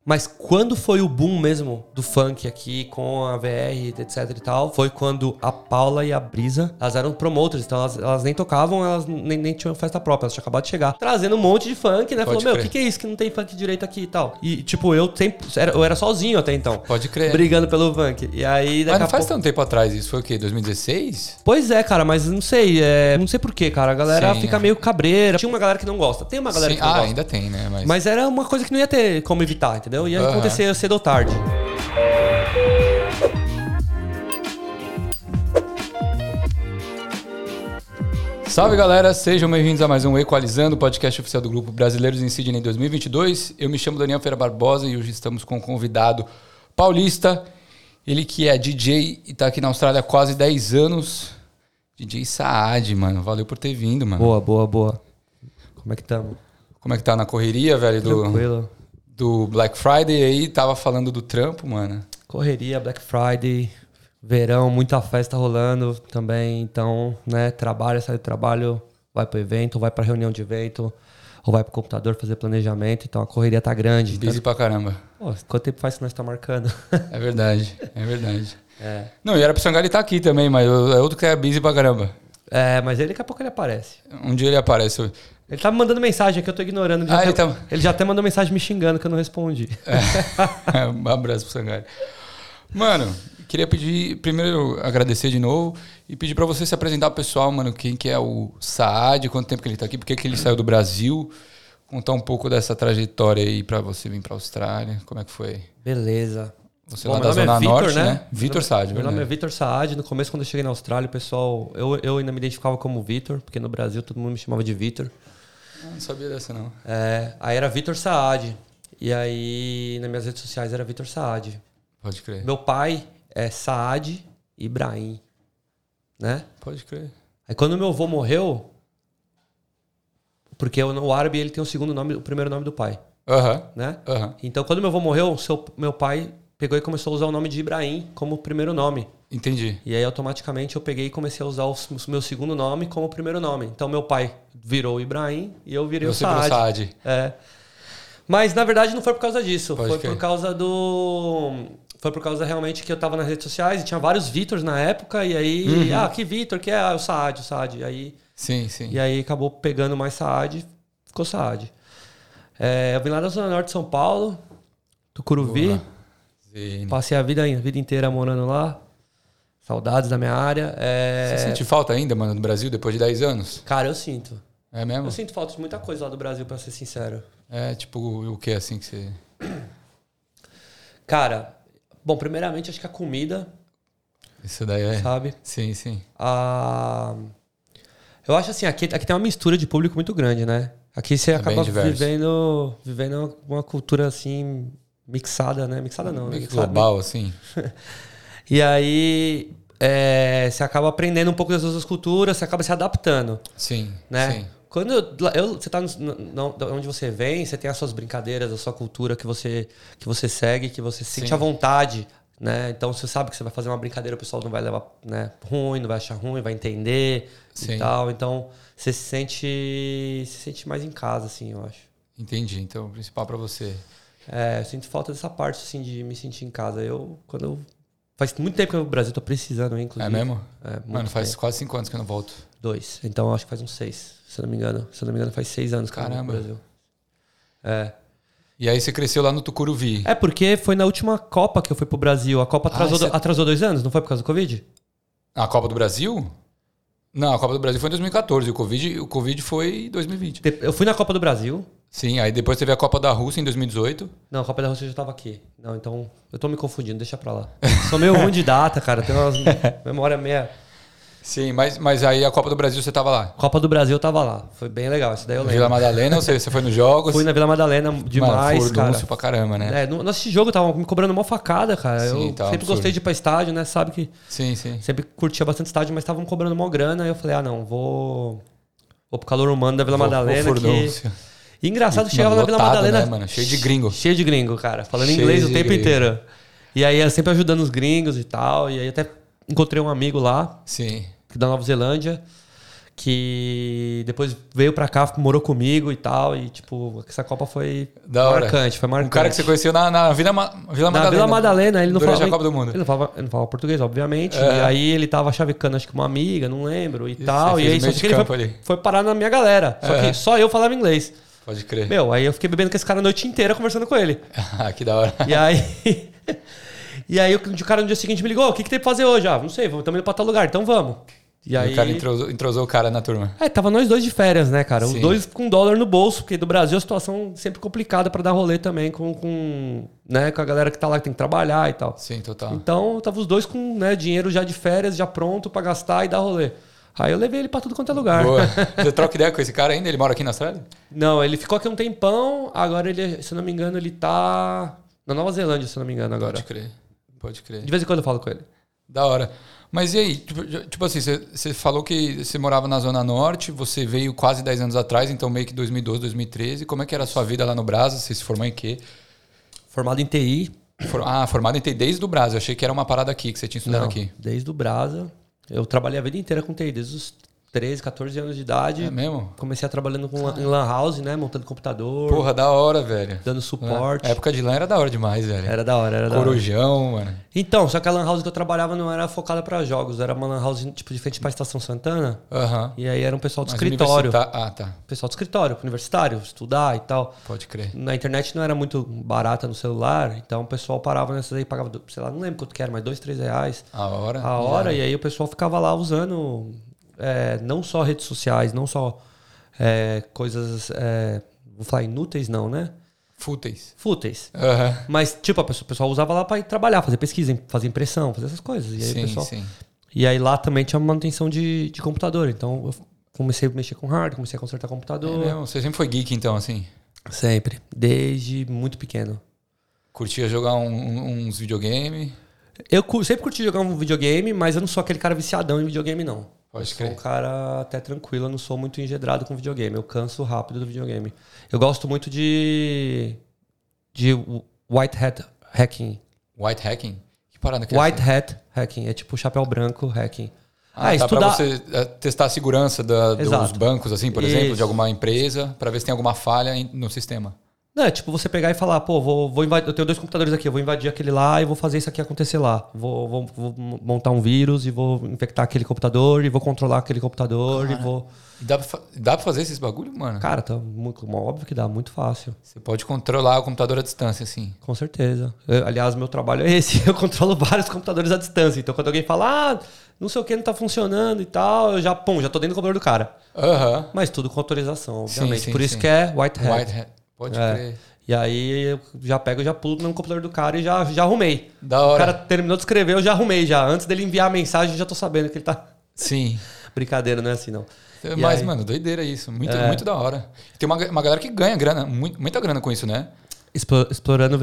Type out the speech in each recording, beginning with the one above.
Mas quando foi o boom mesmo do funk aqui, com a VR, etc e tal, foi quando a Paula e a Brisa, elas eram promoters, então elas nem tocavam, elas nem tinham festa própria, elas tinham acabado de chegar, trazendo um monte de funk, né? Falou, o que é isso que não tem funk direito aqui e tal? E, tipo, eu era sozinho até então. Pode crer. Brigando pelo funk. E aí, mas não faz tanto tempo atrás, isso foi o quê? 2016? Pois é, cara, mas não sei, não sei porquê, cara. A galera fica meio cabreira. Tinha uma galera que não gosta. Tem uma galera que não gosta. Ainda tem, né? Mas era uma coisa que não ia ter como evitar, entendeu? Ia acontecer cedo ou tarde. Salve, galera! Sejam bem-vindos a mais um Equalizando, podcast oficial do Grupo Brasileiros em Sydney 2022. Eu me chamo Daniel Feira Barbosa e hoje estamos com um convidado paulista. Ele que é DJ e tá aqui na Austrália há quase 10 anos. DJ Saad, mano. Valeu por ter vindo, mano. Boa. Como é que tamo? Como é que tá na correria, velho? Tranquilo. Do Black Friday aí, tava falando do trampo, mano. Correria, Black Friday, verão, muita festa rolando também. Então, né, sai do trabalho, vai pro evento, vai pra reunião de evento, ou vai pro computador fazer planejamento. Então a correria tá grande. Busy pra caramba. Pô, quanto tempo faz que nós tá marcando? É verdade. Não, e era pro Sangali estar aqui também, mas é outro que é busy pra caramba. Mas daqui a pouco ele aparece. Um dia ele aparece. Ele tá me mandando mensagem aqui, eu tô ignorando. Ele já até mandou mensagem me xingando que eu não respondi. Um abraço pro Sangali. Mano, queria pedir, primeiro agradecer de novo e pedir pra você se apresentar pro pessoal, mano, quem que é o Saad, quanto tempo que ele tá aqui, por que ele saiu do Brasil, contar um pouco dessa trajetória aí pra você vir pra Austrália, como é que foi? Beleza. Você lá da Zona Norte, né? Vitor Saad, Meu nome é Vitor Saad. No começo, quando eu cheguei na Austrália, o pessoal... Eu ainda me identificava como Vitor, porque no Brasil todo mundo me chamava de Vitor. Não sabia dessa, não. Aí era Vitor Saad. E aí, nas minhas redes sociais, era Vitor Saad. Pode crer. Meu pai é Saad Ibrahim, né? Pode crer. Aí quando meu avô morreu... Porque o árabe, ele tem o primeiro nome do pai. Né? Então, quando meu avô morreu, meu pai... pegou e começou a usar o nome de Ibrahim como primeiro nome. Entendi. E aí, automaticamente, eu peguei e comecei a usar o meu segundo nome como primeiro nome. Então, meu pai virou Ibrahim e eu virei o Saad. Mas, na verdade, não foi por causa disso. Foi por causa realmente que eu tava nas redes sociais e tinha vários Vitors na época. E aí, que Vitor? Que é o Saad. E aí, sim. E aí, acabou pegando mais Saad, ficou Saad. Eu vim lá da Zona Norte de São Paulo, Tucuruvi. Boa. Passei a vida inteira morando lá. Saudades da minha área. Você sente falta ainda, mano, do Brasil, depois de 10 anos? Cara, eu sinto. É mesmo? Eu sinto falta de muita coisa lá do Brasil, pra ser sincero. Tipo, o que assim que você... Cara, bom, primeiramente, acho que a comida... Isso daí é... Sabe? Sim. Eu acho assim, aqui tem uma mistura de público muito grande, né? Aqui você acaba vivendo uma cultura assim... Mixada, né? Mixada não, né? Global, assim. E aí, você acaba aprendendo um pouco das outras culturas, você acaba se adaptando. Sim, né? sim. Quando você tá onde você vem, você tem as suas brincadeiras, a sua cultura que você segue, que você sente à vontade, né? Então, você sabe que você vai fazer uma brincadeira, o pessoal não vai levar, né, ruim, não vai achar ruim, vai entender e tal. Então, você se sente mais em casa, assim, eu acho. Entendi. Então, o principal pra você... eu sinto falta dessa parte, assim, de me sentir em casa. Faz muito tempo que eu no Brasil, tô precisando, inclusive. É mesmo? Mano, faz quase 5 anos que eu não volto. 2. Então, acho que faz uns 6, se eu não me engano. Se eu não me engano, faz 6 anos que eu não vou pro Brasil. E aí você cresceu lá no Tucuruvi. Porque foi na última Copa que eu fui pro Brasil. A Copa atrasou 2 anos, não foi por causa do Covid? A Copa do Brasil? Não, a Copa do Brasil foi em 2014. O Covid foi em 2020. Eu fui na Copa do Brasil. Sim, aí depois teve a Copa da Rússia em 2018. Não, a Copa da Rússia eu já tava aqui. Não, então eu tô me confundindo, deixa pra lá. Sou meio ruim de data, cara. Tenho umas memória meia... Sim, mas aí a Copa do Brasil você tava lá? Copa do Brasil eu tava lá. Foi bem legal, isso daí eu lembro. Vila Madalena, você foi nos jogos? Fui na Vila Madalena demais, mano, cara. Pra caramba, né? Nesse jogo eu tava me cobrando uma facada, cara. Sim, eu sempre gostei de ir pra estádio, né? Sabe que... Sim. Sempre curtia bastante estádio, mas estavam cobrando mó grana. Aí eu falei, não, vou pro calor humano da Vila Madalena. E engraçado, chegava na Vila Madalena... Né, mano? Cheio de gringo. Cheio de gringo, cara. Falando inglês o tempo inteiro. E aí eu sempre ajudando os gringos e tal. E aí até encontrei um amigo lá. Sim. Da Nova Zelândia. que depois veio pra cá, morou comigo e tal. E, tipo, essa Copa foi marcante. Um cara que você conheceu na Vila Madalena. Na Vila Madalena, ele não falava... a Copa do Mundo. Ele não falava português, obviamente. E aí ele tava chavecando, acho que uma amiga, não lembro, e tal. E aí só que ele foi parar na minha galera. Só que só eu falava inglês. Pode crer. Aí eu fiquei bebendo com esse cara a noite inteira, conversando com ele. Ah, que da hora. E aí... E aí o cara no dia seguinte me ligou, o que tem pra fazer hoje? Não sei, estamos indo pra tal lugar, então vamos. E aí... o cara entrosou o cara na turma. Tava nós dois de férias, né, cara? Os dois com dólar no bolso, porque do Brasil a situação sempre complicada pra dar rolê também com a galera que tá lá, que tem que trabalhar e tal. Sim, total. Então, tava os dois com dinheiro já de férias, já pronto pra gastar e dar rolê. Aí eu levei ele pra tudo quanto é lugar. Boa. Você troca ideia com esse cara ainda? Ele mora aqui na Austrália? Não, ele ficou aqui um tempão, agora ele, se eu não me engano, ele tá na Nova Zelândia, se eu não me engano, agora. Pode crer. De vez em quando eu falo com ele. Da hora. Mas e aí, tipo assim, você falou que você morava na Zona Norte, você veio quase 10 anos atrás, então meio que 2012, 2013. Como é que era a sua vida lá no Brasa? Você se formou em quê? Formado em TI. Formado em TI desde o Brasa. Eu achei que era uma parada aqui, que você tinha estudado aqui. Desde o Brasa. Eu trabalhei a vida inteira com TI, desde os 13, 14 anos de idade. É mesmo? Comecei a trabalhando em lan house, né? Montando computador. Porra, da hora, velho. Dando suporte. A época de lan era da hora demais, velho. Era da hora, Corujão, mano. Então, só que a lan house que eu trabalhava não era focada pra jogos. Era uma lan house tipo de frente pra Estação Santana. E aí era um pessoal do escritório. Ah, tá. Pessoal do escritório, universitário, estudar e tal. Pode crer. Na internet não era muito barata no celular, então o pessoal parava nessas aí, pagava, sei lá, não lembro quanto que era, mas R$2-3. A hora. E aí o pessoal ficava lá usando... não só redes sociais, não só coisas, vou falar inúteis não, né? Fúteis. Mas, tipo, o pessoal usava lá para ir trabalhar, fazer pesquisa, fazer impressão, fazer essas coisas. E aí, sim. E aí lá também tinha manutenção de computador. Então eu comecei a mexer com hardware, comecei a consertar computador. Você sempre foi geek, então, assim? Sempre. Desde muito pequeno. Curtia jogar uns videogame? Eu sempre curti jogar um videogame, mas eu não sou aquele cara viciadão em videogame, não. Pode crer. Eu sou um cara até tranquilo, eu não sou muito engedrado com videogame. Eu canso rápido do videogame. Eu gosto muito de white hat hacking. White hacking? Que parada que é White hat hacking. É tipo chapéu branco hacking. Tá, estudar... pra você testar a segurança dos bancos, assim, por exemplo, de alguma empresa, para ver se tem alguma falha no sistema. Não, é tipo você pegar e falar, pô, vou invadir, eu tenho 2 computadores aqui, eu vou invadir aquele lá e vou fazer isso aqui acontecer lá. Vou montar um vírus e vou infectar aquele computador e vou controlar aquele computador e vou... Dá pra fazer esses bagulho, mano? Cara, óbvio que dá, muito fácil. Você pode controlar o computador à distância, assim. Com certeza. Aliás, meu trabalho é esse, eu controlo vários computadores à distância. Então quando alguém fala, não sei o que, não tá funcionando e tal, eu já tô dentro do computador do cara. Mas tudo com autorização, obviamente. Por isso que é white hat. Pode crer. E aí eu já pego, já pulo no computador do cara e já arrumei. Da hora. O cara terminou de escrever, eu já arrumei já. Antes dele enviar a mensagem, já tô sabendo que ele tá... Sim. Brincadeira, não é assim não. Mas, mano, doideira isso. Muito da hora. Tem uma galera que ganha grana, muita grana com isso, né? Explorando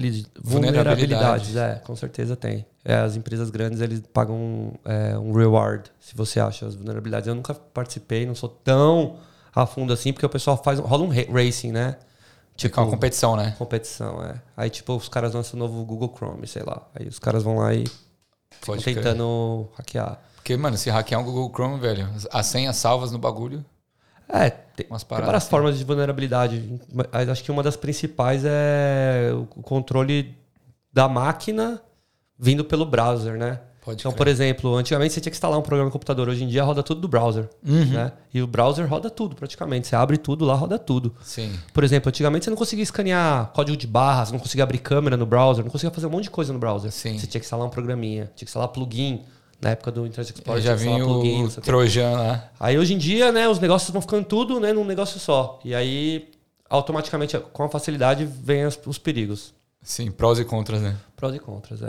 vulnerabilidades. Com certeza tem. As empresas grandes, eles pagam um reward, se você acha as vulnerabilidades. Eu nunca participei, não sou tão a fundo assim, porque o pessoal rola um racing, né? Tipo, uma competição, né? Competição, Aí, tipo, os caras lançam o novo Google Chrome, sei lá. Aí os caras vão lá e ficam tentando hackear. Porque, mano, se hackear um Google Chrome, velho, as senhas salvas no bagulho... Tem várias formas de vulnerabilidade. Mas acho que uma das principais é o controle da máquina vindo pelo browser, né? Então, por exemplo, antigamente você tinha que instalar um programa no computador. Hoje em dia roda tudo do browser. Né? E o browser roda tudo, praticamente. Você abre tudo lá, roda tudo. Sim. Por exemplo, antigamente você não conseguia escanear código de barras, não conseguia abrir câmera no browser, não conseguia fazer um monte de coisa no browser. Sim. Você tinha que instalar um programinha, tinha que instalar plugin. Na época do Internet Explorer, já vinha o Trojan lá. Aí hoje em dia, né, os negócios vão ficando tudo, né, num negócio só. E aí, automaticamente, com a facilidade, vem os perigos. Sim, prós e contras, né? Prós e contras,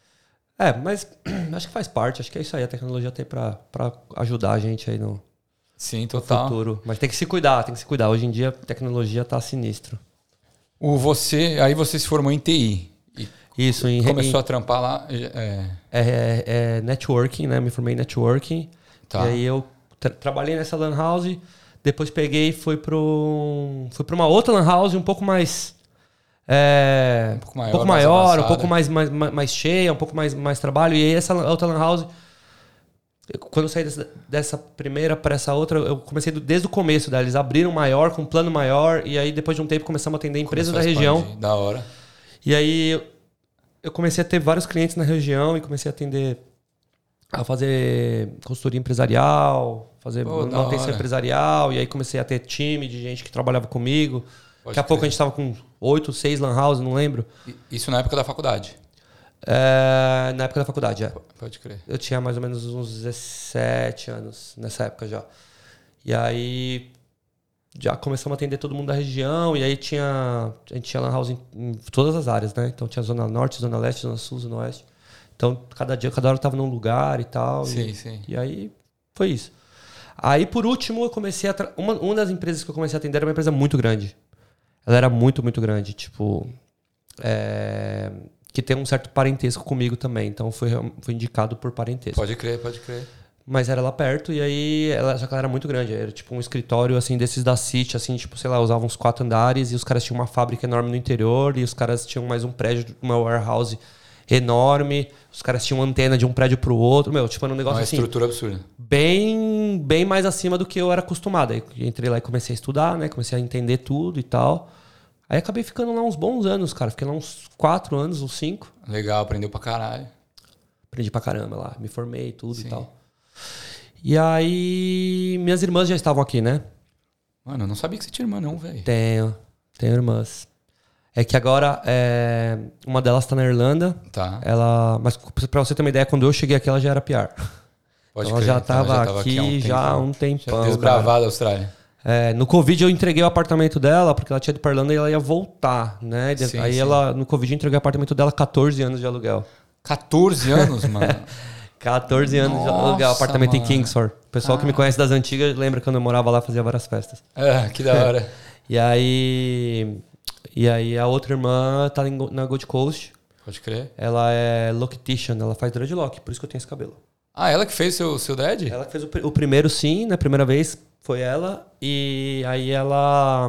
mas acho que faz parte. Acho que é isso aí. A tecnologia tem pra ajudar a gente aí no futuro. Mas tem que se cuidar, Hoje em dia, a tecnologia tá sinistro. Aí você se formou em TI. Isso, começou a trampar lá? Networking, né? Me formei em networking. Tá. E aí eu trabalhei nessa lan house, depois peguei e fui pra uma outra lan house um pouco mais... um pouco maior, um pouco mais cheia, um pouco mais trabalho. E aí essa outra lan house Quando eu saí dessa primeira para essa outra, eu comecei desde o começo dela. Eles abriram maior, com um plano maior, e aí depois de um tempo começamos a atender empresas da região. Da hora. E aí eu comecei a ter vários clientes na região e comecei a fazer consultoria empresarial, fazer manutenção empresarial, e aí comecei a ter time de gente que trabalhava comigo. Daqui a pouco a gente estava com 8, 6 lan house, não lembro. Isso na época da faculdade? Na época da faculdade, Pode crer. Eu tinha mais ou menos uns 17 anos nessa época já. E aí já começamos a atender todo mundo da região, e aí a gente tinha lan house em todas as áreas, né? Então tinha Zona Norte, Zona Leste, Zona Sul, Zona Oeste. Então cada hora eu tava num lugar e tal. Sim. E aí foi isso. Aí por último eu comecei a... Uma das empresas que eu comecei a atender era uma empresa muito grande. Ela era muito, muito grande. Tipo... que tem um certo parentesco comigo também. Então foi indicado por parentesco. Pode crer. Mas era lá perto, e aí só que ela era muito grande. Era tipo um escritório assim, desses da City, assim, tipo, sei lá, usavam uns 4 andares, e os caras tinham uma fábrica enorme no interior, e os caras tinham mais um prédio, uma warehouse enorme, os caras tinham antena de um prédio pro outro. Tipo, era um negócio assim. Uma estrutura absurda. Bem mais acima do que eu era acostumado. Aí entrei lá e comecei a estudar, né? Comecei a entender tudo e tal. Aí acabei ficando lá uns bons anos, cara. Fiquei lá uns 4 anos, uns 5. Legal, aprendeu pra caralho. Aprendi pra caramba lá. Me formei, tudo e tal. E aí, minhas irmãs já estavam aqui, né? Mano, eu não sabia que você tinha irmã não, velho. Tenho irmãs. É que agora, uma delas tá na Irlanda. Tá. Mas pra você ter uma ideia, quando eu cheguei aqui, ela já era PR. Pode então crer. Ela já tava aqui já há um tempão. Já desbravado a Austrália. No Covid eu entreguei o apartamento dela, porque ela tinha ido pra Irlanda e ela ia voltar, né? Aí no Covid eu entreguei o apartamento dela 14 anos de aluguel. 14 anos, mano? 14 anos de aluguel, apartamento em Kingsford. O pessoal que me conhece das antigas lembra quando eu morava lá, fazia várias festas. Que da hora. E aí a outra irmã tá na Gold Coast. Pode crer. Ela é loctician, ela faz dreadlock, por isso que eu tenho esse cabelo. Ela que fez seu dread? Ela que fez o primeiro, sim, na primeira vez foi ela. E aí ela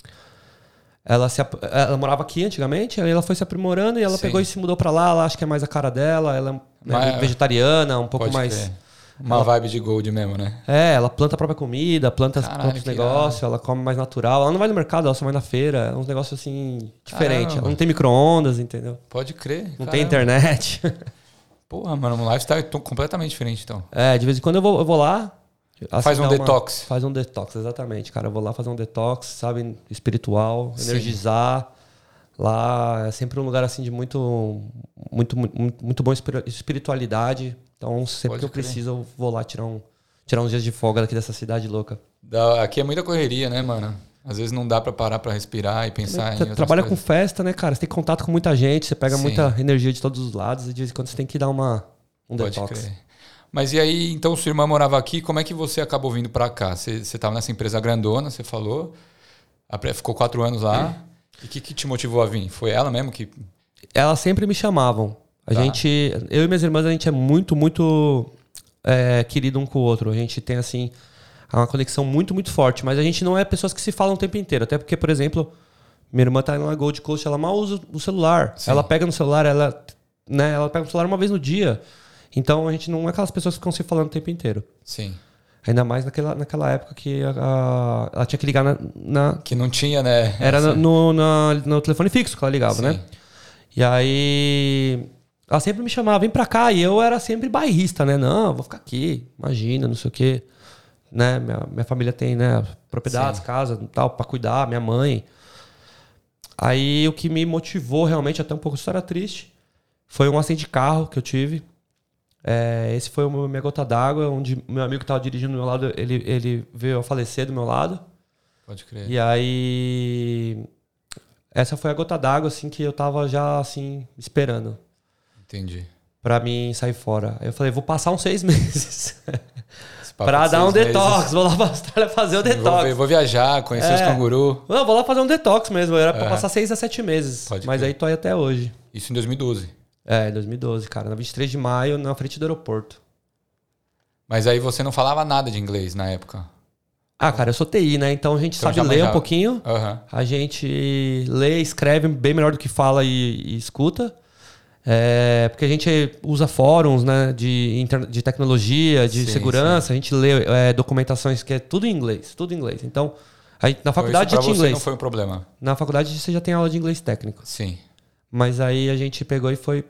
morava aqui antigamente, aí ela foi se aprimorando e ela pegou e se mudou pra lá. Ela acha que é mais a cara dela, ela é vegetariana, um pouco mais... Crer. Uma vibe de gold mesmo, né? Ela planta a própria comida, planta os negócios, ela come mais natural. Ela não vai no mercado, ela só vai na feira. É uns negócios assim, diferentes. Ela não tem micro-ondas, entendeu? Pode crer. Não tem internet. Porra, mano, um lifestyle completamente diferente, então. De vez em quando eu vou lá. Faz um detox. Faz um detox, exatamente, cara. Eu vou lá fazer um detox, sabe? Espiritual, energizar. Lá é sempre um lugar assim de muito bom espiritualidade. Então, sempre que eu preciso, eu vou lá tirar uns dias de folga daqui dessa cidade louca. Aqui é muita correria, né, mano? Às vezes não dá pra parar pra respirar e pensar em outras coisas. Trabalha com festa, né, cara? Você tem contato com muita gente, você pega muita energia de todos os lados e de vez em quando você tem que dar um detox. Crer. Mas e aí, então, sua irmã morava aqui, como é que você acabou vindo pra cá? Você tava nessa empresa grandona, você falou, ficou 4 anos lá. E o que te motivou a vir? Foi ela mesmo que... Elas sempre me chamavam. Eu e minhas irmãs, a gente é muito, muito querido um com o outro. A gente tem, assim, uma conexão muito, muito forte. Mas a gente não é pessoas que se falam o tempo inteiro. Até porque, por exemplo, minha irmã tá na Gold Coast, ela mal usa o celular. Sim. Ela pega no celular, ela pega no celular uma vez no dia. Então, a gente não é aquelas pessoas que ficam se falando o tempo inteiro. Sim. Ainda mais naquela época que ela tinha que ligar Que não tinha, né? Era no telefone fixo que ela ligava, né? E aí... Ela sempre me chamava, vem pra cá. E eu era sempre bairrista, né? Não, vou ficar aqui, imagina, não sei o quê. Né? Minha família tem, né, propriedades, casa e tal, pra cuidar, minha mãe. Aí o que me motivou realmente, até um pouco de história triste, foi um acidente de carro que eu tive. Esse foi a minha gota d'água, onde meu amigo que estava dirigindo do meu lado, ele veio a falecer do meu lado. Pode crer. E aí... Essa foi a gota d'água, assim, que eu tava já, assim, esperando. Entendi. Pra mim sair fora. Aí eu falei, vou passar uns 6 meses. Pra dar um detox. Vou lá pra Austrália fazer o detox. Vou viajar, conhecer os cangurus. Não, vou lá fazer um detox mesmo. Era pra passar 6 a 7 meses. Mas aí tô aí até hoje. Isso em 2012? Em 2012, cara. Na 23 de maio, na frente do aeroporto. Mas aí você não falava nada de inglês na época? Cara, eu sou TI, né? Então a gente sabe ler um pouquinho. A gente lê, escreve bem melhor do que fala e escuta. Porque a gente usa fóruns, né, de tecnologia, de segurança, sim. A gente lê documentações que é tudo em inglês, tudo em inglês. Então, na faculdade já tinha inglês. Não foi um problema? Na faculdade você já tem aula de inglês técnico. Sim. Mas aí a gente pegou e foi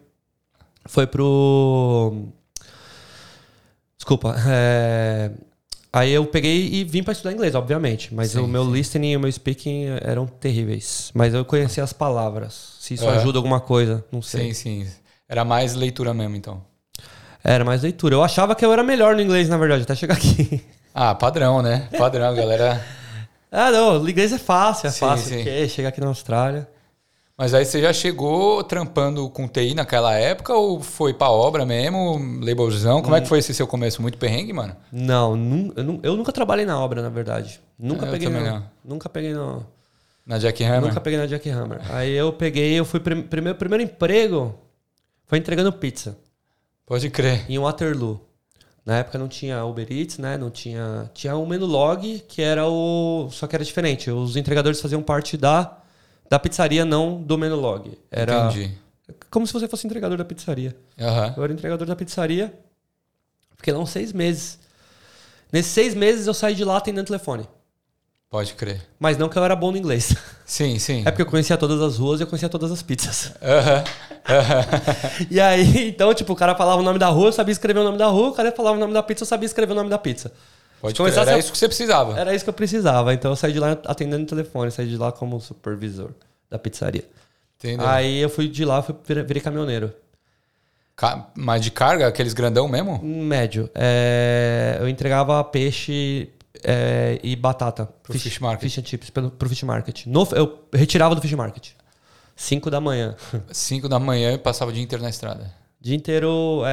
pro... Desculpa. Aí eu peguei e vim para estudar inglês, obviamente. Mas o meu listening e o meu speaking eram terríveis. Mas eu conhecia as palavras. Se isso ajuda alguma coisa, não sei. Sim. Era mais leitura mesmo, então. Era mais leitura. Eu achava que eu era melhor no inglês, na verdade, até chegar aqui. Ah, padrão, né? Padrão, galera. Não, o inglês é fácil, porque chegar aqui na Austrália... Mas aí você já chegou trampando com TI naquela época ou foi pra obra mesmo, labelzão? Como é que foi esse seu começo? Muito perrengue, mano? Não, eu nunca trabalhei na obra, na verdade. Nunca peguei na Jack Hammer? Nunca peguei na Jack Hammer. Aí eu fui primeiro emprego foi entregando pizza. Pode crer. Em Waterloo. Na época não tinha Uber Eats, né? Não tinha o Menulog, que era só que era diferente. Os entregadores faziam parte da pizzaria, não do Menulog. Era Entendi. Como se você fosse entregador da pizzaria. Uhum. Eu era entregador da pizzaria. Fiquei lá uns 6 meses. Nesses 6 meses eu saí de lá atendendo telefone. Pode crer. Mas não que eu era bom no inglês. Sim. É porque eu conhecia todas as ruas e eu conhecia todas as pizzas. Uhum. E aí, então, tipo, o cara falava o nome da rua, eu sabia escrever o nome da rua. O cara falava o nome da pizza, eu sabia escrever o nome da pizza. Pode crer. Era isso que você precisava. Era isso que eu precisava. Então eu saí de lá atendendo telefone. Saí de lá como supervisor da pizzaria. Entendeu? Aí eu fui de lá, virei caminhoneiro. Mas de carga? Aqueles grandão mesmo? Médio. Eu entregava peixe e batata. Pro Fish Market. Fish and chips pro Fish Market. Eu retirava do Fish Market. 5 da manhã. 5 da manhã e passava o dia inteiro na estrada. Dia inteiro...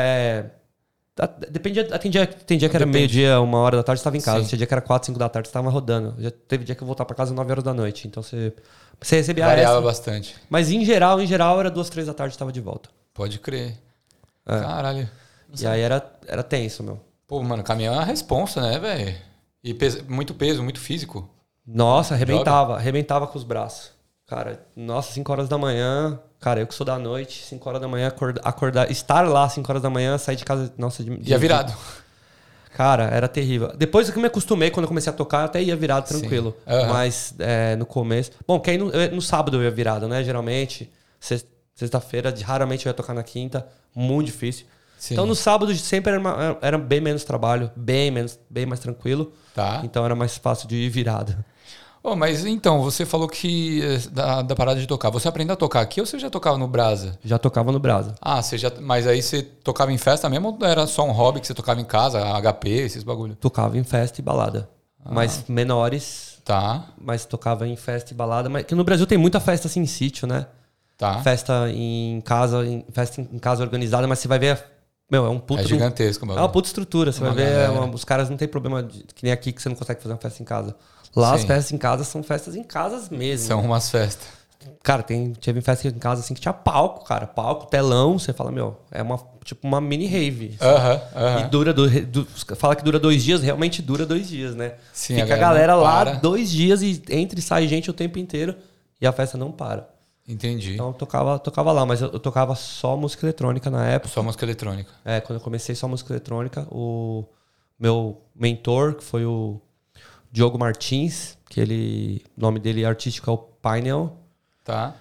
Dependia, tem dia que era meio-dia, 1h da tarde, você estava em casa. Tinha dia que era 4, 5 da tarde, você estava rodando. Já teve dia que eu voltava para casa às 9 horas da noite. Então você recebia variava bastante. Mas em geral era 2, 3 da tarde, estava de volta. Pode crer. Caralho. E aí era tenso, meu. Pô, mano, caminhão é uma responsa, né, velho? E muito peso, muito físico. Nossa, arrebentava com os braços. Cara, 5 horas da manhã... Cara, eu que sou da noite, 5 horas da manhã, acordar, estar lá 5 horas da manhã, sair de casa... Nossa, ia virado. Cara, era terrível. Depois que eu me acostumei, quando eu comecei a tocar, eu até ia virado tranquilo. Uhum. Mas no começo... Bom, que aí no sábado eu ia virado, né? Geralmente, sexta-feira, raramente eu ia tocar na quinta. Muito difícil. Sim. Então no sábado sempre era bem menos trabalho, bem mais tranquilo. Tá. Então era mais fácil de ir virado. Mas então, você falou que da parada de tocar. Você aprendeu a tocar aqui ou você já tocava no Brasa? Já tocava no Brasa. Mas aí você tocava em festa mesmo ou era só um hobby que você tocava em casa, HP, esses bagulho? Tocava em festa e balada. Mas menores. Tá. Mas tocava em festa e balada. Mas que no Brasil tem muita festa assim em sítio, né? Tá. Festa em casa, festa em casa organizada, mas você vai ver... Meu, é um puto... É gigantesco, mano. É uma puta estrutura. Você vai ver... Os caras não tem problema que nem aqui que você não consegue fazer uma festa em casa. Lá as festas em casa são festas em casas mesmo. São umas festas. Cara, teve festa em casa assim que tinha palco, cara. Palco, telão. Você fala, é tipo uma mini rave. Aham. E dura... Fala que dura 2 dias, realmente dura 2 dias, né? Sim, fica a galera lá 2 dias e entra e sai gente o tempo inteiro. E a festa não para. Entendi. Então eu tocava lá, mas eu tocava só música eletrônica na época. Só música eletrônica. Quando eu comecei só música eletrônica, o meu mentor, que foi o Diogo Martins, que o nome dele artístico é o Pineal. Tá.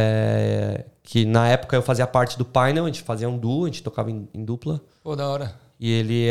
Que na época eu fazia parte do Pineal, a gente fazia um duo, a gente tocava em dupla. Pô, da hora. E ele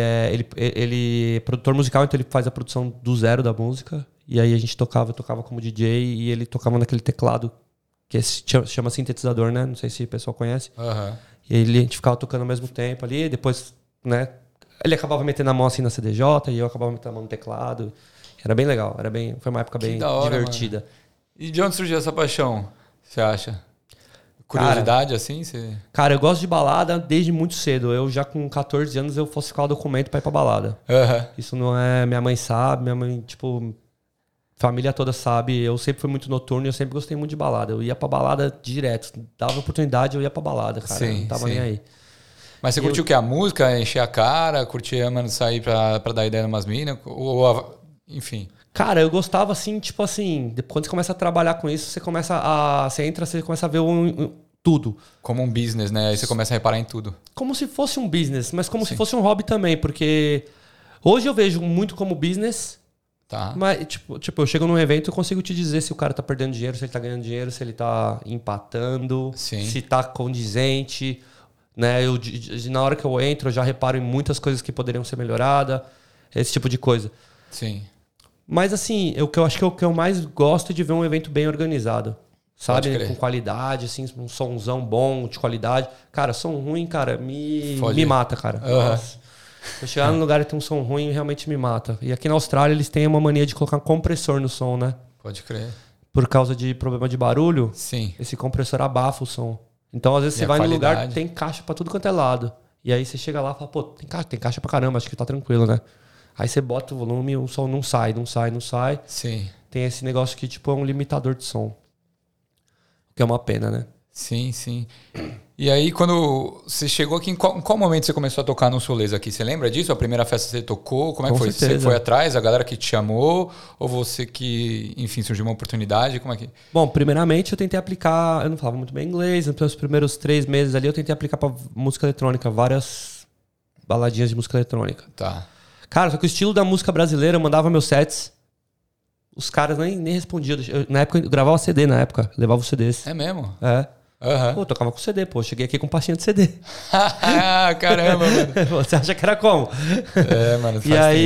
é produtor musical, então ele faz a produção do zero da música. E aí a gente eu tocava como DJ e ele tocava naquele teclado que chama sintetizador, né? Não sei se o pessoal conhece. Uhum. E aí a gente ficava tocando ao mesmo tempo ali, e depois, né? Ele acabava metendo a mão assim na CDJ e eu acabava metendo a mão no teclado. Era bem legal, foi uma época bem divertida. Mano. E de onde surgiu essa paixão, você acha? Curiosidade, assim? Cara, eu gosto de balada desde muito cedo. Eu já com 14 anos eu falsificava o documento pra ir pra balada. Uhum. Isso não é... Minha mãe sabe, minha mãe, tipo... Família toda sabe. Eu sempre fui muito noturno e eu sempre gostei muito de balada. Eu ia pra balada direto. Dava oportunidade, eu ia pra balada, cara. Sim, eu não tava nem aí. Mas você curtiu o quê? A música? Encher a cara? Curtia, mano, sair pra dar ideia numas minas? Enfim... Cara, eu gostava assim, tipo assim, quando você começa a trabalhar com isso, você começa a ver tudo. Como um business, né? Aí você começa a reparar em tudo. Como se fosse um business, mas como se fosse um hobby também, porque hoje eu vejo muito como business, Tá. mas tipo, eu chego num evento e consigo te dizer se o cara tá perdendo dinheiro, se ele tá ganhando dinheiro, se ele tá empatando, se tá condizente, né? Na hora que eu entro, eu já reparo em muitas coisas que poderiam ser melhoradas, esse tipo de coisa. Sim. Mas assim, o que eu acho que é o que eu mais gosto é de ver um evento bem organizado. Sabe? Com qualidade, assim, um somzão bom, de qualidade. Cara, som ruim, cara, me mata, cara. Nossa. Eu chegar num lugar e tem um som ruim, realmente me mata. E aqui na Austrália eles têm uma mania de colocar um compressor no som, né? Pode crer. Por causa de problema de barulho, sim, esse compressor abafa o som. Então, às vezes, você vai no lugar, tem caixa pra tudo quanto é lado. E aí você chega lá e fala, pô, tem caixa pra caramba, acho que tá tranquilo, né? Aí você bota o volume e o som não sai. Sim. Tem esse negócio que, tipo, é um limitador de som. Que é uma pena, né? Sim, sim. E aí, quando você chegou aqui, em qual momento você começou a tocar nos rolês aqui? Você lembra disso? A primeira festa que você tocou? Como é que foi? Certeza. Você foi atrás? A galera que te chamou? Ou você que, enfim, surgiu uma oportunidade? Como é que... Bom, primeiramente eu tentei aplicar... Eu não falava muito bem inglês. Nos primeiros 3 meses ali eu tentei aplicar pra música eletrônica. Várias baladinhas de música eletrônica. Tá. Cara, só que o estilo da música brasileira, eu mandava meus sets... Os caras nem respondiam. Na época, eu gravava CD na época. Levava os CDs. É mesmo? É. Uhum. Pô, eu tocava com CD, pô. Cheguei aqui com pastinha de CD. Caramba, mano. Você acha que era como? É, mano.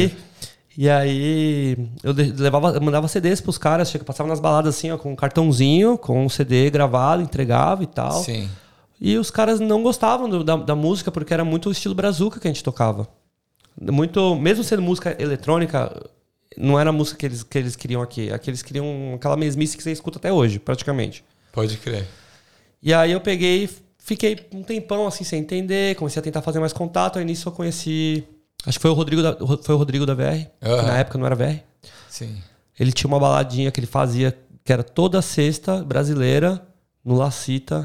E aí eu mandava CDs pros caras. Passava nas baladas assim, ó, com um cartãozinho, com um CD gravado, entregava e tal. Sim. E os caras não gostavam da música porque era muito o estilo brazuca que a gente tocava. Muito, mesmo sendo música eletrônica... Não era a música que eles queriam aqui. Aqui eles queriam aquela mesmice que você escuta até hoje, praticamente. Pode crer. E aí eu peguei, fiquei um tempão assim sem entender, comecei a tentar fazer mais contato. Aí nisso eu conheci... Acho que foi o Rodrigo da VR, que na época não era VR. Sim. Ele tinha uma baladinha que ele fazia, que era toda sexta, brasileira, no Lacita,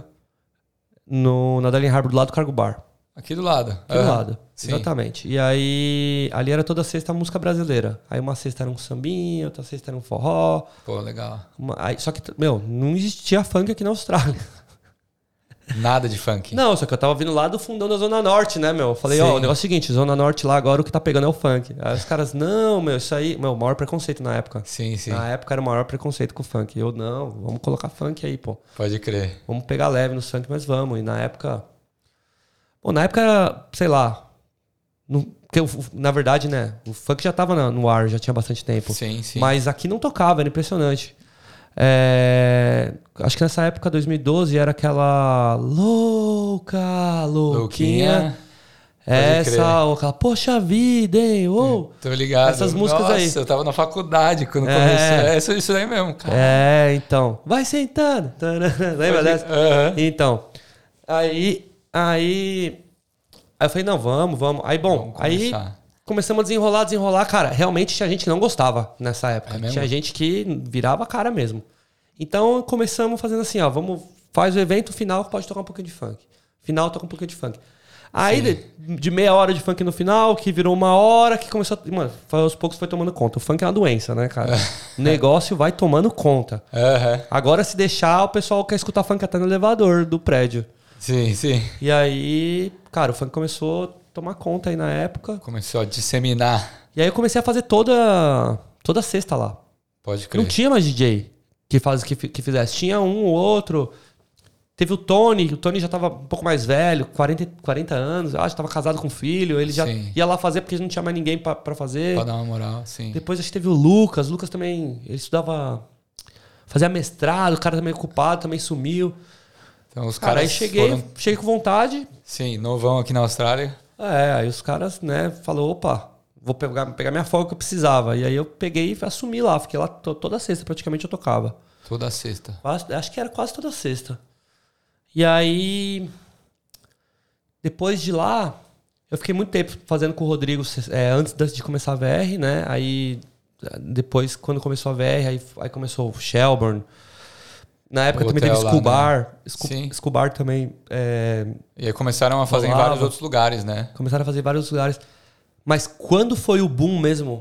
na Darling Harbour, do lado do Cargo Bar. Aqui do lado. Aqui do lado. Sim. Exatamente. E aí, ali era toda sexta música brasileira. Aí uma sexta era um sambinha, outra sexta era um forró. Pô, legal. Só que, não existia funk aqui na Austrália. Nada de funk? Não, só que eu tava vindo lá do fundão da Zona Norte, né, meu? Eu falei, o negócio é o seguinte, Zona Norte lá agora o que tá pegando é o funk. Aí os caras, não, meu, isso aí... Meu, o maior preconceito na época. Sim, sim. Na época era o maior preconceito com o funk. Eu, não, vamos colocar funk aí, pô. Pode crer. Vamos pegar leve no funk, mas vamos. E na época... Pô, na época era, sei lá... Porque, na verdade, né, o funk já tava no ar, já tinha bastante tempo. Sim, sim. Mas aqui não tocava, era impressionante. Acho que nessa época, 2012, era aquela louquinha. Aquela, poxa vida, hein? Uou. Tô ligado. Essas músicas aí. Nossa, eu tava na faculdade quando começou. Isso daí mesmo, cara. Então. Vai sentando. Lembra dessa? Então. Aí eu falei, não, vamos. Aí, bom, aí começamos a desenrolar. Cara, realmente tinha gente que não gostava nessa época. Tinha gente que virava a cara mesmo. Então, começamos fazendo assim, ó, faz o evento final, pode tocar um pouquinho de funk. Final, toca um pouquinho de funk. Aí, de meia hora de funk no final, que virou 1 hora, que começou... Mano, aos poucos foi tomando conta. O funk é uma doença, né, cara? O negócio vai tomando conta. Agora, se deixar, o pessoal quer escutar funk até no elevador do prédio. Sim, sim. E aí, cara, o funk começou a tomar conta aí na época. Começou a disseminar. E aí eu comecei a fazer toda sexta lá. Pode crer. Não tinha mais DJ que fizesse. Tinha um ou outro. Teve o Tony já tava um pouco mais velho, 40 anos, acho que tava casado com filho. Ele já ia lá fazer porque não tinha mais ninguém pra fazer. Pra dar uma moral, sim. Depois acho que teve o Lucas. O Lucas também, ele estudava, fazia mestrado, o cara também ocupado, também sumiu. Então os caras aí cheguei com vontade. Sim, novão aqui na Austrália. Aí os caras, né, falou, opa, vou pegar minha folga que eu precisava. E aí eu peguei e assumi lá, fiquei lá toda sexta, praticamente eu tocava. Toda sexta? Acho que era quase toda sexta. E aí, depois de lá, eu fiquei muito tempo fazendo com o Rodrigo, antes de começar a VR, né? Aí, depois, quando começou a VR, aí começou o Shelburne. Na época também teve Scubar. Né? Scubar também. E aí começaram a fazer em vários outros lugares, né? Começaram a fazer em vários lugares. Mas quando foi o boom mesmo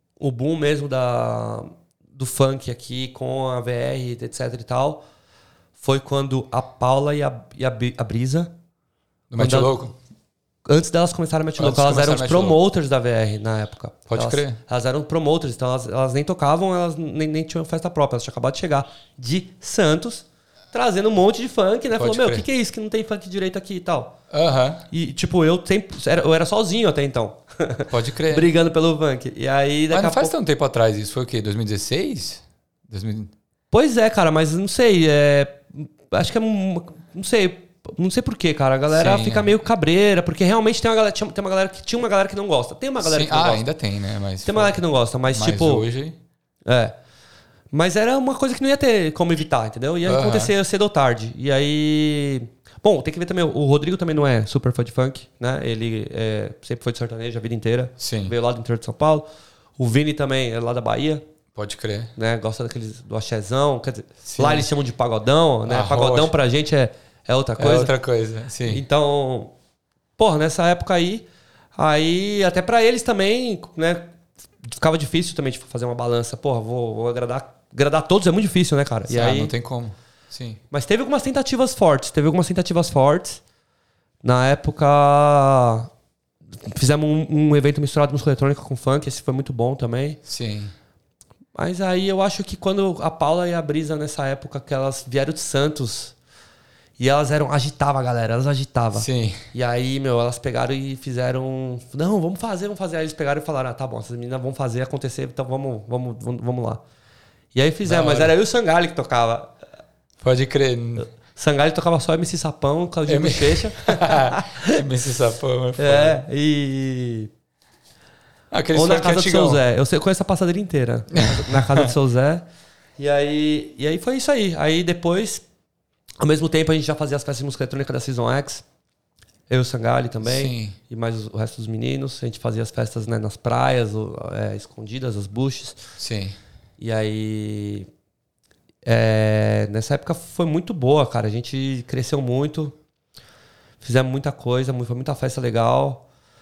do funk aqui, com a VR, etc e tal, foi quando a Paula e a Brisa... Do Mete Louco? Antes delas começarem a Mete Louco, elas eram os promoters da VR na época. Pode crer. Elas eram promoters, então elas nem tocavam, elas nem tinham festa própria. Elas tinham acabado de chegar de Santos, trazendo um monte de funk, né? Falou, meu, o que é isso que não tem funk direito aqui e tal? E, tipo, eu era sozinho até então. Pode crer. Brigando pelo funk. E aí, mas não faz tanto tempo atrás isso. Foi o quê? 2016? Pois é, cara, mas não sei. Acho que é... Não sei porquê, cara. A galera fica meio cabreira, porque realmente tinha uma galera que não gosta. Tem uma galera que não gosta. Ainda tem, né? Mas tem uma galera que não gosta, mas tipo... hoje... Mas era uma coisa que não ia ter como evitar, entendeu? Ia acontecer cedo ou tarde. E aí... Bom, tem que ver também, o Rodrigo também não é super fã de funk, né? Ele sempre foi de sertanejo a vida inteira. Sim. Veio lá do interior de São Paulo. O Vini também é lá da Bahia. Pode crer. Né? Gosta do axézão. Quer dizer, lá eles chamam de pagodão, né? Pagodão pra gente é outra coisa. É outra coisa, sim. Então, porra, nessa época aí até pra eles também, né? Ficava difícil também de fazer uma balança. Porra, vou agradar todos é muito difícil, né, cara? E aí, não tem como. Sim. Mas teve algumas tentativas fortes. Na época, fizemos um evento misturado de música eletrônica com funk. Esse foi muito bom também. Sim. Mas aí eu acho que quando a Paula e a Brisa, nessa época, que elas vieram de Santos... E elas agitavam a galera, elas agitavam. Sim. E aí, elas pegaram e fizeram... Não, vamos fazer. Aí eles pegaram e falaram, tá bom, essas meninas vão fazer acontecer, então vamos lá. E aí fizemos, mas era eu e o Sangali que tocava. Pode crer. Sangali tocava só MC Sapão, Claudinho Bochecha. MC Sapão, e... Ou na casa do seu Zé. Eu conheço a passadeira inteira. Na casa do seu Zé. E aí foi isso aí. Aí depois... Ao mesmo tempo, a gente já fazia as festas de música eletrônica da Season X. Eu e o Sangali também. Sim. E mais o resto dos meninos. A gente fazia as festas, né, nas praias, escondidas, as buches. Sim. E aí... nessa época foi muito boa, cara. A gente cresceu muito. Fizemos muita coisa. Foi muita festa legal.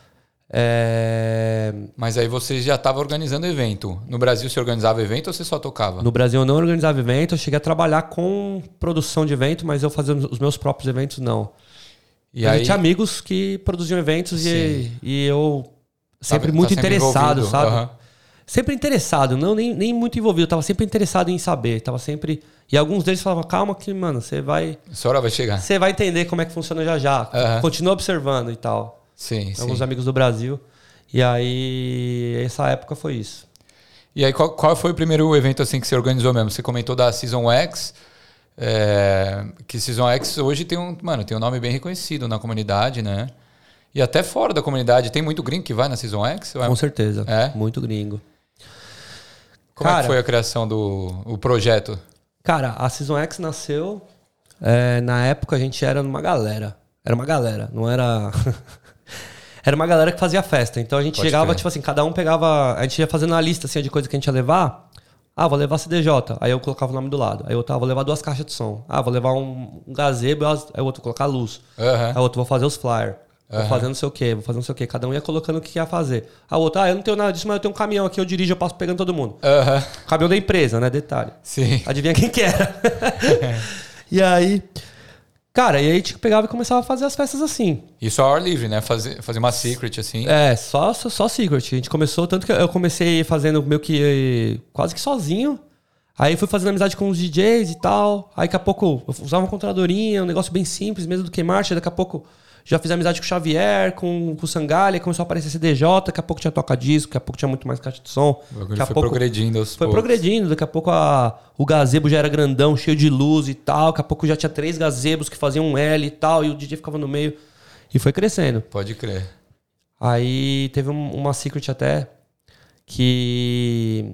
Mas aí você já estava organizando evento. No Brasil você organizava evento ou você só tocava? No Brasil eu não organizava evento. Eu cheguei a trabalhar com produção de evento, mas eu fazia os meus próprios eventos, não. E aí tinha amigos que produziam eventos e eu sempre muito interessado, envolvido, sabe? Sempre interessado, não nem muito envolvido. Eu tava sempre interessado em saber. E alguns deles falavam, calma que, mano, você vai... Essa hora vai chegar. Você vai entender como é que funciona já. Continua observando e tal. Sim, alguns amigos do Brasil. E aí, essa época foi isso. E aí, qual foi o primeiro evento assim que você organizou mesmo? Você comentou da Season X, que Season X hoje tem um nome bem reconhecido na comunidade, né? E até fora da comunidade. Tem muito gringo que vai na Season X? Com certeza, muito gringo. Como é que foi a criação do projeto? Cara, a Season X nasceu... na época a gente era uma galera. Era uma galera, não era... Era uma galera que fazia festa. Então a gente chegava, tipo assim, cada um pegava... A gente ia fazendo uma lista assim, de coisas que a gente ia levar. Vou levar CDJ. Aí eu colocava o nome do lado. Aí eu vou levar 2 caixas de som. Vou levar um gazebo. Aí o outro vou colocar luz. Aí o outro vou fazer os flyers. Vou fazer não sei o quê, Cada um ia colocando o que ia fazer. O outro, eu não tenho nada disso, mas eu tenho um caminhão aqui, eu dirijo, eu passo pegando todo mundo. Caminhão da empresa, né? Detalhe. Sim. Adivinha quem que era? E aí... Cara, e aí a gente pegava e começava a fazer as festas assim. Isso ao ar livre, né? Fazer uma secret assim. Só secret. A gente começou, tanto que eu comecei fazendo meio que quase que sozinho. Aí fui fazendo amizade com os DJs e tal. Aí daqui a pouco eu usava uma controladorinha, um negócio bem simples, mesmo do que marcha. Daqui a pouco já fiz amizade com o Xavier, com o Sangalha, começou a aparecer CDJ, daqui a pouco tinha toca-disco, daqui a pouco tinha muito mais caixa de som. Progredindo aos poucos. Progredindo, daqui a pouco o gazebo já era grandão, cheio de luz e tal, daqui a pouco já tinha 3 gazebos que faziam um L e tal, e o DJ ficava no meio, e foi crescendo. Pode crer. Aí teve uma secret até, que...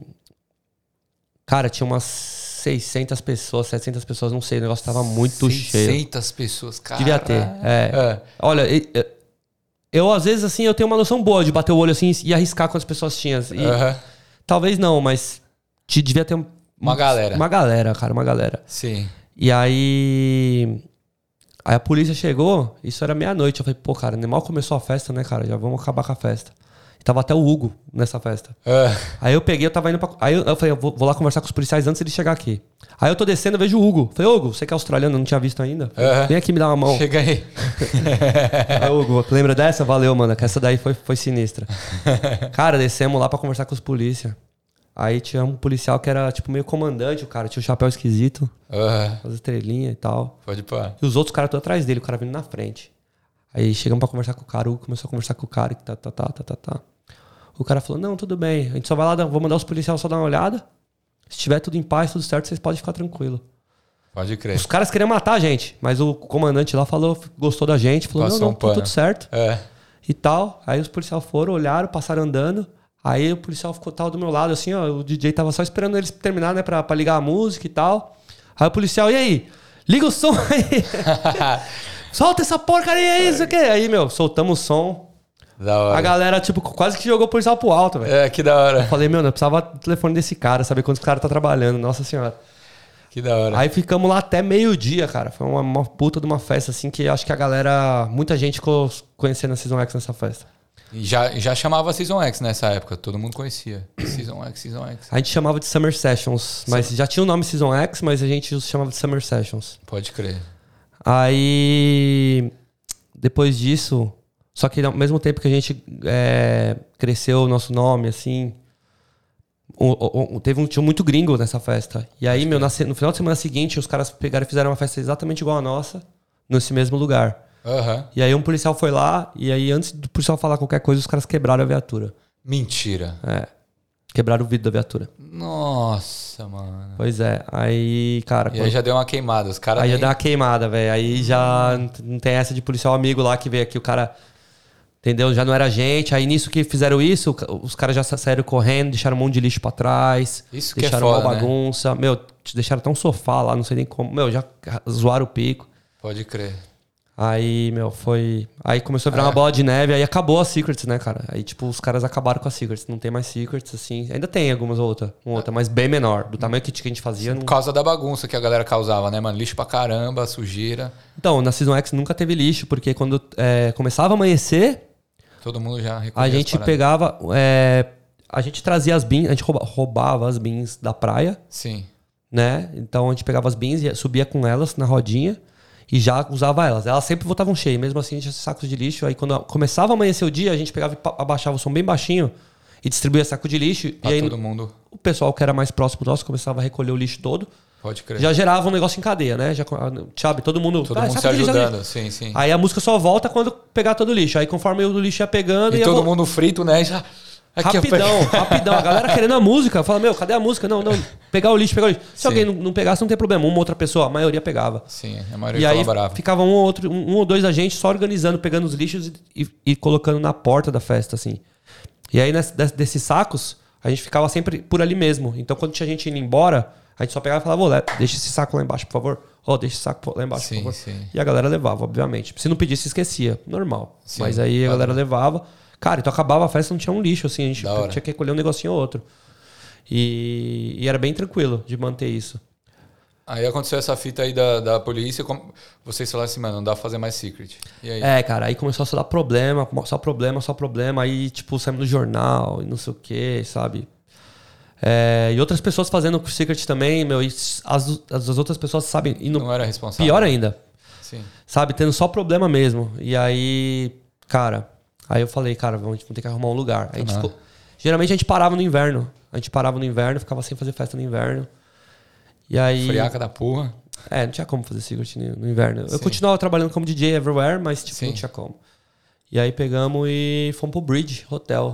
Cara, tinha umas 600 pessoas, 700 pessoas, não sei, o negócio tava muito cheio. 600 pessoas, cara. Devia ter, Olha, eu às vezes assim, eu tenho uma noção boa de bater o olho assim e arriscar quantas pessoas tinham. Talvez não, mas devia ter uma galera. Uma galera, cara, uma galera. Sim. E aí a polícia chegou, isso era meia-noite. Eu falei, pô, cara, nem mal começou a festa, né, cara? Já vamos acabar com a festa. Tava até o Hugo nessa festa. Aí eu peguei, eu tava indo pra... Aí eu falei, eu vou lá conversar com os policiais antes de chegar aqui. Aí eu tô descendo, eu vejo o Hugo. Falei, Hugo, você que é australiano, eu não tinha visto ainda. Vem aqui me dar uma mão. Chega aí. Aí, Hugo, lembra dessa? Valeu, mano, que essa daí foi sinistra. Cara, descemos lá pra conversar com os polícia. Aí tinha um policial que era, tipo, meio comandante, o cara tinha um chapéu esquisito, as estrelinhas e tal. Pode pá. E os outros caras todos atrás dele, o cara vindo na frente. Aí chegamos pra conversar com o cara, o Hugo começou a conversar com o cara, que tá. O cara falou, não, tudo bem, a gente só vai lá, vou mandar os policiais só dar uma olhada. Se tiver tudo em paz, tudo certo, vocês podem ficar tranquilo. Pode crer. Os caras queriam matar a gente, mas o comandante lá falou, gostou da gente, falou, não, tá tudo certo. E tal. Aí os policiais foram, olharam, passaram andando. Aí o policial tava do meu lado, assim, ó, o DJ tava só esperando eles terminar, né, pra ligar a música e tal. Aí o policial, e aí? Liga o som aí! Solta essa porcaria aí, isso aqui! Aí, meu, soltamos o som. Da hora. A galera, tipo, quase que jogou o policial pro alto, velho. Que da hora. Eu falei, meu, eu precisava do telefone desse cara, saber quantos caras tá trabalhando, nossa senhora. Que da hora. Aí ficamos lá até meio-dia, cara. Foi uma puta de uma festa, assim, que acho que a galera... Muita gente ficou conhecendo a Season X nessa festa. E já chamava Season X nessa época, todo mundo conhecia. Season X. A gente chamava de Summer Sessions, mas já tinha o nome Season X, mas a gente chamava de Summer Sessions. Pode crer. Aí, depois disso... Só que ao mesmo tempo que a gente cresceu o nosso nome, assim... Teve um tio muito gringo nessa festa. E aí, meu, no final de semana seguinte, os caras pegaram e fizeram uma festa exatamente igual a nossa, nesse mesmo lugar. E aí um policial foi lá, e aí antes do policial falar qualquer coisa, os caras quebraram a viatura. Mentira. Quebraram o vidro da viatura. Nossa, mano. Pois é. Aí, cara... E aí já deu uma queimada. Os caras já deu uma queimada, velho. Aí já não tem essa de policial amigo lá que veio aqui, o cara... Entendeu? Já não era gente. Aí nisso que fizeram isso, os caras já saíram correndo, deixaram um monte de lixo pra trás. Isso que deixaram é foda, uma bagunça. Né? Meu, deixaram até um sofá lá, não sei nem como. Meu, já zoaram o pico. Pode crer. Aí, meu, foi... Aí começou a virar uma bola de neve, aí acabou a Secrets, né, cara? Aí, tipo, os caras acabaram com a Secrets. Não tem mais Secrets, assim. Ainda tem algumas outra, mas bem menor. Do tamanho que a gente fazia. Por causa da bagunça que a galera causava, né, mano? Lixo pra caramba, sujeira. Então, na Season X nunca teve lixo, porque quando começava a amanhecer... Todo mundo já recolhia. A gente pegava... a gente trazia as beans, a gente roubava as beans da praia. Sim. Né? Então a gente pegava as beans e subia com elas na rodinha e já usava elas. Elas sempre voltavam cheias, mesmo assim a gente tinha sacos de lixo. Aí quando começava a amanhecer o dia, a gente pegava e abaixava o som bem baixinho e distribuía saco de lixo. Pra e aí todo mundo. O pessoal que era mais próximo nosso começava a recolher o lixo todo. Pode crer. Já gerava um negócio em cadeia, né? Já, sabe, todo mundo se ajudando, sim. Aí a música só volta quando pegar todo o lixo. Aí conforme o lixo ia pegando... E todo mundo frito, né? Já... Aqui, rapidão. A galera querendo a música. Fala, meu, cadê a música? Não. Pegar o lixo. Se alguém não pegasse, não tem problema. Uma outra pessoa, a maioria pegava. Sim, a maioria colaborava. E aí ficava um ou dois agentes só organizando, pegando os lixos e colocando na porta da festa, assim. E aí, desses sacos, a gente ficava sempre por ali mesmo. Então, quando tinha gente indo embora... A gente só pegava e falava, deixa esse saco lá embaixo, por favor. Deixa esse saco lá embaixo, por favor. Sim. E a galera levava, obviamente. Se não pedisse, esquecia. Normal. Sim, mas aí a galera levava. Cara, então acabava a festa, não tinha um lixo, assim. A gente tinha que recolher um negocinho ou outro. E era bem tranquilo de manter isso. Aí aconteceu essa fita aí da polícia. Vocês falaram assim, mano, não dá pra fazer mais Secret. E aí? Cara, aí começou a só dar só problema. Aí, tipo, saímos no jornal e não sei o que, sabe? E outras pessoas fazendo Secret também, meu, e as outras pessoas, sabe, não era responsável. Pior ainda. Sim. Sabe, tendo só problema mesmo. E aí, cara, eu falei, cara, vamos ter que arrumar um lugar. A gente geralmente a gente parava no inverno. Ficava sem fazer festa no inverno. E aí... Friaca da porra. Não tinha como fazer Secret no inverno. Sim. Eu continuava trabalhando como DJ everywhere, mas tipo, não tinha como. E aí pegamos e fomos pro Bridge Hotel.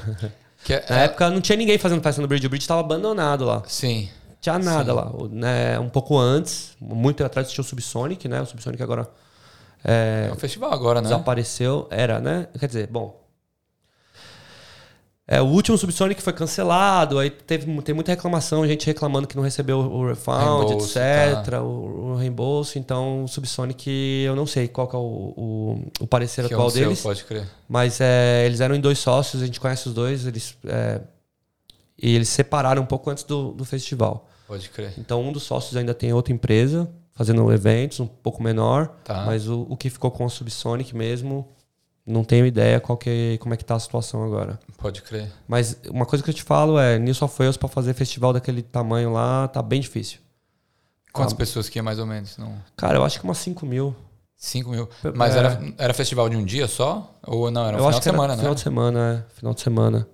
Na época não tinha ninguém fazendo festa no Bridge. O Bridge estava abandonado lá. Sim. Não tinha nada lá. Né? Um pouco antes, muito atrás, tinha o Subsonic, né? O Subsonic agora... É um festival agora, né? Desapareceu. Era, né? Quer dizer, bom... o último Subsonic foi cancelado. Aí tem muita reclamação. Gente reclamando que não recebeu o refund, reembolso, etc. O reembolso. Então, o Subsonic, eu não sei qual que é o parecer que atual deles. Pode crer. Mas eles eram em 2 sócios. A gente conhece os dois. E eles separaram um pouco antes do festival. Pode crer. Então, um dos sócios ainda tem outra empresa, fazendo eventos um pouco menor. Tá. Mas o que ficou com o Subsonic mesmo... Não tenho ideia como é que tá a situação agora. Pode crer. Mas uma coisa que eu te falo é, New South Wales pra fazer festival daquele tamanho lá, tá bem difícil. Quantas pessoas que ia mais ou menos? Não... Cara, eu acho que umas 5 mil. 5 mil. Mas era festival de um dia só? Ou não? Era um final de semana, né? Final de semana, Final de semana.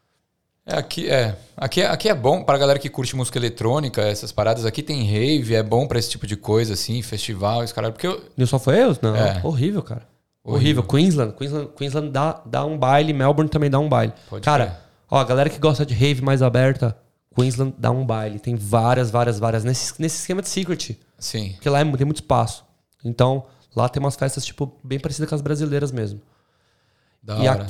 Aqui é bom pra galera que curte música eletrônica, essas paradas. Aqui tem rave, é bom pra esse tipo de coisa, assim, festival, esse cara. Porque New South Wales? Não. É. Horrível, cara. Horrível. Queensland dá um baile, Melbourne também dá um baile. Cara, crer. Ó, a galera que gosta de rave mais aberta, Queensland dá um baile. Tem várias. Nesse esquema de Secret. Sim. Porque lá tem muito espaço. Então, lá tem umas festas, tipo, bem parecidas com as brasileiras mesmo. Da hora.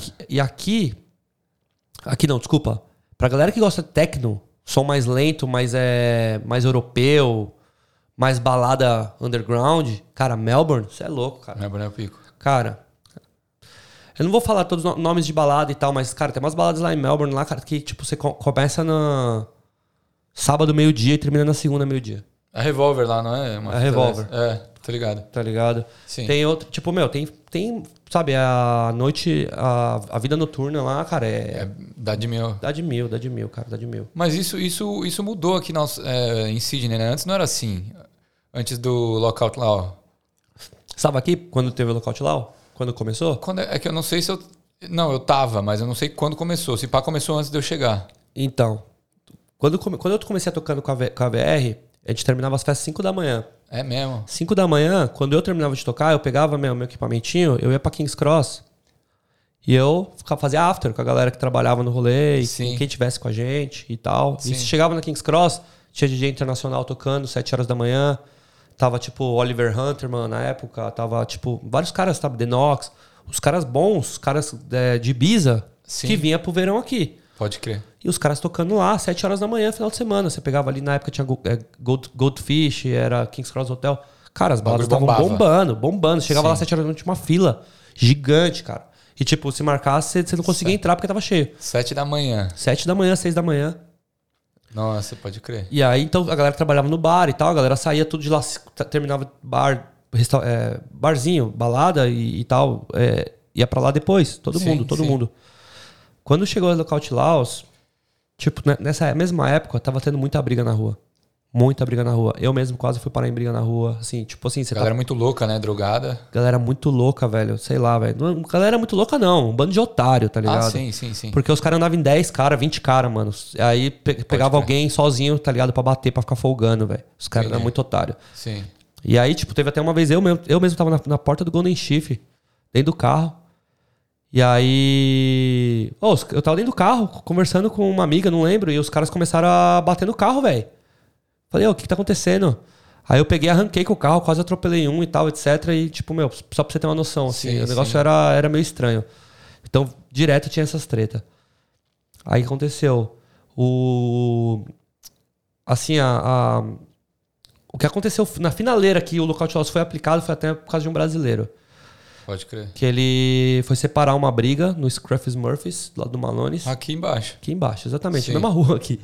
Aqui não, desculpa. Pra galera que gosta de techno, som mais lento, mais europeu, mais balada underground, cara, Melbourne, você é louco, cara. Melbourne é o pico. Cara, eu não vou falar todos os nomes de balada e tal, mas, cara, tem umas baladas lá em Melbourne, lá, cara, que, tipo, você começa na sábado, meio-dia e termina na segunda, meio-dia. É Revolver lá, não é? É Revolver. Tô ligado. Tá ligado? Sim. Tem outro, tipo, tem sabe, a noite, a vida noturna lá, cara, Dá de mil. Dá de mil, cara, dá de mil. Mas isso mudou aqui em Sydney, né? Antes não era assim. Antes do Lockout Law. Estava aqui quando teve o Lockout Law? Quando começou? É que eu não sei se eu... Não, eu tava, mas eu não sei quando começou. Se pá, começou antes de eu chegar. Então, quando eu comecei a tocando com a VR, a gente terminava as festas 5 da manhã. É mesmo? 5 da manhã, quando eu terminava de tocar, eu pegava meu equipamentinho, eu ia pra King's Cross e eu fazia after com a galera que trabalhava no rolê e quem tivesse com a gente e tal. Sim. E se chegava na King's Cross, tinha DJ internacional tocando 7 horas da manhã. Tava tipo Oliver Hunterman na época, tava tipo vários caras, sabe, The Knox, os caras bons, os caras de Ibiza que vinha pro verão aqui. Pode crer. E os caras tocando lá, 7 horas da manhã, final de semana. Você pegava ali, na época tinha Goldfish, era King's Cross Hotel. Cara, as baladas estavam bombando. Chegava lá 7 horas da noite, tinha uma fila gigante, cara. E tipo, se marcasse, você não conseguia entrar porque tava cheio. 7 da manhã. 7 da manhã, 6 da manhã. Nossa, pode crer. E aí, então, a galera que trabalhava no bar e tal, a galera saía tudo de lá, terminava barzinho, balada e tal. Ia pra lá depois, todo mundo. Quando chegou o Lockout Laws, tipo, nessa mesma época, tava tendo muita briga na rua. Muita briga na rua. Eu mesmo quase fui parar em briga na rua. Assim, tipo assim, galera muito louca, né? Drogada. Galera muito louca, velho. Sei lá, velho. Galera muito louca, não. Um bando de otário, tá ligado? Sim. Porque os caras andavam em 10 caras, 20 caras, mano. Aí pegava alguém sozinho, tá ligado? Pra bater, pra ficar folgando, velho. Os caras eram muito otário. Sim. E aí, tipo, teve até uma vez, eu mesmo tava na porta do Golden Chief, dentro do carro. E aí... eu tava dentro do carro, conversando com uma amiga, não lembro, e os caras começaram a bater no carro, velho. Falei, o que tá acontecendo? Aí eu peguei, arranquei com o carro, quase atropelei um e tal, etc. E tipo, só pra você ter uma noção, assim, o negócio era meio estranho. Então, direto tinha essas tretas. Aí aconteceu. Assim, o que aconteceu na finaleira que o Lockout Laws foi aplicado foi até por causa de um brasileiro. Pode crer. Que ele foi separar uma briga no Scruffy's Murphys, lá do Malones. Aqui embaixo. Aqui embaixo, exatamente. Na mesma rua aqui.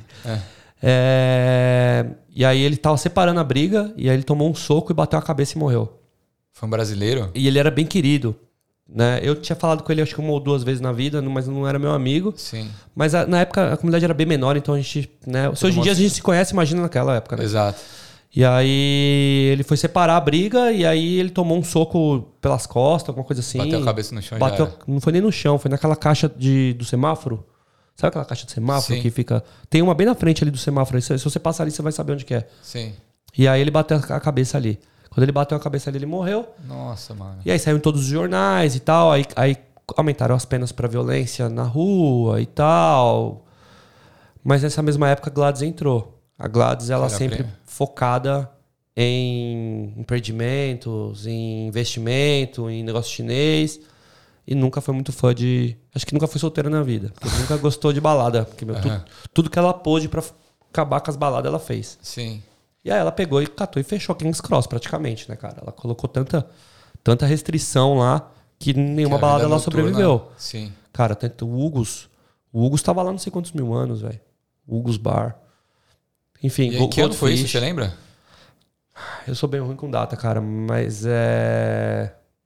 É. E aí ele tava separando a briga, e aí ele tomou um soco e bateu a cabeça e morreu. Foi um brasileiro? E ele era bem querido, né? Eu tinha falado com ele acho que 1 ou 2 vezes na vida, mas não era meu amigo. Sim. Mas na época a comunidade era bem menor, então a gente, né? Se hoje em dia a gente se conhece, imagina naquela época, né? Exato. E aí ele foi separar a briga, e aí ele tomou um soco pelas costas, alguma coisa assim. Bateu a cabeça no chão. Não foi nem no chão, foi naquela caixa do semáforo. Sabe aquela caixa de semáforo que fica... Tem uma bem na frente ali do semáforo. Se você passar ali, você vai saber onde que é. Sim. E aí ele bateu a cabeça ali. Quando ele bateu a cabeça ali, ele morreu. Nossa, mano. E aí saiu em todos os jornais e tal. Aí aumentaram as penas pra violência na rua e tal. Mas nessa mesma época a Gladys entrou. A Gladys, ela sempre focada em empreendimentos, em investimento, em negócio chinês... E nunca foi muito fã de... Acho que nunca foi solteira na vida. Porque nunca gostou de balada. Porque tudo que ela pôde pra acabar com as baladas, ela fez. Sim. E aí ela pegou e catou e fechou King's Cross praticamente, né, cara? Ela colocou tanta restrição lá que nenhuma balada ela sobreviveu. Sim. Cara, tanto o Hugo's tava lá não sei quantos mil anos, velho. Hugo's Bar. Enfim, e que ano foi isso, você lembra? Eu sou bem ruim com data, cara. Mas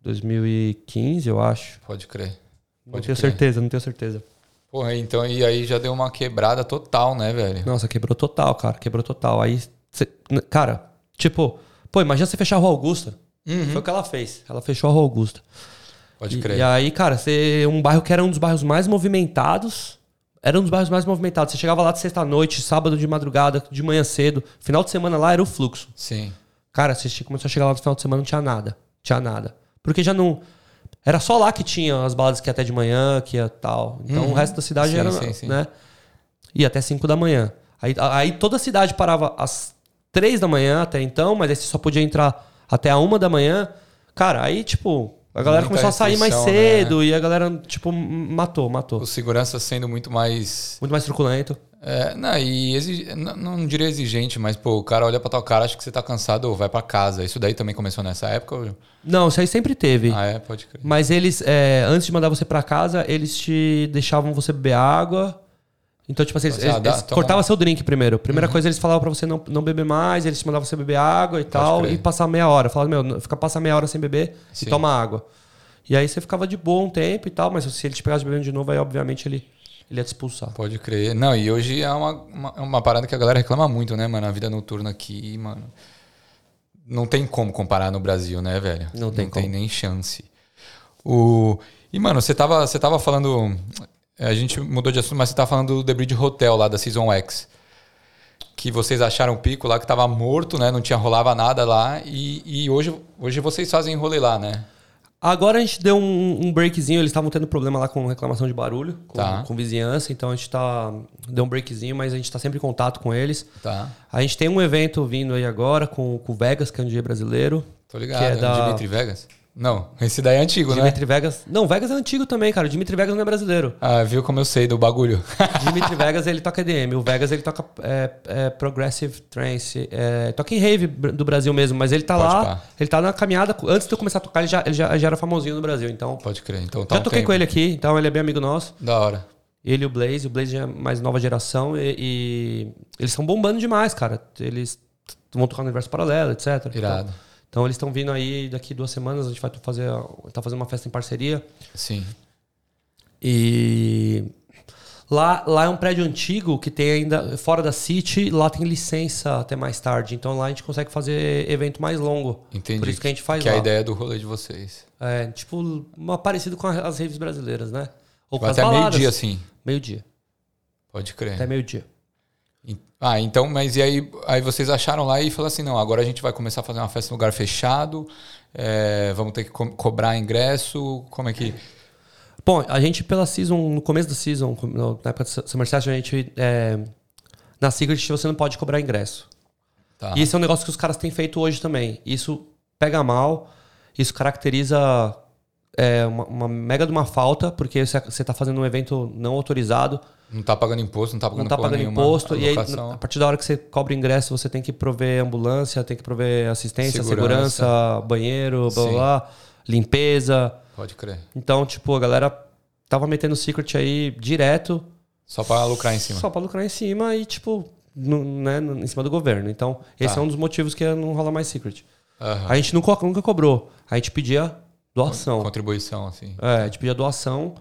2015, eu acho. Pode crer. Não tenho certeza. Porra, então e aí já deu uma quebrada total, né, velho? Nossa, quebrou total, cara. Quebrou total. Aí, cara, tipo... Pô, imagina você fechar a Rua Augusta. Foi o que ela fez. Ela fechou a Rua Augusta. Pode crer. E aí, cara, um bairro que era um dos bairros mais movimentados. Era um dos bairros mais movimentados. Você chegava lá de sexta-noite, sábado de madrugada, de manhã cedo. Final de semana lá era o fluxo. Sim. Cara, você começou a chegar lá no final de semana, não tinha nada. Tinha nada. Porque já não... Era só lá que tinha as baladas que ia até de manhã, que ia tal. Então o resto da cidade era... Sim. Né? Ia até 5 da manhã. Aí toda a cidade parava às 3 da manhã até então, mas aí você só podia entrar até a 1 da manhã. Cara, aí tipo... A galera começou a sair mais cedo, né? E a galera, tipo, matou. O segurança sendo muito mais... Muito mais truculento. Não diria exigente, mas, pô, o cara olha pra tua cara, acha que você tá cansado ou vai pra casa. Isso daí também começou nessa época? Não, isso aí sempre teve. Pode crer. Mas eles, antes de mandar você pra casa, eles te deixavam você beber água. Então, tipo assim, eles cortavam seu drink primeiro. Primeira coisa, eles falavam pra você não beber mais, eles te mandavam você beber água e tal, e passar meia hora. Falavam, passa meia hora sem beber e toma água. E aí você ficava de boa um tempo e tal, mas se ele te pegasse bebendo de novo, aí obviamente ele ia te expulsar. Pode crer. Não, e hoje é uma parada que a galera reclama muito, né, mano? A vida noturna aqui, mano. Não tem como comparar no Brasil, né, velho? Não tem nem chance. E, mano, você tava falando... A gente mudou de assunto, mas você tava falando do The Bridge Hotel lá da Season X. Que vocês acharam o pico lá que tava morto, né? Não rolava nada lá. E hoje vocês fazem rolê lá, né? Agora a gente deu um breakzinho. Eles estavam tendo problema lá com reclamação de barulho, com vizinhança. Então a gente deu um breakzinho, mas a gente tá sempre em contato com eles. Tá. A gente tem um evento vindo aí agora com o Vegas, que é um DJ brasileiro. Tô ligado, que é Dimitri Vegas? Não, esse daí é antigo, Dimitri Vegas... Não, Vegas é antigo também, cara. O Dimitri Vegas não é brasileiro. Ah, viu como eu sei do bagulho. Dimitri Vegas, ele toca EDM. O Vegas, ele toca Progressive Trance. Toca em rave do Brasil mesmo, mas ele tá lá. Ele tá na caminhada. Antes de eu começar a tocar, ele já era famosinho no Brasil, então... Pode crer. Então tá já toquei com ele aqui, então ele é bem amigo nosso. Da hora. Ele e o Blaze. O Blaze já é mais nova geração e eles estão bombando demais, cara. Eles vão tocar no Universo Paralelo, etc. Irado. Então eles estão vindo aí daqui 2 semanas, a gente vai tá fazendo uma festa em parceria. Sim. E lá é um prédio antigo que tem ainda, fora da City, lá tem licença até mais tarde. Então lá a gente consegue fazer evento mais longo. Entendi. Por isso que a gente faz lá. Que é a ideia do rolê de vocês. Tipo, parecido com as raves brasileiras, né? Ou com as até baladas. Meio-dia, assim. Meio-dia. Pode crer. Até meio-dia. Então, mas e aí vocês acharam lá e falaram assim, não, agora a gente vai começar a fazer uma festa em lugar fechado, vamos ter que cobrar ingresso, como é que... Bom, a gente pela Season, no começo da Season, na época do Summer Session, a gente, na Secret você não pode cobrar ingresso. Tá. E esse é um negócio que os caras têm feito hoje também. Isso pega mal, isso caracteriza uma mega de uma falta, porque você tá fazendo um evento não autorizado. Não tá pagando imposto, não tá pagando imposto. E aí, a partir da hora que você cobra ingresso, você tem que prover ambulância, tem que prover assistência, segurança banheiro, blá, blá, blá, limpeza. Pode crer. Então, tipo, a galera tava metendo Secret aí direto. Só pra lucrar em cima. Só pra lucrar em cima e, tipo, em cima do governo. Então, esse é um dos motivos que não rola mais Secret. Uhum. A gente nunca cobrou. A gente pedia doação. Contribuição, assim. A gente pedia doação.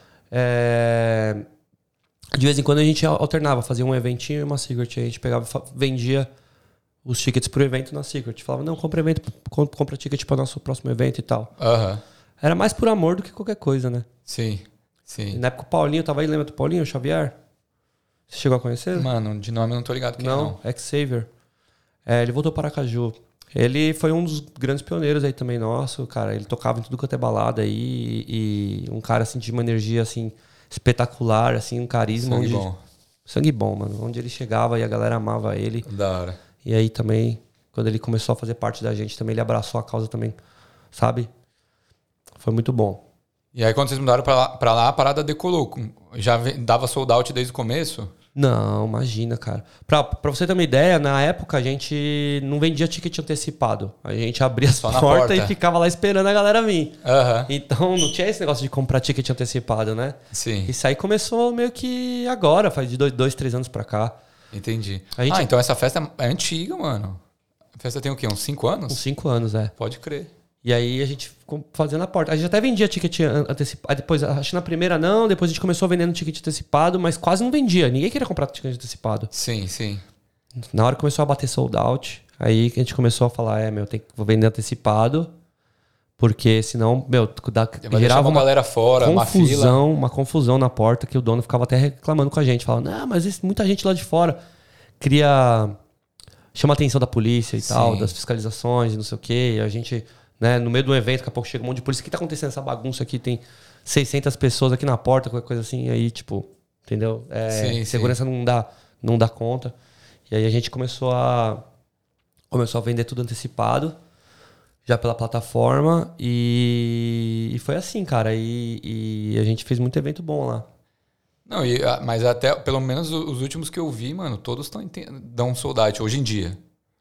De vez em quando a gente alternava, fazia um eventinho e uma Secret. A gente pegava e vendia os tickets pro evento na Secret. Falava, não, compra ticket para o nosso próximo evento e tal. Uhum. Era mais por amor do que qualquer coisa, né? Sim. E na época o Paulinho tava aí, lembra do Paulinho, o Xavier? Você chegou a conhecer? Mano, de nome eu não tô ligado quem não. Ex-Savior. Ele voltou para Aracaju. Ele foi um dos grandes pioneiros aí também nosso, cara. Ele tocava em tudo quanto é balada aí. E um cara assim, de uma energia assim... espetacular, assim, um carisma. Sangue bom, mano. Onde ele chegava e a galera amava ele. Da hora. E aí também, quando ele começou a fazer parte da gente, também ele abraçou a causa também, sabe? Foi muito bom. E aí quando vocês mudaram pra lá, a parada decolou. Já dava sold out desde o começo? Não, imagina, cara. Pra você ter uma ideia, na época a gente não vendia ticket antecipado. A gente abria as portas e ficava lá esperando a galera vir. Uhum. Então não tinha esse negócio de comprar ticket antecipado, né? Sim. Isso aí começou meio que agora, faz de 2-3 anos pra cá. Entendi. Então essa festa é antiga, mano. A festa tem o quê? Uns 5 anos? Uns 5 anos, Pode crer. E aí a gente ficou fazendo a porta. A gente até vendia ticket antecipado. Depois, acho que na primeira não, depois a gente começou vendendo ticket antecipado, mas quase não vendia. Ninguém queria comprar ticket antecipado. Sim, sim. Na hora que começou a bater sold out, aí a gente começou a falar, vou vender antecipado, porque senão, gerava uma galera fora, uma confusão na porta, que o dono ficava até reclamando com a gente, falando, não, mas muita gente lá de fora chama a atenção da polícia e tal, das fiscalizações e não sei o quê, e a gente... Né, no meio do evento, daqui a pouco chega um monte de polícia. O que tá acontecendo essa bagunça aqui? Tem 600 pessoas aqui na porta, qualquer coisa assim. Aí, tipo, entendeu? Segurança não dá conta. E aí a gente começou a vender tudo antecipado, já pela plataforma. E foi assim, cara. E a gente fez muito evento bom lá. Não, mas até, pelo menos os últimos que eu vi, mano, todos dão sold out hoje em dia.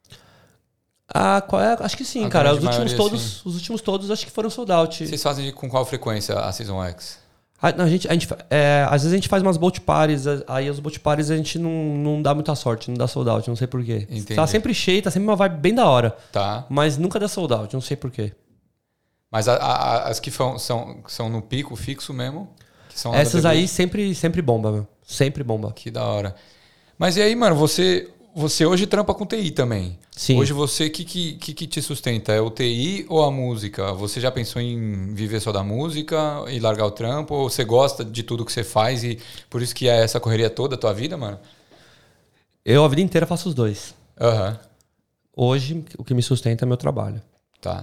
Acho que sim, cara. Os últimos todos acho que foram sold out. Vocês fazem com qual frequência a Season X? Não, às vezes a gente faz umas boat parties, aí os boat parties a gente não dá muita sorte, não dá sold out, não sei porquê. Tá sempre cheio, tá sempre uma vibe bem da hora. Tá. Mas nunca dá sold out, não sei porquê. Mas as que são no pico fixo mesmo? Que são essas aí sempre bomba, meu. Sempre bomba. Que da hora. Mas e aí, mano, você hoje trampa com TI também. Sim. Hoje você, que te sustenta? É o TI ou a música? Você já pensou em viver só da música e largar o trampo? Ou você gosta de tudo que você faz e por isso que é essa correria toda a tua vida, mano? Eu a vida inteira faço os dois. Uhum. Hoje, o que me sustenta é meu trabalho. Tá.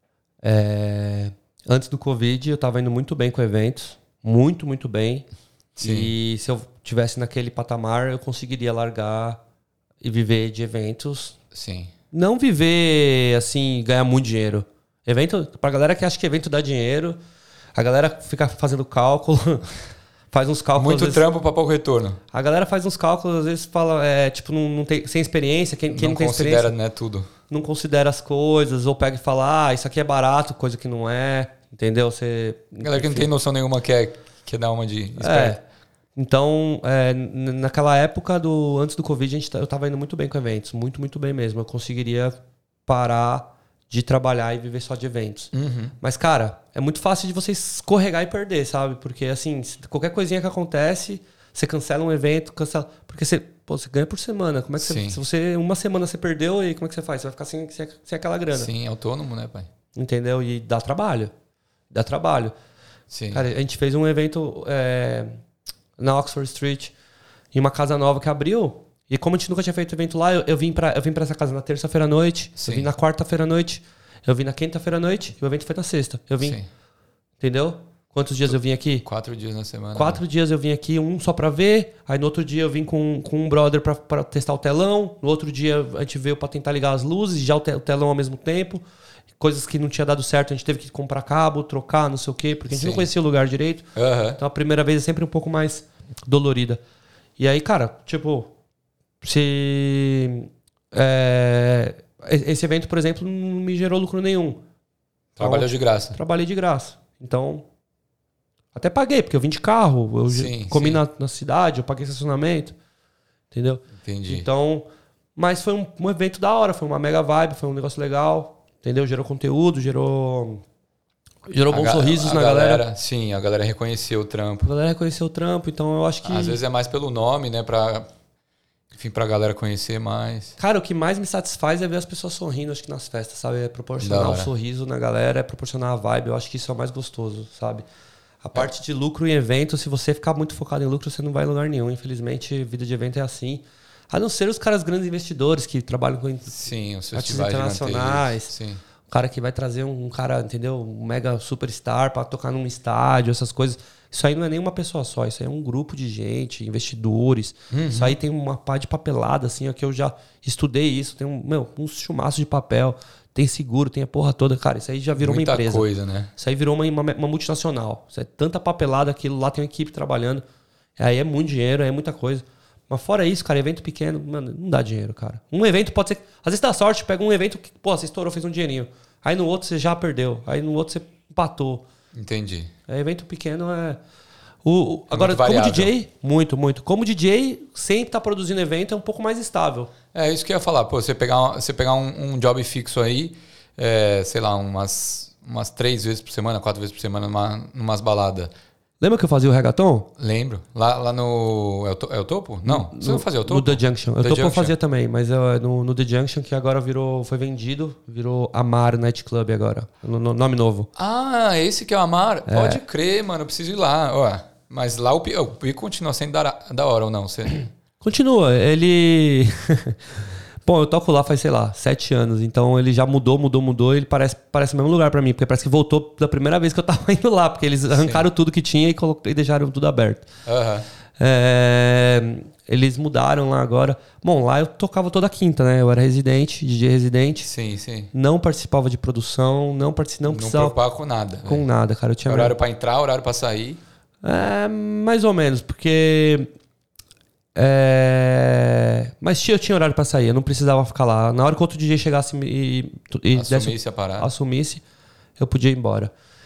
Antes do Covid, eu tava indo muito bem com eventos. Muito, muito bem. Sim. E se eu tivesse naquele patamar, eu conseguiria largar e viver de eventos. Sim. Não viver, assim, ganhar muito dinheiro. Evento, pra galera que acha que evento dá dinheiro, a galera fica fazendo cálculo, faz uns cálculos... Muito trampo pra pouco retorno. A galera faz uns cálculos, às vezes fala, não tem, sem experiência, quem não tem experiência... Não considera, né, tudo. Não considera as coisas, ou pega e fala, isso aqui é barato, coisa que não é, entendeu? Galera que não tem noção nenhuma quer dar uma de esperto. Então, naquela época, antes do Covid, eu tava indo muito bem com eventos. Muito, muito bem mesmo. Eu conseguiria parar de trabalhar e viver só de eventos. Uhum. Mas, cara, é muito fácil de você escorregar e perder, sabe? Porque, assim, qualquer coisinha que acontece, você cancela um evento, porque você ganha por semana. Como é que se você uma semana você perdeu, e como é que você faz? Você vai ficar sem aquela grana. Sim, autônomo, né, pai? Entendeu? E dá trabalho. Dá trabalho. Sim. Cara, a gente fez um evento... na Oxford Street, em uma casa nova que abriu. E como a gente nunca tinha feito evento lá, eu vim pra essa casa na terça-feira à noite, eu vim na quarta-feira à noite, eu vim na quinta-feira à noite, e o evento foi na sexta. Eu vim. Sim. Entendeu? Quantos dias eu vim aqui? 4 dias na semana. 4 dias eu vim aqui, um só pra ver. Aí no outro dia eu vim com um brother pra testar o telão. No outro dia a gente veio pra tentar ligar as luzes, já o telão ao mesmo tempo. Coisas que não tinha dado certo, a gente teve que comprar cabo, trocar, não sei o quê, porque a gente não conhecia o lugar direito. Uhum. Então a primeira vez é sempre um pouco mais dolorida. E aí, cara, tipo, esse evento, por exemplo, não me gerou lucro nenhum. Trabalhou de graça. Trabalhei de graça. Então, até paguei, porque eu vim de carro, eu comi na cidade, eu paguei estacionamento. Entendeu? Entendi. Então, mas foi um evento da hora, foi uma mega vibe, foi um negócio legal. Entendeu? Gerou conteúdo, gerou bons sorrisos na galera. Sim, a galera reconheceu o trampo. A galera reconheceu o trampo, então eu acho que... Às vezes é mais pelo nome, né? Pra galera conhecer mais. Cara, o que mais me satisfaz é ver as pessoas sorrindo, acho que nas festas, sabe? É proporcionar o sorriso na galera, é proporcionar a vibe. Eu acho que isso é o mais gostoso, sabe? A parte de lucro em evento, se você ficar muito focado em lucro, você não vai em lugar nenhum. Infelizmente, vida de evento é assim. A não ser os caras grandes investidores que trabalham com os artistas internacionais. Sim. O cara que vai trazer um cara, entendeu? Um mega superstar para tocar num estádio, essas coisas. Isso aí não é nenhuma pessoa só. Isso aí é um grupo de gente, investidores. Uhum. Isso aí tem uma pá de papelada, assim, ó, que eu já estudei isso. Tem um chumaço de papel. Tem seguro, tem a porra toda. Cara, isso aí já virou muita uma empresa. Coisa, né? Isso aí virou uma multinacional. Isso é tanta papelada, aquilo lá tem uma equipe trabalhando. Aí é muito dinheiro, aí é muita coisa. Mas fora isso, cara, evento pequeno, mano, não dá dinheiro, cara. Um evento pode ser... Às vezes dá sorte, pega um evento que, você estourou, fez um dinheirinho. Aí no outro você já perdeu. Aí no outro você empatou. Entendi. Evento pequeno é... Agora, como DJ, muito. Como DJ, sempre tá produzindo evento, é um pouco mais estável. É isso que eu ia falar. Pô, você pegar um job fixo aí, sei lá, umas 3 vezes por semana, 4 vezes por semana numas baladas. Lembra que eu fazia o reggaeton? Lembro. Lá no... É o Topo? Não. Você não fazia o Topo? No The Junction. O The Topo eu Junction. fazia também, mas no The Junction, que agora foi vendido, virou Amar Nightclub agora. Nome novo. Ah, esse que é o Amar? Pode crer, mano. Eu preciso ir lá. Ó, mas lá o pico continua sendo da hora ou não? Você... Continua. Ele... Bom, eu toco lá faz, sei lá, 7 anos. Então ele já mudou. Ele parece o mesmo lugar pra mim. Porque parece que voltou da primeira vez que eu tava indo lá. Porque eles arrancaram tudo que tinha e deixaram tudo aberto. Eles mudaram lá agora. Bom, lá eu tocava toda quinta, né? Eu era residente, DJ residente. Sim, sim. Não participava de produção, não precisava... Não preocupava com nada. Com nada, cara. Eu tinha horário pra entrar, horário pra sair. Mais ou menos, porque... Mas eu tinha horário pra sair, eu não precisava ficar lá. Na hora que outro DJ chegasse e assumisse a parada. Assumisse, eu podia ir embora.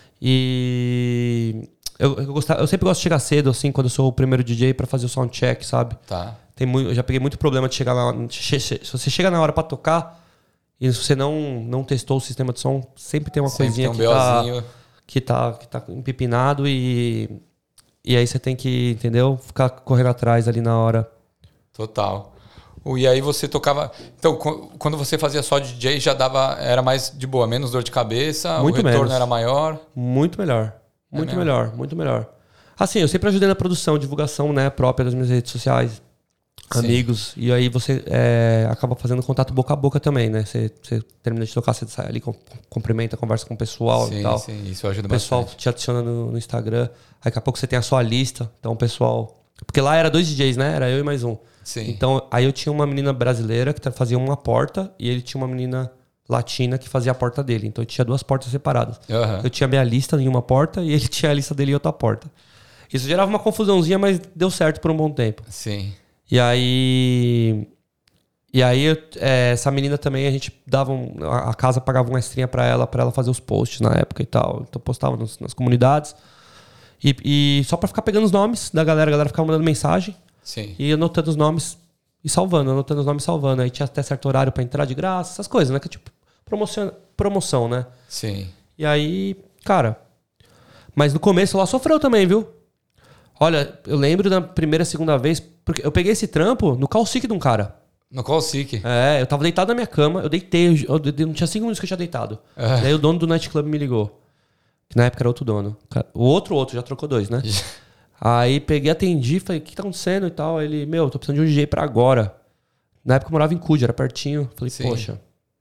E eu sempre gosto de chegar cedo, assim, quando eu sou o primeiro DJ pra fazer o soundcheck, sabe? Tá. Eu já peguei muito problema de chegar lá. Se você chega na hora pra tocar e se você não testou o sistema de som, sempre tem uma coisinha que tá empipinado e aí você tem que, entendeu? Ficar correndo atrás ali na hora. Total. E aí você tocava... Então, quando você fazia só DJ, já era mais de boa, menos dor de cabeça? Muito o retorno menos. Era maior? Muito melhor. Muito melhor. Assim, eu sempre ajudei na produção, divulgação, né, própria das minhas redes sociais. Sim. Amigos. E aí você acaba fazendo contato boca a boca também, né? Você termina de tocar, você sai ali, cumprimenta, conversa com o pessoal e tal. Sim, isso ajuda bastante. O pessoal te adiciona no Instagram. Aí daqui a pouco você tem a sua lista. Então o pessoal... Porque lá era 2 DJs, né? Era eu e mais um. Sim. Então aí eu tinha uma menina brasileira que fazia uma porta e ele tinha uma menina latina que fazia a porta dele. Então eu tinha 2 portas separadas. Uhum. Eu tinha minha lista em uma porta e ele tinha a lista dele em outra porta. Isso gerava uma confusãozinha, mas deu certo por um bom tempo. Sim. E aí essa menina também, a gente dava a casa pagava uma extrinha pra ela fazer os posts na época e tal. Então postava nas comunidades. E só pra ficar pegando os nomes da galera. A galera ficava mandando mensagem. Sim. E anotando os nomes e salvando. Aí tinha até certo horário pra entrar de graça. Essas coisas, né? Que é tipo promoção, né? Sim. E aí, cara... Mas no começo ela sofreu também, viu? Olha, eu lembro da primeira, segunda vez... Porque eu peguei esse trampo no call sick de um cara. No call sick? Eu tava deitado na minha cama. Eu deitei. Não tinha 5 minutos que eu tinha deitado. Daí o dono do nightclub me ligou. Que na época era outro dono. O outro já trocou 2, né? Aí peguei, atendi. Falei, o que tá acontecendo e tal? Aí ele, tô precisando de um DJ pra agora. Na época eu morava em Cude, era pertinho. Falei, sim. Poxa.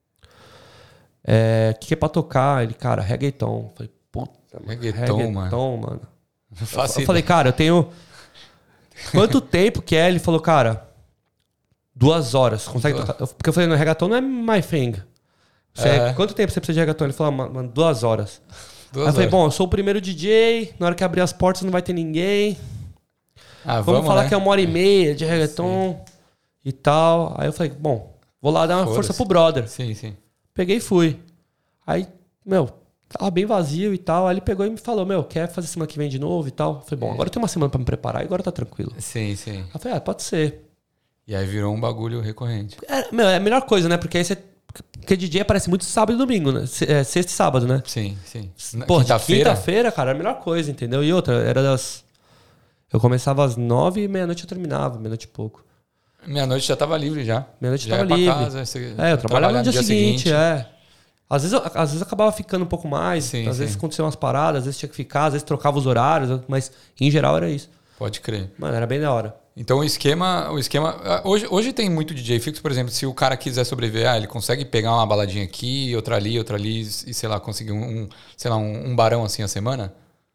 O que é pra tocar? Ele, cara, reggaeton. Falei, puta, reggaeton, mano. Eu falei, cara, eu tenho... Quanto tempo que é? Ele falou, cara, 2 horas. Consegue tocar? Porque eu falei, no reggaeton não é my thing. Quanto tempo você precisa de reggaeton? Ele falou, mano, 2 horas. Aí eu falei, bom, eu sou o primeiro DJ, na hora que abrir as portas não vai ter ninguém. Vamos falar, né? Que é 1h30 de reggaeton e tal. Aí eu falei, bom, vou lá dar uma força pro brother. Sim, sim. Peguei e fui. Aí, tava bem vazio e tal. Aí ele pegou e me falou, quer fazer semana que vem de novo e tal? Eu falei, bom, agora eu tenho uma semana pra me preparar e agora tá tranquilo. Sim, sim. Aí eu falei, pode ser. E aí virou um bagulho recorrente. É a melhor coisa, né? Porque aí você... Porque DJ aparece muito sábado e domingo, né? Sexta e sábado, né? Sim, sim. Pô, quinta-feira, cara, era a melhor coisa, entendeu? E outra, era eu começava às 9 e meia-noite eu terminava, meia-noite e pouco. Meia-noite já tava livre já. Meia-noite já tava livre. Casa, eu trabalhava no dia seguinte. Às vezes acabava ficando um pouco mais, às vezes aconteciam umas paradas, às vezes tinha que ficar, às vezes trocava os horários, mas em geral era isso. Pode crer. Mano, era bem da hora. Então o esquema hoje tem muito DJ fixo, por exemplo, se o cara quiser sobreviver, ele consegue pegar uma baladinha aqui, outra ali, e sei lá, conseguir um barão assim a semana?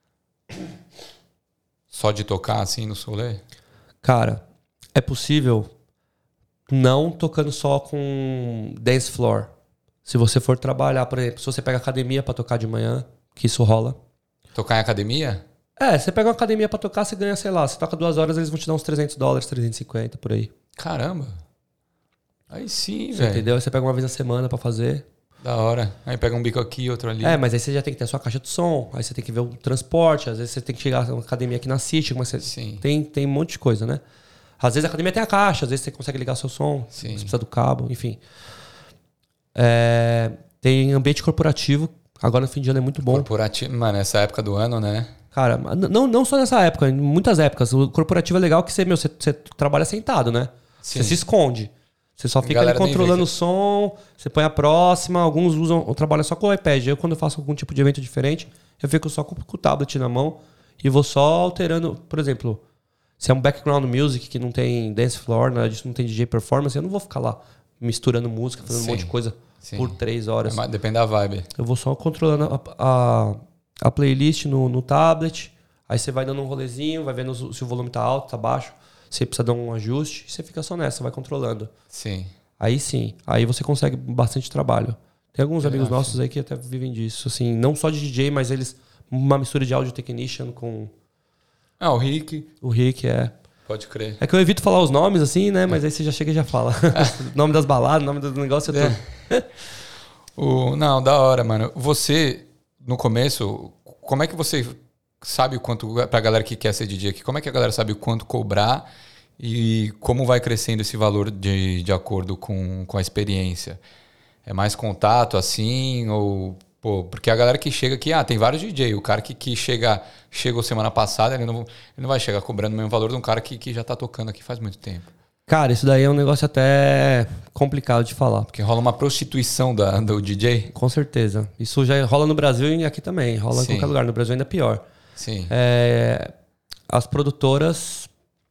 Só de tocar assim no solê? Cara, é possível não tocando só com dance floor. Se você for trabalhar, por exemplo, se você pega academia pra tocar de manhã, que isso rola. Tocar em academia? Você pega uma academia pra tocar, você ganha, sei lá, você toca 2 horas, eles vão te dar uns $300, 350 por aí. Caramba. Aí sim, você velho. Entendeu? Aí você pega uma vez na semana pra fazer. Da hora. Aí pega um bico aqui, outro ali. Mas aí você já tem que ter a sua caixa de som, aí você tem que ver o transporte, às vezes você tem que chegar a uma academia aqui na City, mas sim. Tem um monte de coisa, né? Às vezes a academia tem a caixa, às vezes você consegue ligar seu som, sim. você precisa do cabo, enfim. Tem ambiente corporativo. Agora no fim de ano é muito bom. Corporativo, mano, nessa época do ano, né? Cara, não só nessa época, em muitas épocas. O corporativo é legal que você trabalha sentado, né? Sim. Você se esconde. Você só fica ali controlando o som, você põe a próxima, alguns usam ou trabalham só com o iPad. Eu, quando eu faço algum tipo de evento diferente, eu fico só com o tablet na mão e vou só alterando. Por exemplo, se é um background music que não tem dance floor, nada disso, não tem DJ performance, eu não vou ficar lá misturando música, fazendo um monte de coisa por 3 horas. Depende da vibe. Eu vou só controlando a playlist no tablet, aí você vai dando um rolezinho, vai vendo se o volume tá alto, tá baixo. Você precisa dar um ajuste e você fica só nessa, vai controlando. Sim. Aí você consegue bastante trabalho. Tem alguns amigos nossos aí que até vivem disso, assim, não só de DJ, mas eles, uma mistura de audio technician com... o Rick. O Rick, Pode crer. É que eu evito falar os nomes, assim, né, mas aí você já chega e já fala. O nome das baladas, o nome do negócio é tudo. Não, da hora, mano. Você, no começo, como é que você... sabe o quanto, pra galera que quer ser DJ aqui, como é que a galera sabe o quanto cobrar e como vai crescendo esse valor de acordo com a experiência? É mais contato assim? Ou, porque a galera que chega aqui, tem vários DJ, o cara que chegou semana passada, ele não vai chegar cobrando o mesmo valor de um cara que já tá tocando aqui faz muito tempo. Cara, isso daí é um negócio até complicado de falar. Porque rola uma prostituição do DJ? Com certeza. Isso já rola no Brasil e aqui também, rola em qualquer lugar. No Brasil ainda é pior. Sim. As produtoras,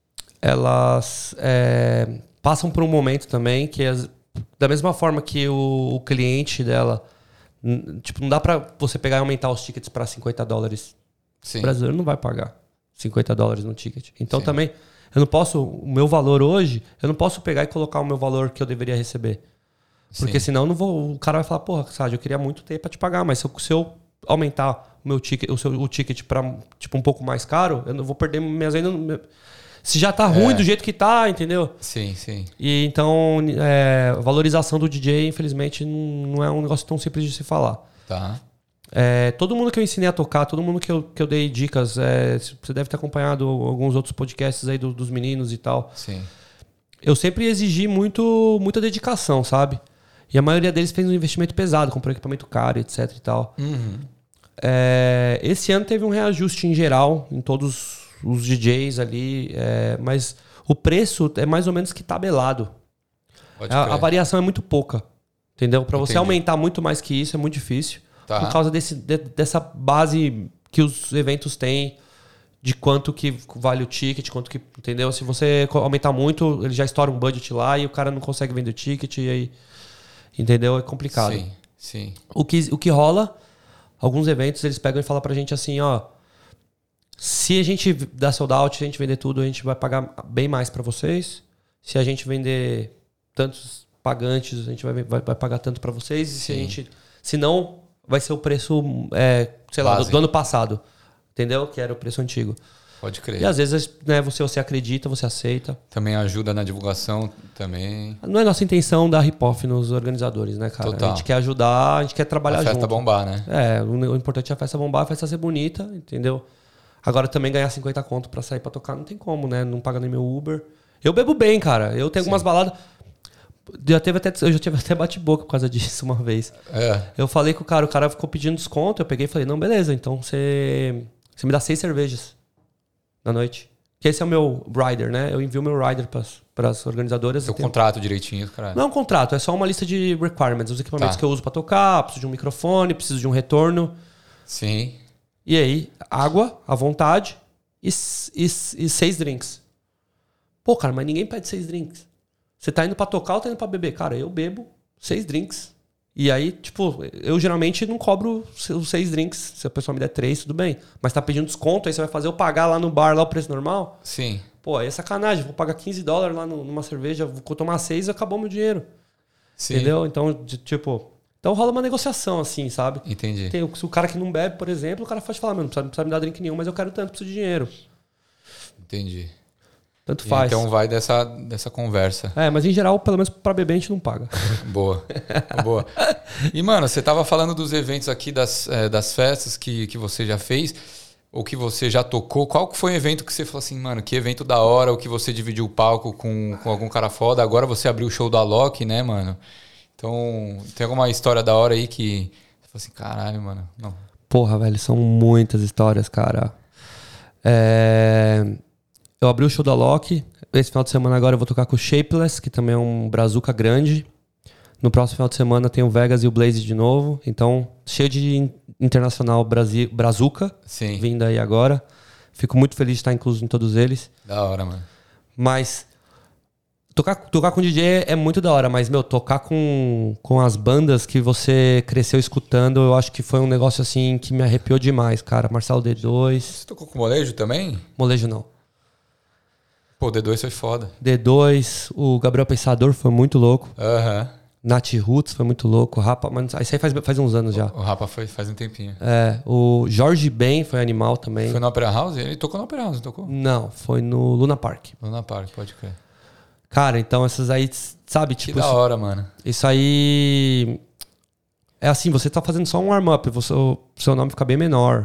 elas passam por um momento também que, da mesma forma que o cliente dela, tipo, não dá pra você pegar e aumentar os tickets para $50. Sim. O brasileiro não vai pagar $50 no ticket. Então também, eu não posso, o meu valor hoje, eu não posso pegar e colocar o meu valor que eu deveria receber. Porque senão eu não vou, o cara vai falar, porra, Sádio, eu queria muito ter pra te pagar, mas se eu aumentar o meu ticket, o ticket para tipo um pouco mais caro, eu não vou perder minhas vendas. Se já tá ruim do jeito que tá, entendeu? Sim. E então, a valorização do DJ, infelizmente, não é um negócio tão simples de se falar. Tá. Todo mundo que eu ensinei a tocar, todo mundo que eu dei dicas, você deve ter acompanhado alguns outros podcasts aí dos meninos e tal. Sim. Eu sempre exigi muita dedicação, sabe? E a maioria deles fez um investimento pesado, comprou equipamento caro, etc e tal. Uhum. Esse ano teve um reajuste em geral, em todos os DJs ali, mas o preço é mais ou menos que tabelado. A variação é muito pouca, entendeu? Para você aumentar muito mais que isso é muito difícil, por causa dessa base que os eventos têm, de quanto que vale o ticket, quanto que, entendeu? Se você aumentar muito, ele já estoura um budget lá e o cara não consegue vender o ticket e aí, entendeu? É complicado. Sim. O que rola, alguns eventos eles pegam e falam pra gente assim, se a gente dar sold out, se a gente vender tudo, a gente vai pagar bem mais pra vocês. Se a gente vender tantos pagantes, a gente vai pagar tanto pra vocês. E se não, vai ser o preço, sei lá, do ano passado. Entendeu? Que era o preço antigo. Pode crer. E às vezes, né, você acredita, você aceita. Também ajuda na divulgação também. Não é nossa intenção dar rip-off nos organizadores, né, cara? Total. A gente quer ajudar, a gente quer trabalhar junto. A festa bombar, né? O importante é a festa bombar, a festa ser bonita, entendeu? Agora também ganhar 50 conto pra sair pra tocar não tem como, né? Não paga nem meu Uber. Eu bebo bem, cara. Eu tenho algumas baladas... Eu já tive até bate-boca por causa disso uma vez. Eu falei com o cara ficou pedindo desconto, eu peguei e falei, não, beleza, então você me dá 6 cervejas na noite. Que esse é o meu rider, né? Eu envio meu rider para as organizadoras. Seu contrato direitinho, cara. Não é um contrato, é só uma lista de requirements. Os equipamentos que eu uso para tocar, preciso de um microfone, preciso de um retorno. Sim. E aí, água à vontade e 6 drinks. Pô, cara, mas ninguém pede 6 drinks. Você tá indo pra tocar ou tá indo pra beber? Cara, eu bebo 6 drinks. E aí, tipo, eu geralmente não cobro os 6 drinks. Se a pessoa me der 3, tudo bem. Mas tá pedindo desconto, aí você vai fazer eu pagar lá no bar, lá o preço normal? Sim. Pô, aí é sacanagem. Vou pagar $15 lá numa cerveja, vou tomar 6 e acabou meu dinheiro. Sim. Entendeu? Então, tipo... Então rola uma negociação, assim, sabe? Entendi. Se o cara que não bebe, por exemplo, o cara pode falar, não precisa me dar drink nenhum, mas eu quero tanto, preciso de dinheiro. Entendi. Tanto faz. Então vai dessa conversa. Mas em geral, pelo menos pra beber, a gente não paga. Boa. E, mano, você tava falando dos eventos aqui, das festas que você já fez, ou que você já tocou. Qual que foi o evento que você falou assim, mano, que evento da hora, ou que você dividiu o palco com algum cara foda? Agora você abriu o show da Loki, né, mano? Então, tem alguma história da hora aí que você fala assim, caralho, mano, não. Porra, velho, são muitas histórias, cara. Eu abri o show da Loki. Esse final de semana agora eu vou tocar com o Shapeless, que também é um brazuca grande. No próximo final de semana tem o Vegas e o Blaze de novo. Então, cheio de internacional brazuca vindo aí agora. Fico muito feliz de estar incluso em todos eles. Da hora, mano. Mas tocar com DJ é muito da hora. Mas, tocar com as bandas que você cresceu escutando, eu acho que foi um negócio assim que me arrepiou demais, cara. Marcelo D2. Você tocou com o Molejo também? Molejo não. Pô, o D2 foi foda. D2, o Gabriel Pensador foi muito louco. Aham. Nath Roots foi muito louco. O Rapa, mas isso aí faz uns anos já. O Rapa faz um tempinho. O Jorge Ben foi animal também. Foi no Opera House? Ele tocou no Opera House, não tocou? Não, foi no Luna Park. Luna Park, pode crer. Cara, então essas aí, sabe? Que da hora, mano. Isso aí... É assim, você tá fazendo só um warm-up. O seu nome fica bem menor.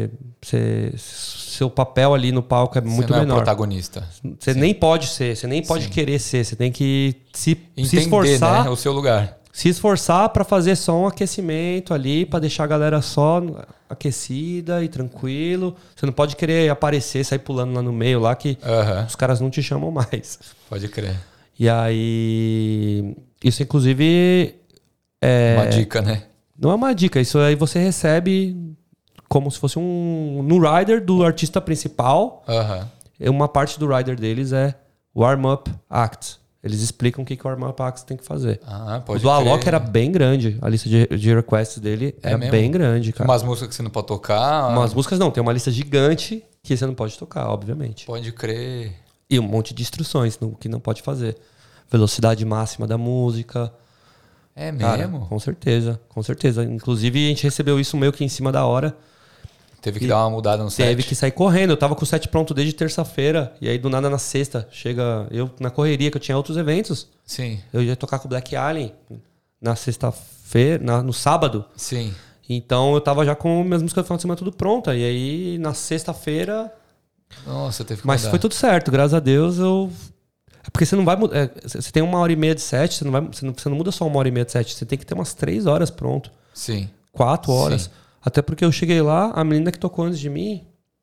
Seu papel ali no palco é muito menor. Você não é protagonista. Você nem pode ser. Você nem pode querer ser. Você tem que se esforçar, né? O seu lugar. Se esforçar pra fazer só um aquecimento ali, pra deixar a galera só aquecida e tranquilo. Você não pode querer aparecer, sair pulando lá no meio lá que os caras não te chamam mais. Pode crer. E aí... Isso, inclusive... Uma dica, né? Não é uma dica. Isso aí você recebe como se fosse no rider do artista principal. Uma parte do rider deles é Warm-Up Act. Eles explicam o que o Warm-Up Act tem que fazer. O do Alok era bem grande. A lista de requests dele é bem grande, cara. Umas músicas que você não pode tocar? Umas músicas não. Tem uma lista gigante que você não pode tocar, obviamente. Pode crer. E um monte de instruções que não pode fazer. Velocidade máxima da música... É mesmo? Cara, com certeza, com certeza. Inclusive, a gente recebeu isso meio que em cima da hora. Teve que dar uma mudada no set? Teve que sair correndo. Eu tava com o set pronto desde terça-feira. E aí, do nada, na sexta, chega... Eu, na correria, que eu tinha outros eventos. Sim. Eu ia tocar com o Black Alien na sexta-feira, no sábado. Sim. Então, eu tava já com minhas músicas do final de semana tudo pronta. E aí, na sexta-feira... Nossa, teve que Mas mudar. foi tudo certo. Graças a Deus, porque você não vai mudar. Você tem 1h30 de set, você não muda só 1h30 de set. Você tem que ter umas 3 horas pronto. Sim. 4 horas. Sim. Até porque eu cheguei lá, a menina que tocou antes de mim,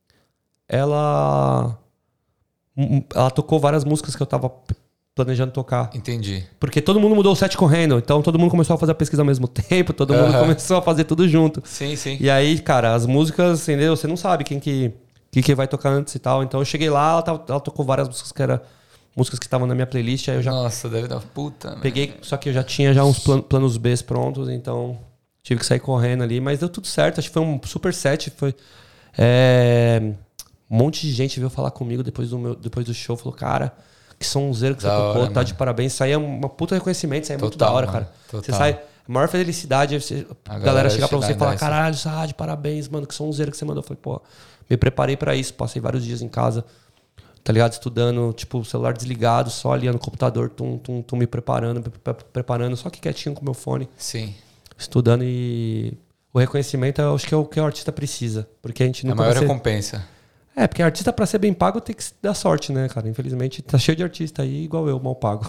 ela tocou várias músicas que eu tava planejando tocar. Entendi. Porque todo mundo mudou o set correndo. Então todo mundo começou a fazer a pesquisa ao mesmo tempo. Todo mundo começou a fazer tudo junto. Sim, sim. E aí, cara, as músicas, entendeu? Você não sabe quem que vai tocar antes e tal. Então eu cheguei lá, ela tocou várias músicas que eram... músicas que estavam na minha playlist, aí eu já... Nossa, deve dar puta. Peguei, só que eu já tinha uns planos B prontos, então tive que sair correndo ali, mas deu tudo certo, acho que foi um super set, um monte de gente veio falar comigo depois do show, falou, cara, que sonzeiro que você tocou, tá mano. De parabéns, isso aí é uma puta reconhecimento, isso aí é total, muito da hora, mano. Cara. Total. Você sai, a maior felicidade é a galera chegar pra você e falar, caralho, Saad, parabéns, mano, que sonzeiro que você mandou. Eu falei, pô, me preparei pra isso, passei vários dias em casa, tá ligado? Estudando, tipo, o celular desligado, só ali no computador, me preparando, só que quietinho com o meu fone. Sim. Estudando e... O reconhecimento, eu acho que é o que o artista precisa. Porque a gente não... A maior recompensa. Porque artista, pra ser bem pago, tem que dar sorte, né, cara? Infelizmente, tá cheio de artista aí, igual eu, mal pago.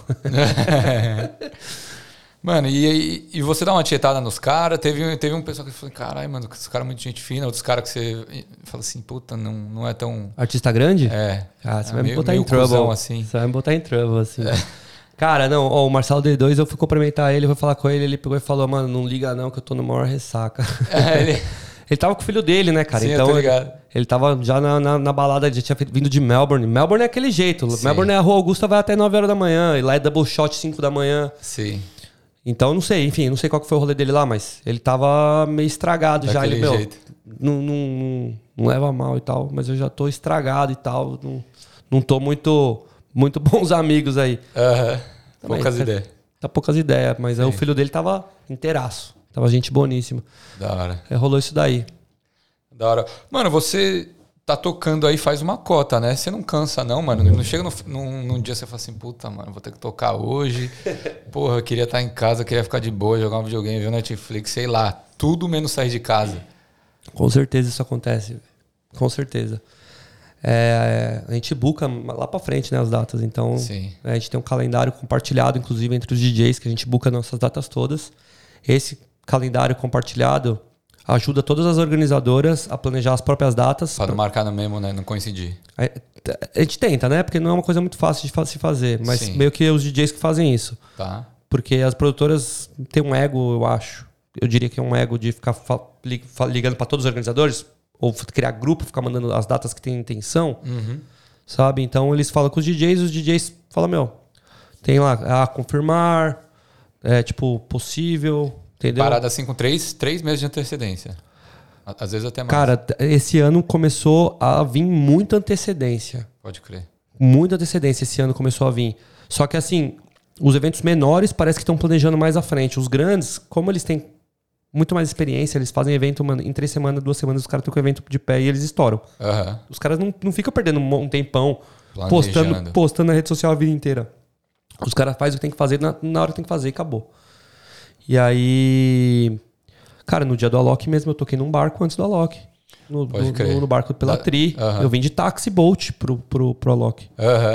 Mano, e você dá uma tietada nos caras? Teve um pessoal que falou, caralho, mano, esse cara é muito gente fina. Outros caras que você fala assim, puta, não é tão... Artista grande? Você vai me botar em trouble. Assim. Você vai me botar em trouble, assim. Cara, não, o Marcelo D2, eu fui cumprimentar ele, fui falar com ele, ele pegou e falou, mano, não liga não, que eu tô no maior ressaca. Ele tava com o filho dele, né, cara? Sim, então, eu tô ligado. Ele tava já na balada, ele já tinha vindo de Melbourne. Melbourne é aquele jeito. Sim. Melbourne é a Rua Augusta, vai até 9 horas da manhã. E lá é double shot 5 da manhã. Sim. Então, não sei, enfim, não sei qual que foi o rolê dele lá, mas ele tava meio estragado já. Ele, jeito. Não leva mal e tal, mas eu já tô estragado e tal. Não tô muito bons amigos aí. Poucas ideias. Tá poucas ideias, mas aí o filho dele tava inteiraço. Tava gente boníssima. Da hora. Rolou isso daí. Da hora. Mano, você tá tocando aí faz uma cota, né? Você não cansa não, mano. Não chega num dia você fala assim, puta, mano, vou ter que tocar hoje. Porra, eu queria estar em casa, queria ficar de boa, jogar um videogame, ver Netflix, sei lá. Tudo menos sair de casa. Com certeza isso acontece. Com certeza. a gente buca lá pra frente, né, as datas. Então, a gente tem um calendário compartilhado, inclusive, entre os DJs, que a gente buca nossas datas todas. Esse calendário compartilhado ajuda todas as organizadoras a planejar as próprias datas. Para não marcar no mesmo, né? Não coincidir. A gente tenta, né? Porque não é uma coisa muito fácil de se fazer. Mas meio que os DJs que fazem isso. Tá. Porque as produtoras têm um ego, eu acho. Eu diria que é um ego de ficar ligando para todos os organizadores. Ou criar grupo, ficar mandando as datas que tem intenção. Sabe? Então eles falam com os DJs falam, tem lá, confirmar, tipo, possível, entendeu? Parada assim com 3 meses de antecedência. Às vezes até mais. Cara, esse ano começou a vir muita antecedência. Pode crer. Muita antecedência esse ano começou a vir. Só que assim, os eventos menores parece que estão planejando mais à frente. Os grandes, como eles têm muito mais experiência, eles fazem evento, mano, em 3 semanas, 2 semanas, os caras estão com o evento de pé e eles estouram. Os caras não ficam perdendo um tempão postando na rede social a vida inteira. Os caras fazem o que tem que fazer na hora que tem que fazer e acabou. E aí, cara, no dia do Alok mesmo, eu toquei num barco antes do Alok. No barco pela Tri. Eu vim de Taxi Boat pro Alok.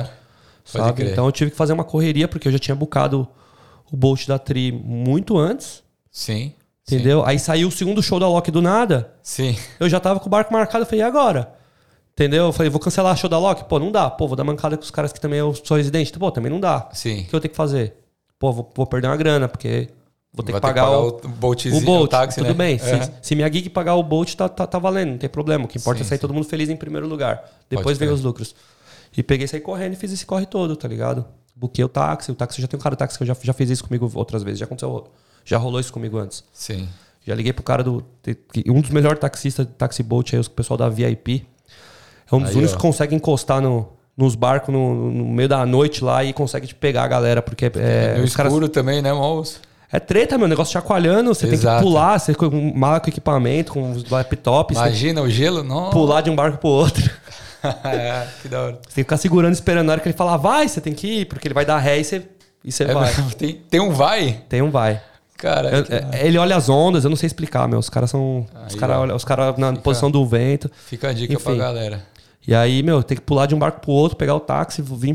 Sabe? Então eu tive que fazer uma correria, porque eu já tinha bucado o Boat da Tri muito antes. Sim. Entendeu? Aí saiu o segundo show da Alok do nada. Sim. Eu já tava com o barco marcado, eu falei, e agora? Entendeu? Eu falei, vou cancelar o show da Alok? Pô, não dá. Pô, vou dar mancada com os caras que também eu sou residente. Pô, também não dá. Sim. O que eu tenho que fazer? Pô, vou perder uma grana, porque vou ter que pagar o Bolt. O táxi, tudo né? bem. Se minha gig pagar o Bolt, tá valendo, não tem problema. O que importa é sair todo mundo feliz em primeiro lugar. Depois vem os lucros. E peguei, saí correndo e fiz esse corre todo, tá ligado? Buquei o táxi já tem um cara do táxi que já fez isso comigo outras vezes. Já rolou isso comigo antes. Sim. Já liguei pro cara um dos melhores taxistas de Taxi Boat, aí o pessoal da VIP. É um dos únicos que consegue encostar nos barcos no meio da noite lá e consegue te pegar a galera, porque no escuro também, né, moço? É treta, meu. O negócio chacoalhando, você tem que pular, você com mala com equipamento, com os laptops. Imagina o gelo, não. Pular de um barco pro outro. Que da hora. Você tem que ficar segurando, esperando. Na hora que ele falar, vai, você tem que ir, porque ele vai dar ré e você vai. Tem um vai? Tem um vai. Cara, ele olha as ondas, eu não sei explicar, meu. Os caras são. Os caras na posição do vento. Fica a dica pra galera. E aí, meu, tem que pular de um barco pro outro, pegar o táxi, vir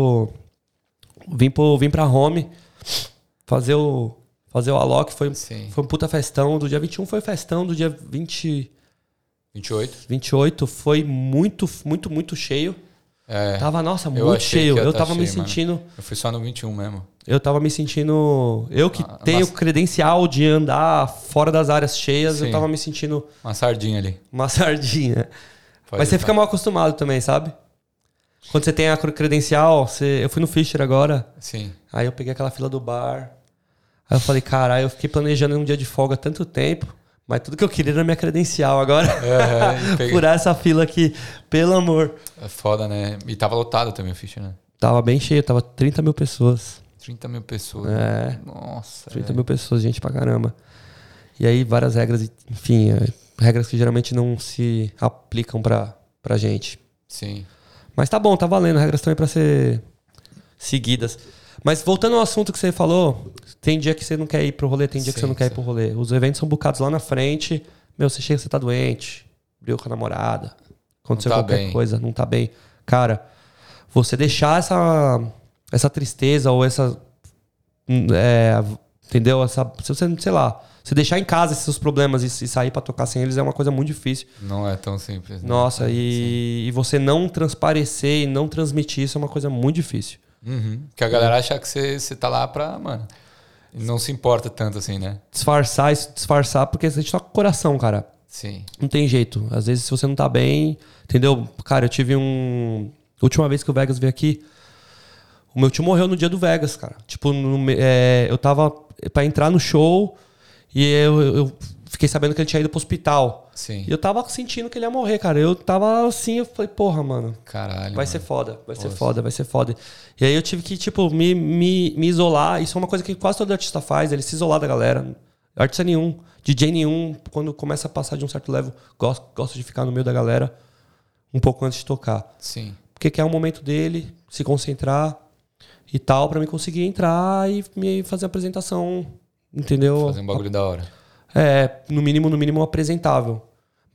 pra home, fazer o Alok. Foi um puta festão. Do dia 21 foi festão, do dia 28 foi muito, muito, muito cheio. Tava, nossa, muito cheio. Eu tava me sentindo... Mano. Eu fui só no 21 mesmo. Eu tava me sentindo... Eu que tenho credencial de andar fora das áreas cheias, eu tava me sentindo... Uma sardinha ali. Uma sardinha. Mas você fica mal acostumado também, sabe? Quando você tem a credencial, eu fui no Fischer agora. Sim. Aí eu peguei aquela fila do bar. Aí eu falei, caralho, eu fiquei planejando um dia de folga há tanto tempo, mas tudo que eu queria era minha credencial. Agora, furar essa fila aqui, pelo amor. É foda, né? E tava lotado também o Fischer, né? Tava bem cheio, tava 30 mil pessoas. 30 mil pessoas. Nossa. 30 mil pessoas, gente pra caramba. E aí várias regras, enfim, regras que geralmente não se aplicam pra gente. Sim. Mas tá bom, tá valendo. Regras também pra ser seguidas. Mas voltando ao assunto que você falou, tem dia que você não quer ir pro rolê, tem dia que você não quer ir pro rolê. Os eventos são bucados lá na frente. Meu, você chega, você tá doente, brigou com a namorada, aconteceu qualquer coisa, não tá bem. Cara, você deixar essa tristeza ou essa... entendeu? Se você, sei lá... Você deixar em casa esses seus problemas e sair pra tocar sem eles é uma coisa muito difícil. Não é tão simples. Né? Nossa, e você não transparecer e não transmitir isso é uma coisa muito difícil. Porque a galera acha que você tá lá pra... Mano, não se importa tanto assim, né? Disfarçar, porque a gente toca com o coração, cara. Sim. Não tem jeito. Às vezes, se você não tá bem... Entendeu? Cara, eu tive A última vez que o Vegas veio aqui, o meu tio morreu no dia do Vegas, cara. Tipo, eu tava pra entrar no show... E eu fiquei sabendo que ele tinha ido pro hospital. Sim. E eu tava sentindo que ele ia morrer, cara. Eu tava assim, eu falei, porra, mano. Caralho. Vai ser foda, vai ser foda. E aí eu tive que, tipo, me isolar. Isso é uma coisa que quase todo artista faz, ele se isolar da galera. Artista nenhum, DJ nenhum, quando começa a passar de um certo level, gosta de ficar no meio da galera um pouco antes de tocar. Sim. Porque quer um momento dele, se concentrar e tal, pra mim conseguir entrar e me fazer a apresentação. Entendeu? Fazer um bagulho da hora. No mínimo apresentável.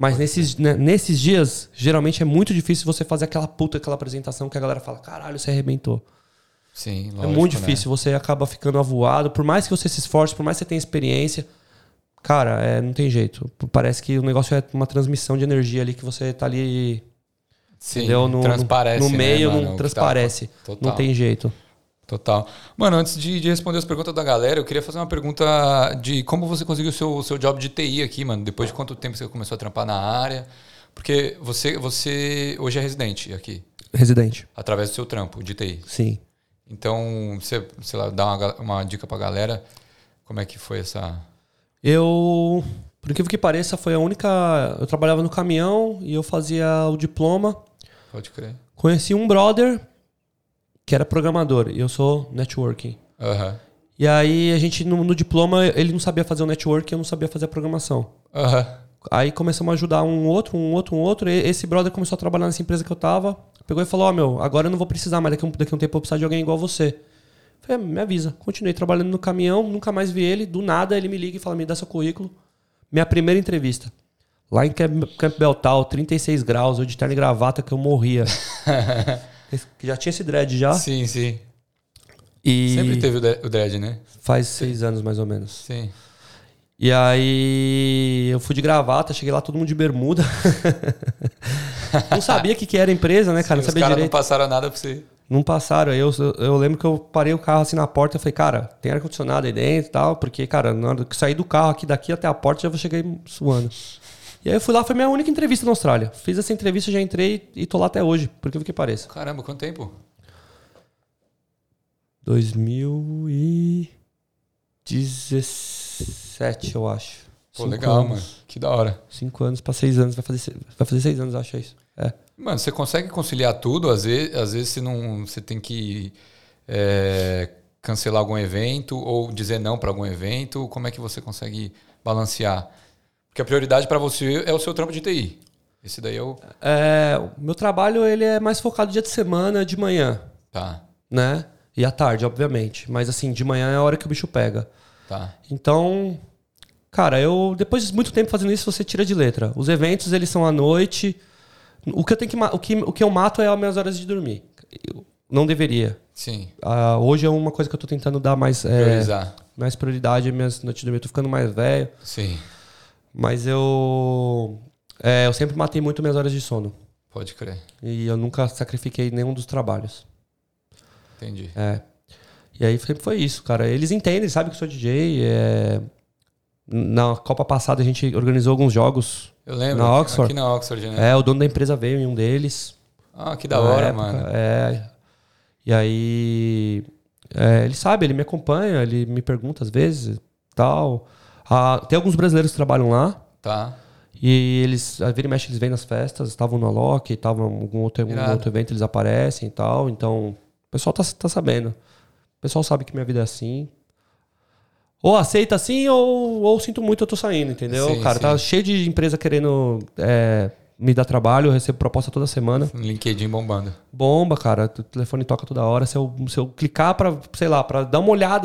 Mas nesses dias, geralmente é muito difícil você fazer aquela apresentação que a galera fala, caralho, você arrebentou. Sim, lógico, é muito difícil, você acaba ficando avoado. Por mais que você se esforce, por mais que você tenha experiência, cara, não tem jeito. Parece que o negócio é uma transmissão de energia ali que você tá ali... Sim, entendeu? transparece, no meio, né, mano, não transparece. Não tem jeito. Total. Mano, antes de responder as perguntas da galera, eu queria fazer uma pergunta de como você conseguiu o seu job de TI aqui, mano. Depois de quanto tempo você começou a trampar na área? Porque você hoje é residente aqui. Residente. Através do seu trampo de TI. Sim. Então, você, sei lá, dá uma dica pra galera. Como é que foi essa... Por incrível que pareça, foi a única... Eu trabalhava no caminhão e eu fazia o diploma. Pode crer. Conheci um brother que era programador e eu sou networking. Uhum. E aí a gente, no diploma, ele não sabia fazer o networking, eu não sabia fazer a programação. Uhum. Aí começamos a ajudar um outro. E esse brother começou a trabalhar nessa empresa que eu tava. Pegou e falou, agora eu não vou precisar, mas daqui a um tempo eu vou precisar de alguém igual você. Falei, me avisa. Continuei trabalhando no caminhão, nunca mais vi ele. Do nada ele me liga e fala, me dá seu currículo. Minha primeira entrevista. Lá em Campbell Town, 36 graus, eu de terno e gravata que eu morria. Já tinha esse dread já? Sim, sim. E sempre teve o dread, né? Faz 6 anos, mais ou menos. Sim. E aí eu fui de gravata, cheguei lá todo mundo de bermuda. Não sabia o que era a empresa, né, cara? Sim, não sabia os caras direito. não passaram nada pra você. Não passaram. Aí eu lembro que eu parei o carro assim na porta e falei, cara, tem ar-condicionado aí dentro e tal, porque, cara, na hora que sair do carro daqui até a porta, já vou chegar suando. E aí eu fui lá, foi minha única entrevista na Austrália. Fiz essa entrevista, já entrei e tô lá até hoje, por incrível que pareça. Caramba, quanto tempo? 2017, eu acho. Pô, legal, anos. Mano. Que da hora. 5 anos pra 6 anos. Vai fazer 6 anos, acho, é isso. É. Mano, você consegue conciliar tudo? Às vezes você tem que cancelar algum evento ou dizer não para algum evento. Como é que você consegue balancear? Porque a prioridade para você é o seu trampo de TI. Esse daí é o... O meu trabalho ele é mais focado dia de semana, de manhã. Tá. Né? E à tarde, obviamente. Mas assim, de manhã é a hora que o bicho pega. Tá. Então, cara, depois de muito tempo fazendo isso, você tira de letra. Os eventos, eles são à noite. O que eu mato é as minhas horas de dormir. Eu não deveria. Sim. Hoje é uma coisa que eu tô tentando dar mais... priorizar. Mais prioridade às minhas noites de dormir. Eu tô ficando mais velho. Sim. Mas eu sempre matei muito minhas horas de sono. Pode crer. E eu nunca sacrifiquei nenhum dos trabalhos. Entendi. E aí sempre foi isso, cara. Eles entendem, sabem que eu sou DJ. Na Copa passada a gente organizou alguns jogos. Eu lembro. Na Oxford. Aqui na Oxford, né? O dono da empresa veio em um deles. Ah, que da hora, época, mano. E aí... ele sabe, ele me acompanha, ele me pergunta às vezes tal... tem alguns brasileiros que trabalham lá. Tá. E eles, vira e mexe, eles vêm nas festas, estavam no Alok, estavam em algum outro evento, eles aparecem e tal. Então, o pessoal tá sabendo. O pessoal sabe que minha vida é assim. Ou aceita assim, ou sinto muito, eu tô saindo, entendeu? Sim, cara, sim. Tá cheio de empresa querendo me dar trabalho, eu recebo proposta toda semana. LinkedIn bombando. Bomba, cara. O telefone toca toda hora. Se eu clicar pra, sei lá, pra dar uma olhada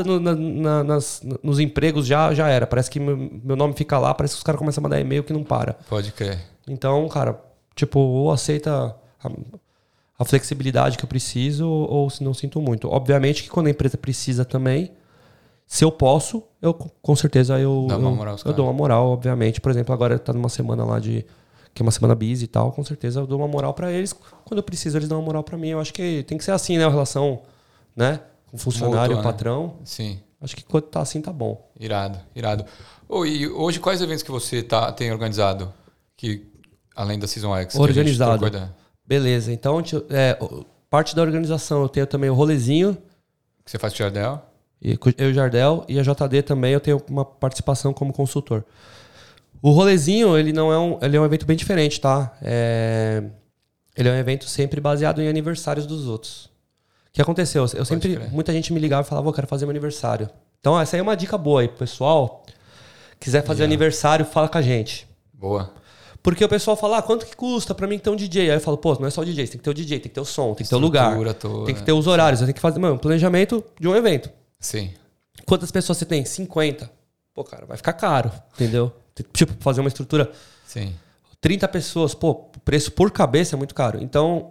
nos empregos, já era. Parece que meu nome fica lá, parece que os caras começam a mandar e-mail que não para. Pode crer. Então, cara, ou aceita a flexibilidade que eu preciso, ou se não sinto muito. Obviamente que quando a empresa precisa também, se eu posso, com certeza eu dou uma moral, obviamente. Por exemplo, agora tá numa semana lá que é uma semana busy e tal, com certeza eu dou uma moral pra eles. Quando eu preciso, eles dão uma moral pra mim. Eu acho que tem que ser assim, né? A relação, né? Com o funcionário, o patrão. Sim. Acho que quando tá assim, tá bom. Irado. E hoje, quais eventos que você tem organizado? Que, além da Season X? Organizado. Beleza. Então, parte da organização, eu tenho também o rolezinho. Que você faz com o Jardel? Eu e o Jardel. E a JD também, eu tenho uma participação como consultor. O rolezinho, ele é um evento bem diferente, tá? Ele é um evento sempre baseado em aniversários dos outros. O que aconteceu? Muita gente me ligava e falava, eu quero fazer meu aniversário. Então, essa aí é uma dica boa aí pro pessoal. Quiser fazer aniversário, fala com a gente. Boa. Porque o pessoal fala, quanto que custa pra mim ter um DJ? Aí eu falo, não é só o DJ, tem que ter o DJ, tem que ter o som, tem que ter o lugar. Tem que ter os horários, eu tenho que fazer um planejamento de um evento. Sim. Quantas pessoas você tem? 50. Pô, cara, vai ficar caro, entendeu? Tipo, fazer uma estrutura... Sim. 30 pessoas, pô, o preço por cabeça é muito caro. Então,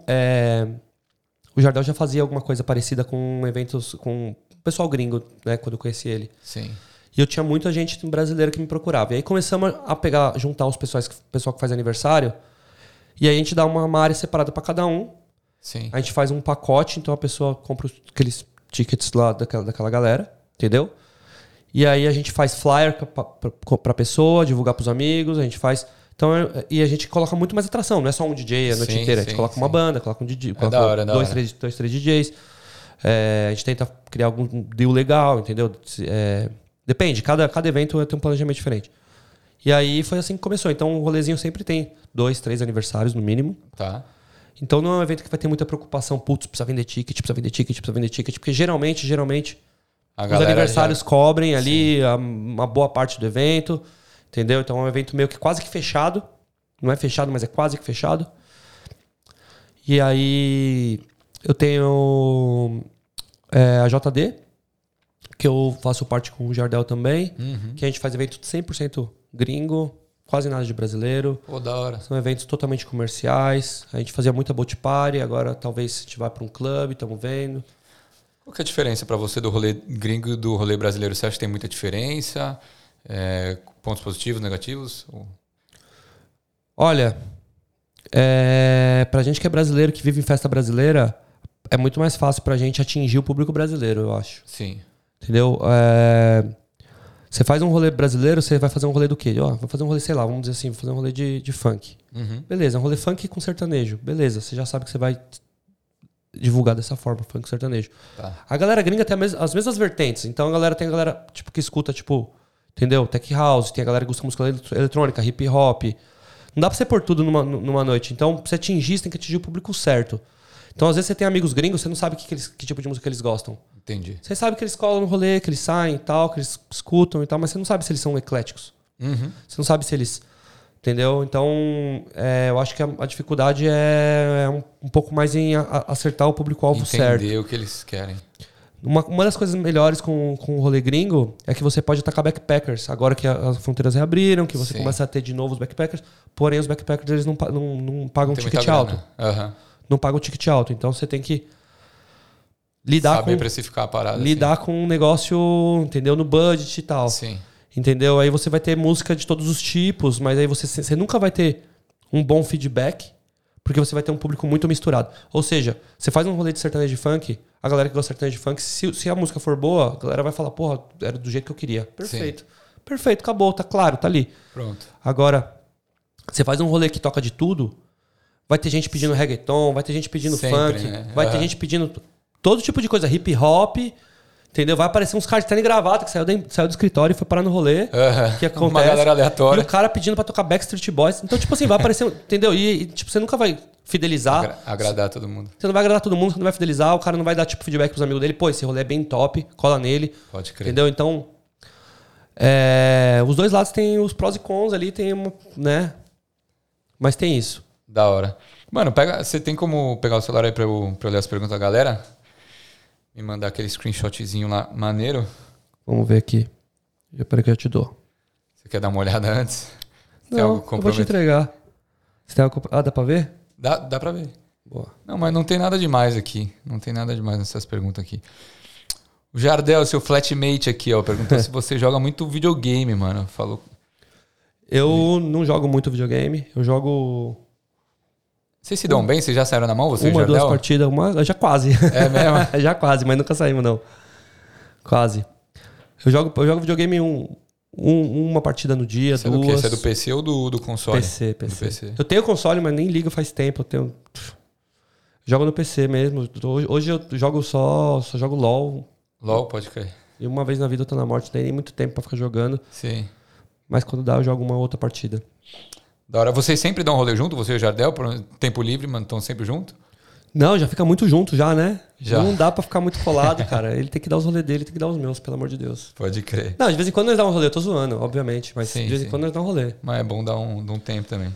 o Jardel já fazia alguma coisa parecida com eventos com o pessoal gringo, né? Quando eu conheci ele. Sim. E eu tinha muita gente brasileira que me procurava. E aí começamos a juntar os pessoal que faz aniversário. E aí a gente dá uma área separada para cada um. Sim. A gente faz um pacote, então a pessoa compra aqueles tickets lá daquela galera, entendeu? E aí a gente faz flyer pra pessoa, divulgar pros amigos, a gente faz... Então, e a gente coloca muito mais atração, não é só um DJ a noite inteira. A gente coloca uma banda, coloca um DJ, coloca dois, três DJs. A gente tenta criar algum deal legal, entendeu? Depende, cada evento tem um planejamento diferente. E aí foi assim que começou. Então o rolezinho sempre tem 2, 3 aniversários no mínimo. Tá. Então não é um evento que vai ter muita preocupação. Putz, precisa vender ticket. Porque geralmente os aniversários cobrem ali uma boa parte do evento. Entendeu? Então é um evento meio que quase que fechado. Não é fechado, mas é quase que fechado. E aí eu tenho a JD, que eu faço parte com o Jardel também. Que a gente faz evento 100% gringo, quase nada de brasileiro. Pô, da hora. São eventos totalmente comerciais. A gente fazia muita boat party, agora talvez a gente vá para um clube, estamos vendo. Qual que é a diferença para você do rolê gringo e do rolê brasileiro? Você acha que tem muita diferença? Pontos positivos, negativos? Olha, pra gente que é brasileiro, que vive em festa brasileira, é muito mais fácil pra gente atingir o público brasileiro, eu acho. Sim. Entendeu? Você faz um rolê brasileiro, você vai fazer um rolê do quê? Vou fazer um rolê, sei lá, vamos dizer assim, vou fazer um rolê de funk. Beleza, um rolê funk com sertanejo. Beleza, você já sabe que você vai divulgar dessa forma, funk sertanejo. Tá. A galera gringa tem as mesmas vertentes. Então tem a galera tipo, que escuta, tipo, entendeu? Tech house, tem a galera que gosta de música eletrônica, hip hop. Não dá pra você pôr tudo numa noite. Então, pra você atingir, você tem que atingir o público certo. Então, às vezes, você tem amigos gringos, você não sabe que tipo de música eles gostam. Entendi. Você sabe que eles colam no rolê, que eles saem e tal, que eles escutam e tal, mas você não sabe se eles são ecléticos. Você não sabe se eles... Entendeu? Então, eu acho que a dificuldade é um pouco mais em acertar o público-alvo certo. Entender o que eles querem. Uma das coisas melhores com o rolê gringo é que você pode atacar backpackers. Agora que as fronteiras reabriram, que você começa a ter de novo os backpackers. Porém, os backpackers eles não pagam ticket alto. Não pagam ticket alto. Então, você tem que saber precificar a parada. Lidar com um negócio, entendeu? No budget e tal. Sim. Entendeu? Aí você vai ter música de todos os tipos, mas aí você nunca vai ter um bom feedback, porque você vai ter um público muito misturado. Ou seja, você faz um rolê de sertanejo de funk, a galera que gosta de sertanejo de funk, se a música for boa, a galera vai falar, porra, era do jeito que eu queria. Perfeito. Sim. Perfeito, acabou, tá claro, tá ali. Pronto. Agora, você faz um rolê que toca de tudo, vai ter gente pedindo reggaeton, vai ter gente pedindo funk, né? Vai ter gente pedindo todo tipo de coisa, hip hop. Entendeu? Vai aparecer uns caras de terno e gravata que saiu do escritório e foi parar no rolê. Que acontece. Uma galera aleatória. E o cara pedindo pra tocar Backstreet Boys. Então, tipo assim, vai aparecer... Entendeu? E tipo, você nunca vai fidelizar. Agradar todo mundo. Você não vai agradar todo mundo, você não vai fidelizar. O cara não vai dar tipo feedback pros amigos dele. Pô, esse rolê é bem top. Cola nele. Pode crer. Entendeu? Então... os dois lados têm os prós e cons ali. Tem uma... Né? Mas tem isso. Da hora. Mano, você tem como pegar o celular aí pra eu ler as perguntas da galera? Me mandar aquele screenshotzinho lá, maneiro. Vamos ver aqui. Peraí que eu te dou. Você quer dar uma olhada antes? Não, eu vou te entregar. Você tem algo... dá pra ver? Dá pra ver. Boa. Não, mas não tem nada demais aqui. Não tem nada demais nessas perguntas aqui. O Jardel, seu flatmate aqui, ó, perguntou se você joga muito videogame, mano. Falou. Eu não jogo muito videogame. Eu jogo... Vocês se dão bem? Vocês já saíram na mão? Você uma, duas partidas, já quase. É mesmo? Já quase, mas nunca saímos, não. Quase. Eu jogo videogame uma partida no dia, você duas. É do quê? Você é do PC ou do console? PC. Do PC. Eu tenho console, mas nem ligo faz tempo. Jogo no PC mesmo. Hoje eu jogo só jogo LOL. LOL, pode crer. E uma vez na vida eu tô na morte, não tem nem muito tempo pra ficar jogando. Sim. Mas quando dá, eu jogo uma outra partida. Da hora. Vocês sempre dão um rolê junto? Você e o Jardel, por tempo livre, mano, estão sempre junto? Não, já fica muito junto já, né? Já. Não dá pra ficar muito colado, cara. Ele tem que dar os rolês dele, tem que dar os meus, pelo amor de Deus. Pode crer. Não, de vez em quando nós dá um rolê, eu tô zoando, obviamente. Mas de vez em quando nós dá um rolê. Mas é bom dar um tempo também.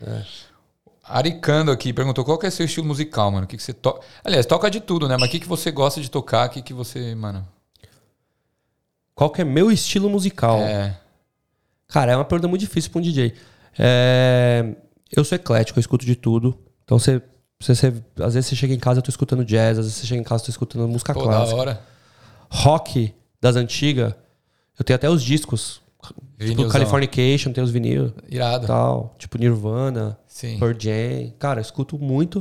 Aricando aqui perguntou qual que é seu estilo musical, mano. O que você toca? Aliás, toca de tudo, né? Mas o que você gosta de tocar? O que você, mano... Qual que é meu estilo musical? Cara, é uma pergunta muito difícil pra um DJ. Eu sou eclético, eu escuto de tudo. Então, às vezes você chega em casa, eu tô escutando jazz. Às vezes você chega em casa, eu tô escutando música clássica. Da hora. Rock das antigas, eu tenho até os discos. Tipo Californication, tem os vinil. Irado. Tal, tipo Nirvana, Sim. Pearl Jam. Cara, eu escuto muito.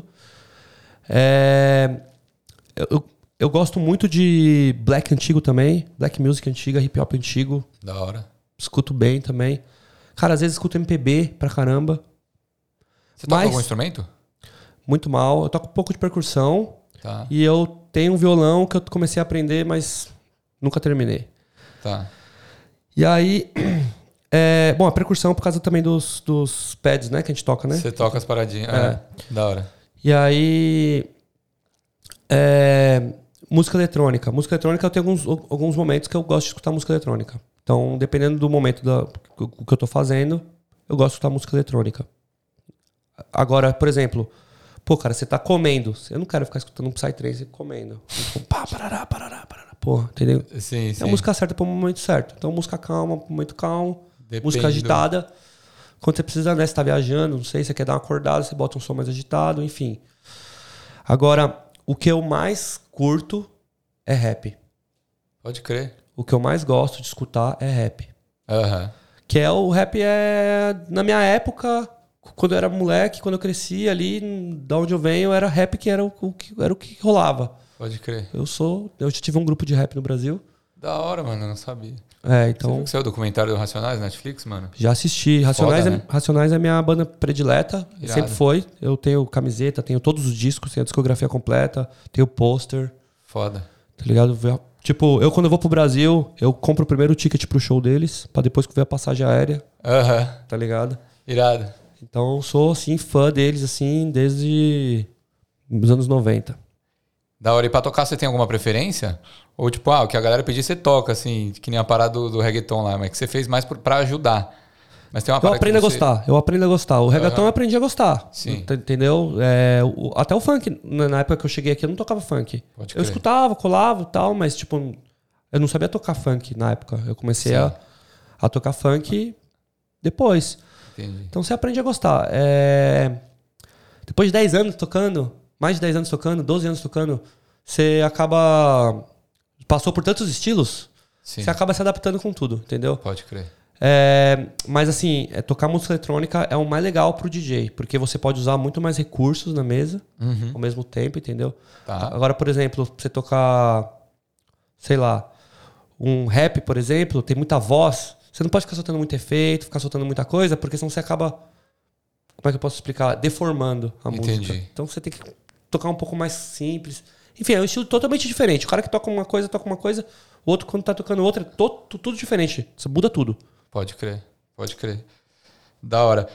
Eu gosto muito de black antigo também. Black music antiga, hip hop antigo. Da hora. Escuto bem também. Cara, às vezes escuto MPB pra caramba. Você toca algum instrumento? Muito mal. Eu toco um pouco de percussão. Tá. E eu tenho um violão que eu comecei a aprender, mas nunca terminei. Tá. E aí... bom, a percussão por causa também dos pads, né? Que a gente toca, né? Você toca as paradinhas. Da hora. E aí... música eletrônica. Música eletrônica eu tenho alguns momentos que eu gosto de escutar música eletrônica. Então, dependendo do momento que eu tô fazendo, eu gosto de escutar música eletrônica. Agora, por exemplo... Pô, cara, você tá comendo. Eu não quero ficar escutando um Psytrance comendo. Pá, parará. Porra, entendeu? Sim. É a música certa pro momento certo. Então, música calma, pro momento calmo. Depende música agitada. Quando você precisa, né? Você tá viajando, não sei, você quer dar uma acordada, você bota um som mais agitado, enfim. Agora, o que eu mais curto é rap. Pode crer. O que eu mais gosto de escutar é rap. Aham. Que o rap na minha época... Quando eu era moleque, quando eu cresci ali, da onde eu venho, era rap que era o que rolava. Pode crer. Eu já tive um grupo de rap no Brasil. Da hora, mano, eu não sabia. Então... Você viu que saiu o documentário do Racionais na Netflix, mano? Já assisti. Racionais, Foda, né? Racionais é a minha banda predileta. Irado. Sempre foi. Eu tenho camiseta, tenho todos os discos, tenho a discografia completa, tenho pôster. Foda. Tá ligado? Tipo, quando eu vou pro Brasil, eu compro o primeiro ticket pro show deles, pra depois que ver a passagem aérea. Aham. Tá ligado? Irado. Então, eu sou, assim, fã deles, assim, desde os anos 90. Da hora. E pra tocar, você tem alguma preferência? Ou tipo, o que a galera pedir, você toca, assim, que nem a parada do reggaeton lá, mas que você fez mais pra ajudar. Mas tem uma parada Eu aprendo a gostar. O reggaeton eu aprendi a gostar. Sim. Entendeu? Até o funk, na época que eu cheguei aqui, eu não tocava funk. Pode eu escutava, colava e tal, mas, tipo, eu não sabia tocar funk na época. Eu comecei a tocar funk depois. Entendi. Então você aprende a gostar. Depois de 10 anos tocando, mais de 10 anos tocando, 12 anos tocando, você acaba... Passou por tantos estilos, Sim. Você acaba se adaptando com tudo, entendeu? Pode crer. Mas assim, tocar música eletrônica é o mais legal pro DJ, porque você pode usar muito mais recursos na mesa ao mesmo tempo, entendeu? Tá. Agora, por exemplo, você tocar, sei lá, um rap, por exemplo, tem muita voz... Você não pode ficar soltando muito efeito, ficar soltando muita coisa, porque senão você acaba, como é que eu posso explicar? Deformando a música. Então você tem que tocar um pouco mais simples. Enfim, é um estilo totalmente diferente. O cara que toca uma coisa, o outro quando tá tocando outra, tudo diferente. Você muda tudo. Pode crer. Da hora.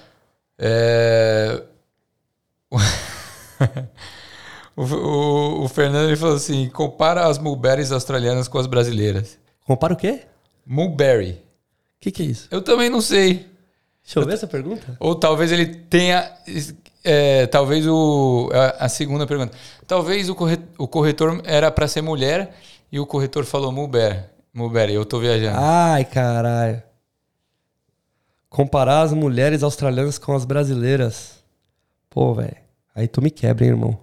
O Fernando ele falou assim, compara as mulberries australianas com as brasileiras. Compara o quê? Mulberry. O que é isso? Eu também não sei. Deixa eu ver essa pergunta. Ou talvez ele tenha... talvez a segunda pergunta. Talvez o corretor era para ser mulher e o corretor falou mulberry. Eu tô viajando. Ai, caralho. Comparar as mulheres australianas com as brasileiras. Pô, velho. Aí tu me quebra, hein, irmão?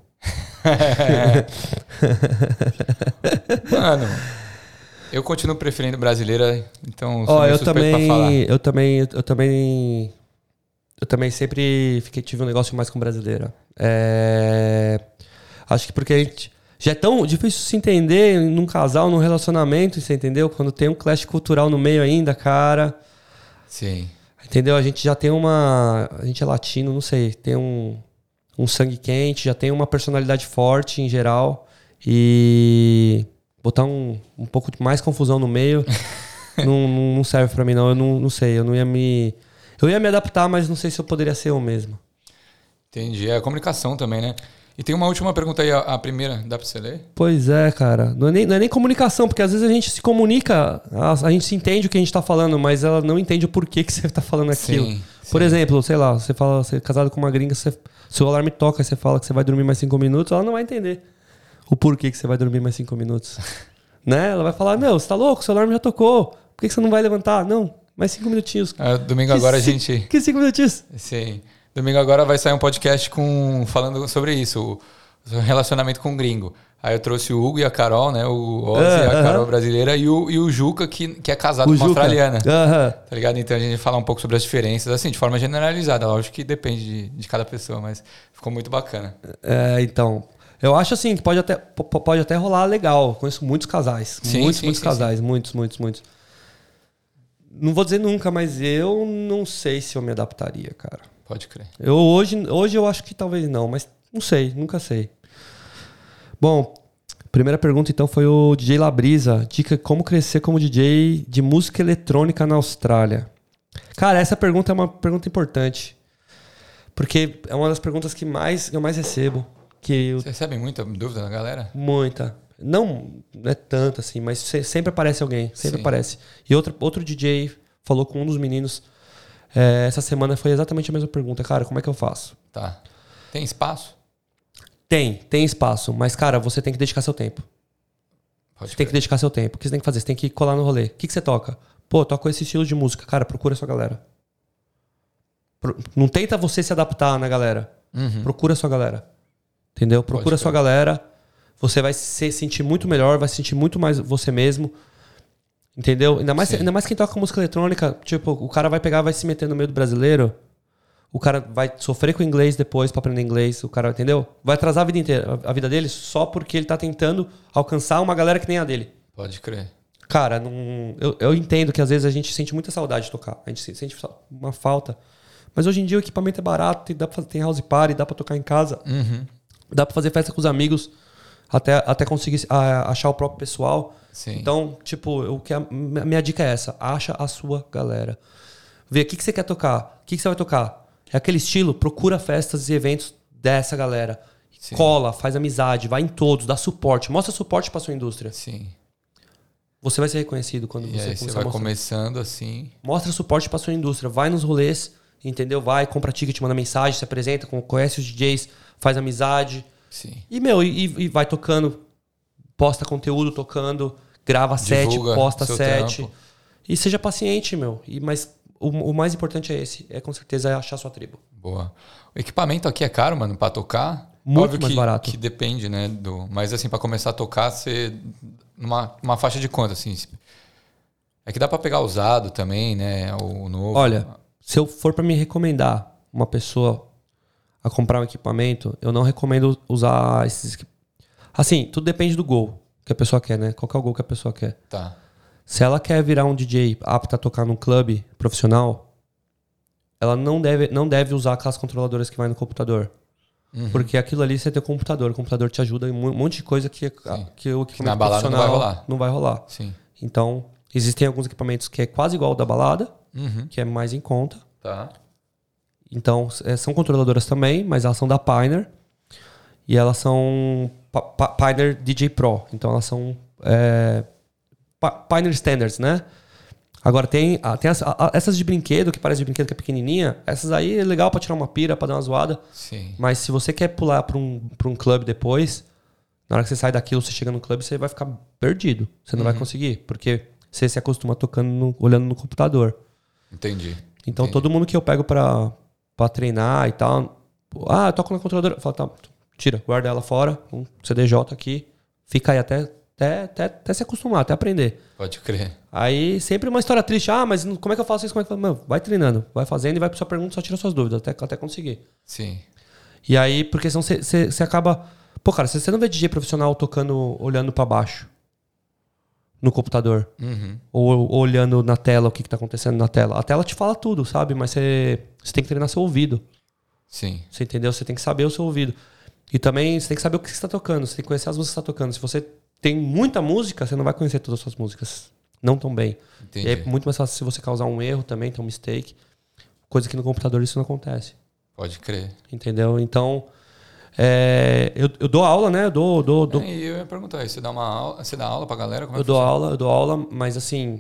Mano... Eu continuo preferindo brasileira, então sou meio suspeito pra falar. Eu também sempre tive um negócio mais com brasileira. Acho que porque a gente... Já é tão difícil se entender num casal, num relacionamento, você entendeu? Quando tem um clash cultural no meio ainda, cara... Sim. Entendeu? A gente já tem a gente é latino, não sei, tem um sangue quente, já tem uma personalidade forte em geral. E... botar um pouco de mais confusão no meio não serve pra mim, não. Eu não sei, eu ia me adaptar, mas não sei se eu poderia ser eu mesmo. Entendi. É a comunicação também, né? E tem uma última pergunta aí, a primeira, dá pra você ler? Pois é, cara. Não é nem comunicação, porque às vezes a gente se comunica, a gente se entende o que a gente tá falando, mas ela não entende o porquê que você tá falando aquilo. Sim. Por exemplo, sei lá, você é casado com uma gringa, seu alarme toca e você fala que você vai dormir mais 5 minutos, ela não vai entender o porquê que você vai dormir mais 5 minutos. Né? Ela vai falar, meu, você tá louco? Seu alarme já tocou. Por que você não vai levantar? Não, mais 5 minutinhos. Domingo agora a gente... Que 5 minutinhos? Sim. Domingo agora vai sair um podcast falando sobre isso, o relacionamento com o gringo. Aí eu trouxe o Hugo e a Carol, né? O Ozzy, a Carol brasileira, e o Juca, que é casado com uma australiana. Tá ligado? Então a gente vai falar um pouco sobre as diferenças, assim, de forma generalizada. Lógico que depende de cada pessoa, mas ficou muito bacana. Então, eu acho assim que pode até rolar legal. Conheço muitos casais. Muitos casais. Muitos. Não vou dizer nunca, mas eu não sei se eu me adaptaria, cara. Pode crer. Hoje eu acho que talvez não, mas não sei, nunca sei. Bom, primeira pergunta então foi o DJ Labrisa. Dica como crescer como DJ de música eletrônica na Austrália. Cara, essa pergunta é uma pergunta importante. Porque é uma das perguntas que eu mais recebo. Você recebe muita dúvida da galera? Muita. Não é tanto assim, mas sempre aparece alguém. Sempre aparece. E outro DJ falou com um dos meninos essa semana, foi exatamente a mesma pergunta. Cara, como é que eu faço? Tá. Tem espaço? Tem espaço, mas, cara, você tem que dedicar seu tempo. Você tem que dedicar seu tempo. O que você tem que fazer? Você tem que colar no rolê. O que você toca? Pô, toco esse estilo de música. Cara, procura a sua galera. Não tenta você se adaptar na galera. Procura a sua galera. Entendeu? Procura a sua galera. Você vai se sentir muito melhor, vai se sentir muito mais você mesmo. Entendeu? Ainda mais quem toca música eletrônica. Tipo, o cara vai pegar, vai se meter no meio do brasileiro. O cara vai sofrer com inglês depois pra aprender inglês. O cara, entendeu? Vai atrasar a vida inteira, a vida dele só porque ele tá tentando alcançar uma galera que nem a dele. Pode crer. Cara, eu entendo que às vezes a gente sente muita saudade de tocar. A gente sente uma falta. Mas hoje em dia o equipamento é barato, tem house party, dá pra tocar em casa. Dá pra fazer festa com os amigos até conseguir achar o próprio pessoal. Sim. Então, tipo, a minha dica é essa. Acha a sua galera. Vê o que você quer tocar. O que você vai tocar. É aquele estilo, procura festas e eventos dessa galera. Sim. Cola, faz amizade, vai em todos, dá suporte. Mostra suporte pra sua indústria. Sim. Você vai ser reconhecido quando você começar. Você vai começando assim. Mostra suporte pra sua indústria. Vai nos rolês, entendeu? Vai, compra ticket, manda mensagem, se apresenta, conhece os DJs, faz amizade. Sim. E vai tocando, posta conteúdo tocando, grava set, posta set. Trampo. E seja paciente, mas o mais importante é esse. Com certeza achar sua tribo. Boa. O equipamento aqui é caro, mano, pra tocar? Muito óbvio mais barato. Que depende, né? Mas assim, pra começar a tocar, você... Numa faixa de quanto, assim? É que dá pra pegar usado também, né? O novo. Olha, se eu for pra me recomendar uma pessoa a comprar um equipamento, eu não recomendo usar esses... Assim, tudo depende do goal que a pessoa quer, né? Qual que é o goal que a pessoa quer? Tá. Se ela quer virar um DJ apto a tocar num clube profissional, ela não deve usar aquelas controladoras que vai no computador. Porque aquilo ali você tem o computador. O computador te ajuda em um monte de coisa que o equipamento na balada profissional não vai rolar. Sim. Então, existem alguns equipamentos que é quase igual ao da balada, que é mais em conta. Tá. Então, são controladoras também, mas elas são da Pioneer. E elas são Pioneer DJ Pro. Então, elas são Pioneer Standards, né? Agora, tem essas de brinquedo, que parece de brinquedo que é pequenininha. Essas aí é legal pra tirar uma pira, pra dar uma zoada. Sim. Mas se você quer pular pra um clube depois, na hora que você sai daquilo, você chega no clube, você vai ficar perdido. Você não vai conseguir, porque você se acostuma tocando, olhando no computador. Entendi. Então, todo mundo que eu pego pra treinar e tal... eu toco na controladora. Eu falo, tá, tira, guarda ela fora, um CDJ aqui, fica aí até se acostumar, até aprender. Pode crer. Aí sempre uma história triste. Mas como é que eu faço isso? Mano, vai treinando, vai fazendo e vai pra sua pergunta, só tira suas dúvidas, até conseguir. Sim. E aí, porque senão você acaba... Pô, cara, você não vê DJ profissional tocando, olhando pra baixo no computador. Ou olhando na tela, o que tá acontecendo na tela. A tela te fala tudo, sabe? Mas você tem que treinar seu ouvido. Sim. Você entendeu? Você tem que saber o seu ouvido. E também você tem que saber o que você tá tocando. Você tem que conhecer as músicas que você tá tocando. Se você tem muita música, você não vai conhecer todas as suas músicas. Não tão bem. Entendi. E é muito mais fácil se você causar um erro também, ter um mistake. Coisa que no computador isso não acontece. Pode crer. Entendeu? Então, eu dou aula, né? Eu dou... E eu ia perguntar, você dá aula pra galera? Como eu dou aula, mas assim...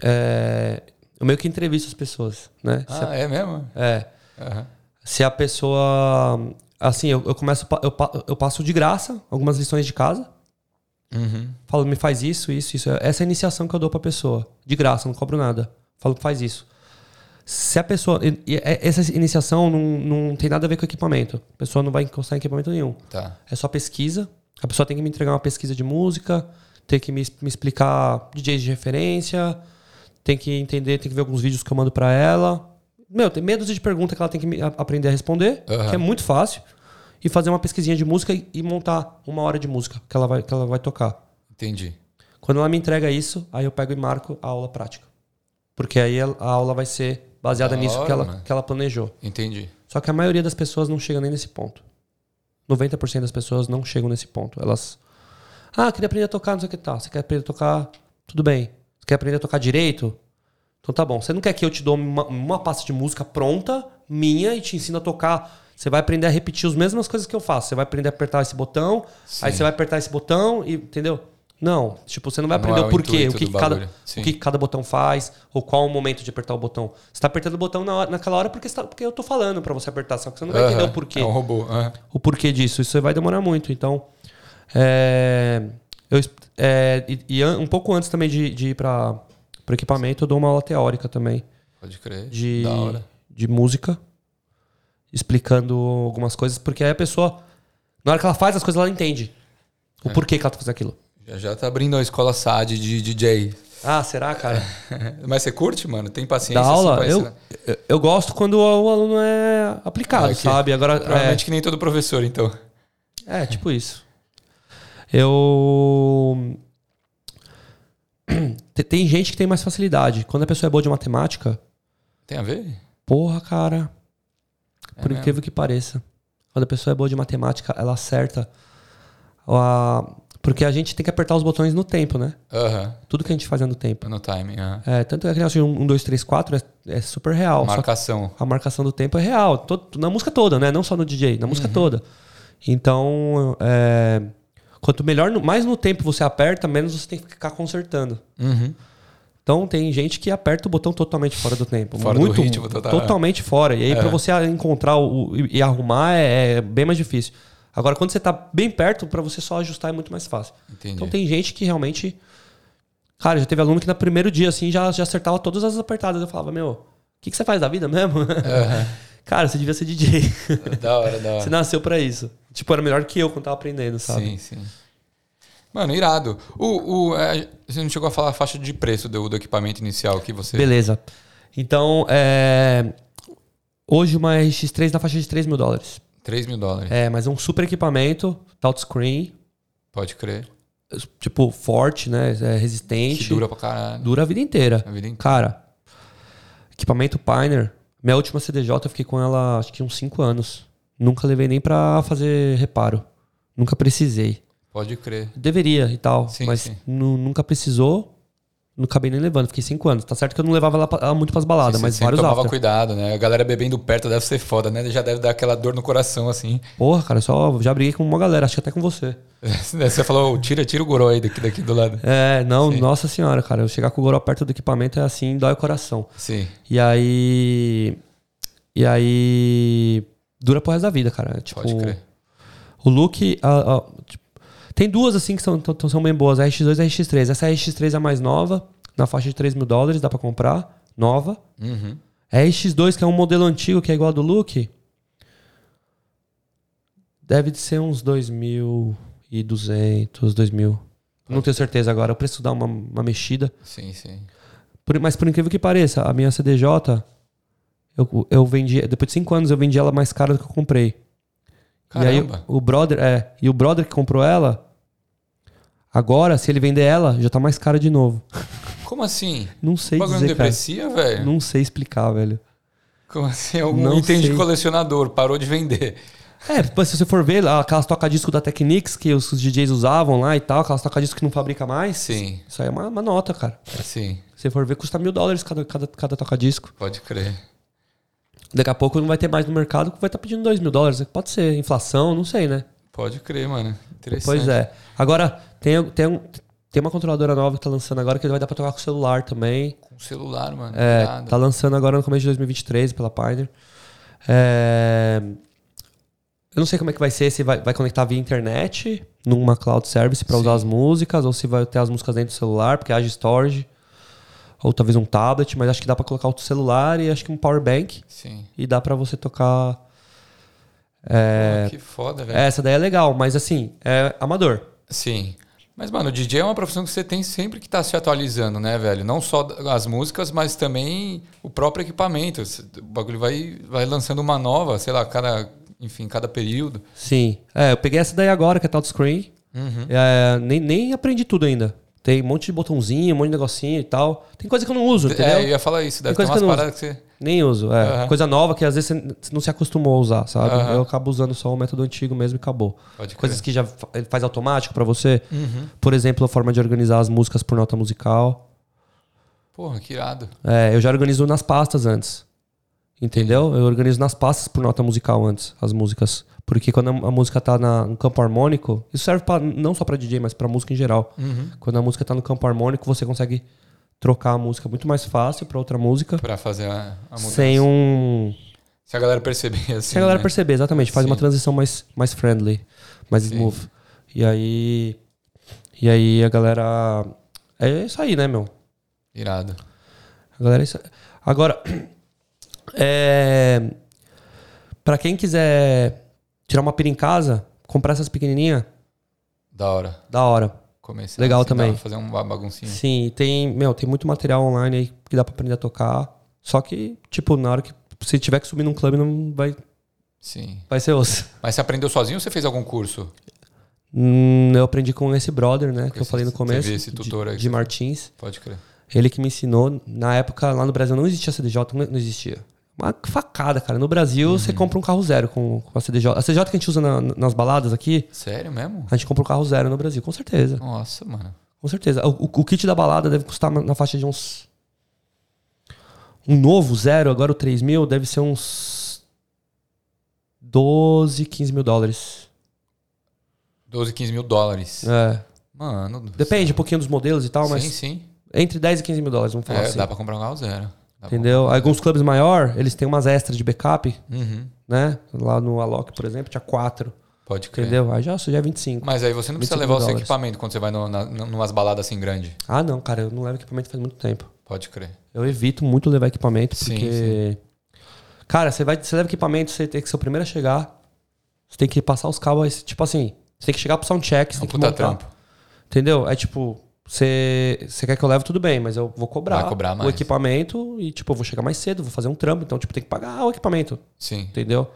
eu meio que entrevisto as pessoas, né? É mesmo? É. Se a pessoa... Assim, eu passo de graça algumas lições de casa. Falo, me faz isso. Essa é a iniciação que eu dou pra pessoa. De graça, não cobro nada. Falo, faz isso. Se a pessoa... Essa iniciação não tem nada a ver com equipamento. A pessoa não vai encostar em equipamento nenhum. Tá. É só pesquisa. A pessoa tem que me entregar uma pesquisa de música, tem que me explicar DJs de referência, tem que entender, tem que ver alguns vídeos que eu mando pra ela. Tem meia dúzia de perguntas que ela tem que aprender a responder, que é muito fácil. E fazer uma pesquisinha de música e montar 1 hora de música que ela vai tocar. Entendi. Quando ela me entrega isso, aí eu pego e marco a aula prática. Porque aí a aula vai ser baseada nisso que ela planejou. Entendi. Só que a maioria das pessoas não chega nem nesse ponto. 90% das pessoas não chegam nesse ponto. Elas... queria aprender a tocar, não sei o que tal. Você quer aprender a tocar? Tudo bem. Você quer aprender a tocar direito? Então tá bom. Você não quer que eu te dou uma pasta de música pronta, minha, e te ensino a tocar. Você vai aprender a repetir as mesmas coisas que eu faço. Você vai aprender a apertar esse botão, aí você vai apertar esse botão, e entendeu? Não, você não vai aprender o porquê, o que cada botão faz, ou qual o momento de apertar o botão. Você tá apertando o botão naquela hora porque eu tô falando pra você apertar, só que você não vai entender o porquê. É um robô. O porquê disso. Isso vai demorar muito. Então, um pouco antes também de ir pro equipamento, eu dou uma aula teórica também. Pode crer. Da hora. De música, explicando algumas coisas, porque aí a pessoa, na hora que ela faz as coisas, ela entende o porquê que ela tá fazendo aquilo. Já tá abrindo a escola SAD de DJ. Será, cara? Mas você curte, mano? Tem paciência? Da aula? Eu gosto quando o aluno é aplicado, sabe? Agora, provavelmente que nem todo professor, então. Tipo isso. Tem gente que tem mais facilidade. Quando a pessoa é boa de matemática... Tem a ver? Porra, cara. Por incrível que pareça. Quando a pessoa é boa de matemática, ela acerta... Porque a gente tem que apertar os botões no tempo, né? Tudo que a gente faz é no tempo. No timing, tanto que a criança de 1, 2, 3, 4 é super real. Marcação. A marcação do tempo é real. Na música toda, né? Não só no DJ, na música toda. Então, quanto melhor, mais no tempo você aperta, menos você tem que ficar consertando. Então, tem gente que aperta o botão totalmente fora do tempo. Fora do ritmo total. Totalmente fora. E aí, pra você encontrar e arrumar, é bem mais difícil. Agora, quando você tá bem perto, pra você só ajustar é muito mais fácil. Entendi. Então tem gente que realmente... Cara, já teve aluno que no primeiro dia, assim, já acertava todas as apertadas. Eu falava, o que você faz da vida mesmo? Cara, você devia ser DJ. Da hora. Você nasceu pra isso. Era melhor que eu quando tava aprendendo, sabe? Sim. Mano, irado. Você não chegou a falar a faixa de preço do equipamento inicial que você... Beleza. Então, hoje uma RX3 na faixa de $3 mil. $3.000. Mas é um super equipamento, touchscreen. Pode crer. Forte, né? Resistente. Que dura pra caralho. Dura a vida inteira. Cara, equipamento Pioneer. Minha última CDJ eu fiquei com ela acho que uns 5 anos. Nunca levei nem pra fazer reparo. Nunca precisei. Pode crer. Deveria e tal, mas sim. Nunca precisou. Não acabei nem levando, fiquei 5 anos. Tá certo que eu não levava ela muito pras baladas, mas vários tomava after. Cuidado, né? A galera bebendo perto deve ser foda, né? Já deve dar aquela dor no coração, assim. Porra, cara, já briguei com uma galera, acho que até com você. Você falou, tira o goró aí daqui do lado. Sim. Nossa senhora, cara. Eu chegar com o goró perto do equipamento é assim, dói o coração. Sim. E aí... Dura pro resto da vida, cara. Pode crer. O look... tem duas, assim, que são bem boas. A RX2 e a RX3. Essa RX3 é a mais nova, na faixa de $3 mil, dá pra comprar. Nova. A RX2, que é um modelo antigo, que é igual ao do look, deve ser uns 2.200, 2.000. Não tenho certeza agora. O preço dá uma mexida. Sim. Mas por incrível que pareça, a minha CDJ, eu vendi... Depois de 5 anos, eu vendi ela mais cara do que eu comprei. Caramba. E aí o brother que comprou ela, agora, se ele vender ela, já tá mais cara de novo. Como assim? Não sei dizer, não deprecia, velho? Não sei explicar, velho. Como assim? Algum item de colecionador, parou de vender. Se você for ver aquelas toca-disco da Technics que os DJs usavam lá e tal, aquelas toca-disco que não fabrica mais. Sim. Isso aí é uma nota, cara. Sim. Se você for ver, custa $1.000 cada toca-disco. Pode crer. Daqui a pouco não vai ter mais no mercado, vai estar pedindo $2.000. Pode ser inflação, não sei, né? Pode crer, mano. Interessante. Pois é. Agora, tem uma controladora nova que tá lançando agora que vai dar pra tocar com celular também. Com celular, mano. Tá lançando agora no começo de 2023 pela Pioneer. Eu não sei como é que vai ser, se vai conectar via internet numa cloud service pra usar as músicas, ou se vai ter as músicas dentro do celular, porque haja storage. ou talvez um tablet, mas acho que dá pra colocar o celular e acho que um power bank. Sim. E dá pra você tocar... Pô, que foda, velho. Essa daí é legal, mas assim, é amador. Sim. Mas, mano, o DJ é uma profissão que você tem sempre que estar se atualizando, né, velho? Não só as músicas, mas também o próprio equipamento. O bagulho vai lançando uma nova, sei lá, cada período. Sim. Eu peguei essa daí agora, que é touchscreen. Nem aprendi tudo ainda. Tem um monte de botãozinho, um monte de negocinho e tal. Tem coisa que eu não uso, entendeu? Eu ia falar isso. Deve ter umas paradas que você... Nem uso, Coisa nova que às vezes você não se acostumou a usar, sabe? Eu acabo usando só o método antigo mesmo e acabou. Coisas que já ele faz automático pra você. Por exemplo, a forma de organizar as músicas por nota musical. Porra, que irado. Eu já organizo nas pastas antes. Entendeu? Eu organizo nas pastas por nota musical antes, as músicas. Porque quando a música tá no campo harmônico, isso serve não só pra DJ, mas pra música em geral. Quando a música tá no campo harmônico, você consegue trocar a música muito mais fácil pra outra música. Pra fazer a mudança. Se a galera perceber, assim. Se a galera perceber, exatamente. Faz uma transição mais friendly, mais smooth. E aí a galera... É isso aí, né, meu? Irado. A galera... Agora, pra quem quiser tirar uma pira em casa, comprar essas pequenininhas... Da hora. Comecei legal assim, também. Fazer uma baguncinha. Sim, tem muito material online aí que dá pra aprender a tocar. Só que, tipo, na hora que você tiver que subir num clube, não vai... Sim. Vai ser osso. Mas você aprendeu sozinho ou você fez algum curso? Eu aprendi com esse brother, né? Que eu falei no começo. Teve esse tutor aí. De Martins. Pode crer. Ele que me ensinou. Na época, lá no Brasil, não existia CDJ, não existia. Uma facada, cara. No Brasil, você compra um carro zero com a CDJ. A CDJ que a gente usa nas baladas aqui... Sério mesmo? A gente compra um carro zero no Brasil, com certeza. Nossa, mano. Com certeza. O kit da balada deve custar na faixa de uns... Um novo zero, agora o 3.000, deve ser uns... 12, 15 mil dólares. 12, 15 mil dólares. Mano... Depende um pouquinho dos modelos e tal, mas... Sim. Entre 10 e 15 mil dólares, vamos falar assim. Dá pra comprar um carro zero. Entendeu? Alguns clubes maiores, eles têm umas extras de backup, né? Lá no Alok, por exemplo, tinha 4. Pode crer. Entendeu? Aí já é 25. Mas aí você não precisa levar o seu equipamento quando você vai numas baladas assim grandes. Ah, não, cara, eu não levo equipamento faz muito tempo. Pode crer. Eu evito muito levar equipamento, porque... Cara, você leva equipamento, você tem que ser o primeiro a chegar. Você tem que passar os cabos, tipo assim, você tem que chegar pro soundcheck, você tem que montar. Trampo. Entendeu? É tipo... Você quer que eu leve, tudo bem, mas eu vou cobrar mais. O equipamento e, tipo, eu vou chegar mais cedo, vou fazer um trampo, então, tipo, tem que pagar o equipamento. Sim. Entendeu?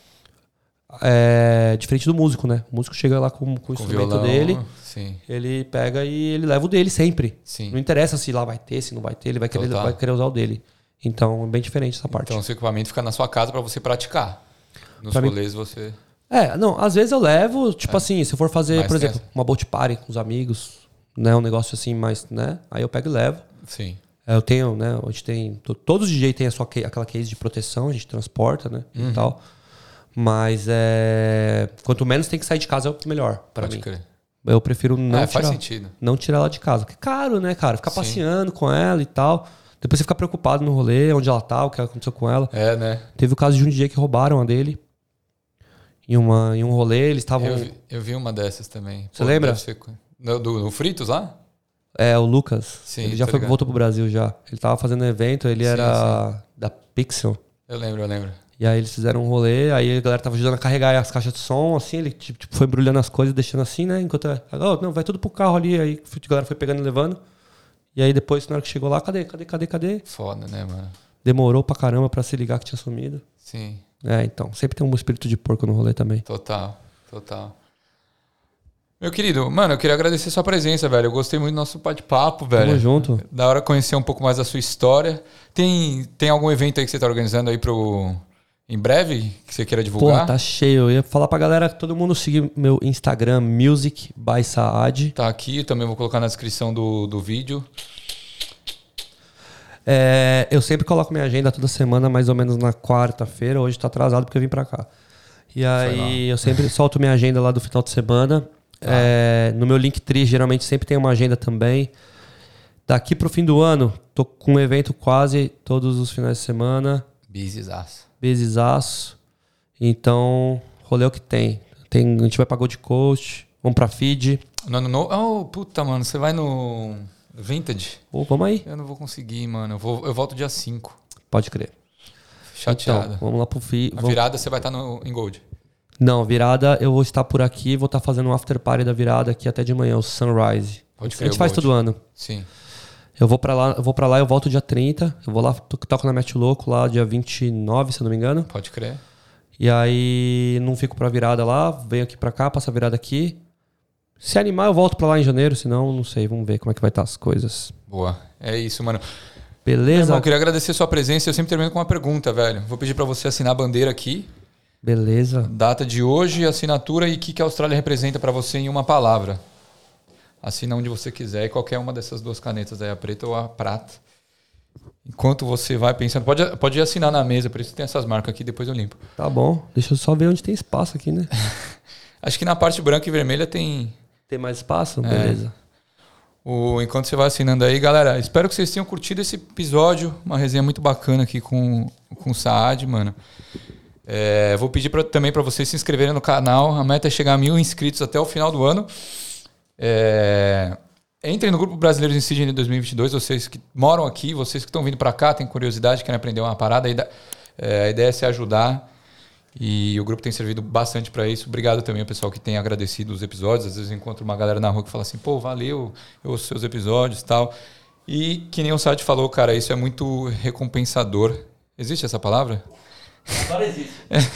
Diferente do músico, né? O músico chega lá com o instrumento violão, dele, ele pega e ele leva o dele sempre. Sim. Não interessa se lá vai ter, se não vai ter, ele vai querer usar o dele. Então, é bem diferente essa parte. Então, o seu equipamento fica na sua casa pra você praticar. Nos rolês você... não, às vezes eu levo, tipo assim, se eu for fazer, por exemplo, uma boat party com os amigos... Né, um negócio assim, mais, né? Aí eu pego e levo. Sim. Eu tenho, né? A gente tem. Todos os DJ tem aquela case de proteção, a gente transporta, né? E tal. Mas quanto menos tem que sair de casa, melhor pra mim. Crer. Eu prefiro não tirar ela de casa. Porque é caro, né, cara? Ficar passeando com ela e tal. Depois você fica preocupado no rolê, onde ela tá, o que aconteceu com ela. Né? Teve o caso de um DJ que roubaram a dele. Em um rolê, eles estavam. Eu vi uma dessas também. Você lembra? Do Fritos lá? O Lucas. Sim, ele já voltou pro Brasil já. Ele tava fazendo um evento, ele era da Pixel. Eu lembro. E aí eles fizeram um rolê, aí a galera tava ajudando a carregar as caixas de som, assim, ele tipo, foi embrulhando as coisas, deixando assim, né? Enquanto não, vai tudo pro carro ali, aí a galera foi pegando e levando. E aí depois, na hora que chegou lá, cadê? Foda, né, mano? Demorou pra caramba pra se ligar que tinha sumido. Sim. Então, sempre tem um espírito de porco no rolê também. Total. Meu querido, mano, eu queria agradecer sua presença, velho. Eu gostei muito do nosso bate-papo, velho. Tamo junto. Da hora conhecer um pouco mais da sua história. Tem algum evento aí que você tá organizando aí em breve, que você queira divulgar? Pô, tá cheio. Eu ia falar pra galera que todo mundo seguir meu Instagram, Music by Saad. Tá aqui, também vou colocar na descrição do vídeo. Eu sempre coloco minha agenda toda semana, mais ou menos na quarta-feira. Hoje tá atrasado porque eu vim pra cá. E aí eu sempre solto minha agenda lá do final de semana. No meu Linktree, geralmente sempre tem uma agenda também. Daqui pro fim do ano, tô com um evento quase todos os finais de semana. Busyzaço. Então, rolê é o que tem. A gente vai pra Gold Coast, vamos pra Feed. Puta, mano, você vai no Vintage? Pô, vamos aí. Eu não vou conseguir, mano. Eu volto dia 5. Pode crer. Chateado. Então, vamos lá pro FI. A virada você vai estar em Gold. Não, virada eu vou estar por aqui, vou estar fazendo um after party da virada aqui até de manhã, o Sunrise. Pode crer, a gente faz todo ano. Sim. Eu vou pra lá, eu volto dia 30. Eu vou lá, toco na Mete Louco lá dia 29, se eu não me engano. Pode crer. E aí não fico pra virada lá, venho aqui pra cá, passo a virada aqui. Se animar, eu volto pra lá em janeiro, senão não sei, vamos ver como é que vai estar as coisas. Boa, é isso, mano. Beleza? Irmão, eu queria agradecer a sua presença, eu sempre termino com uma pergunta, velho. Vou pedir pra você assinar a bandeira aqui. Beleza. Data de hoje, assinatura e o que a Austrália representa pra você em uma palavra. Assina onde você quiser, e qualquer uma dessas duas canetas aí, a preta ou a prata. Enquanto você vai pensando, pode assinar na mesa, por isso tem essas marcas aqui, depois eu limpo. Tá bom, deixa eu só ver onde tem espaço aqui, né? Acho que na parte branca e vermelha tem... Tem mais espaço? Beleza. Enquanto você vai assinando aí, galera, espero que vocês tenham curtido esse episódio, uma resenha muito bacana aqui com o Saad, mano. Vou pedir também para vocês se inscreverem no canal, a meta é chegar a 1000 inscritos até o final do ano. Entrem no Grupo Brasileiros em Sydney 2022, vocês que moram aqui, vocês que estão vindo para cá, têm curiosidade, querem aprender uma parada, a ideia é se ajudar e o grupo tem servido bastante para isso. Obrigado também ao pessoal que tem agradecido os episódios, às vezes eu encontro uma galera na rua que fala assim, pô, valeu, eu ouço seus episódios e tal. E que nem o Saad falou, cara, isso é muito recompensador. Existe essa palavra? Agora existe.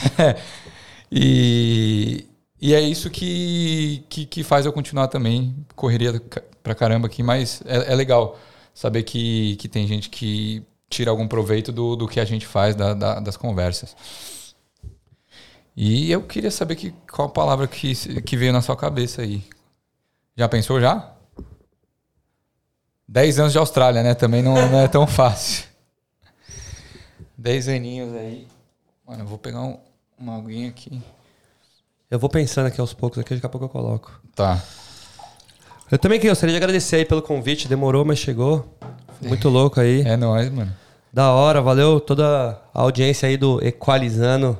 E é isso que faz eu continuar também. Correria pra caramba aqui, mas é legal saber que tem gente que tira algum proveito do que a gente faz, das conversas. E eu queria saber qual a palavra que veio na sua cabeça aí. Já pensou já? 10 anos de Austrália, né? Também não é tão fácil. 10 aninhos aí. Mano, eu vou pegar uma aguinha aqui. Eu vou pensando aqui aos poucos, aqui daqui a pouco eu coloco. Tá. Eu também gostaria de agradecer aí pelo convite, demorou, mas chegou. Muito louco aí. É nóis, mano. Da hora, valeu toda a audiência aí do Equalizando.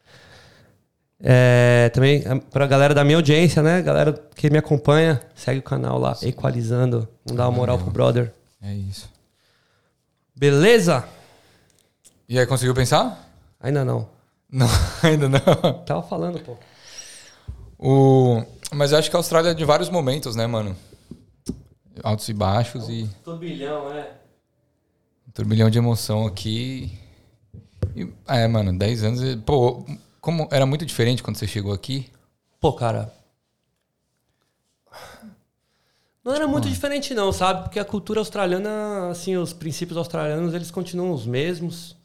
Também pra galera da minha audiência, né? Galera que me acompanha, segue o canal lá, sim. Equalizando. Vamos dar uma moral pro brother. É isso. Beleza? E aí, conseguiu pensar? Ainda não. Não, ainda não. Tava falando, pô. Mas eu acho que a Austrália é de vários momentos, né, mano? Altos e baixos e... Turbilhão, Um turbilhão de emoção aqui. Mano, 10 anos... Pô, como era muito diferente quando você chegou aqui? Pô, cara... Não era muito diferente não, sabe? Porque a cultura australiana, assim, os princípios australianos, eles continuam os mesmos.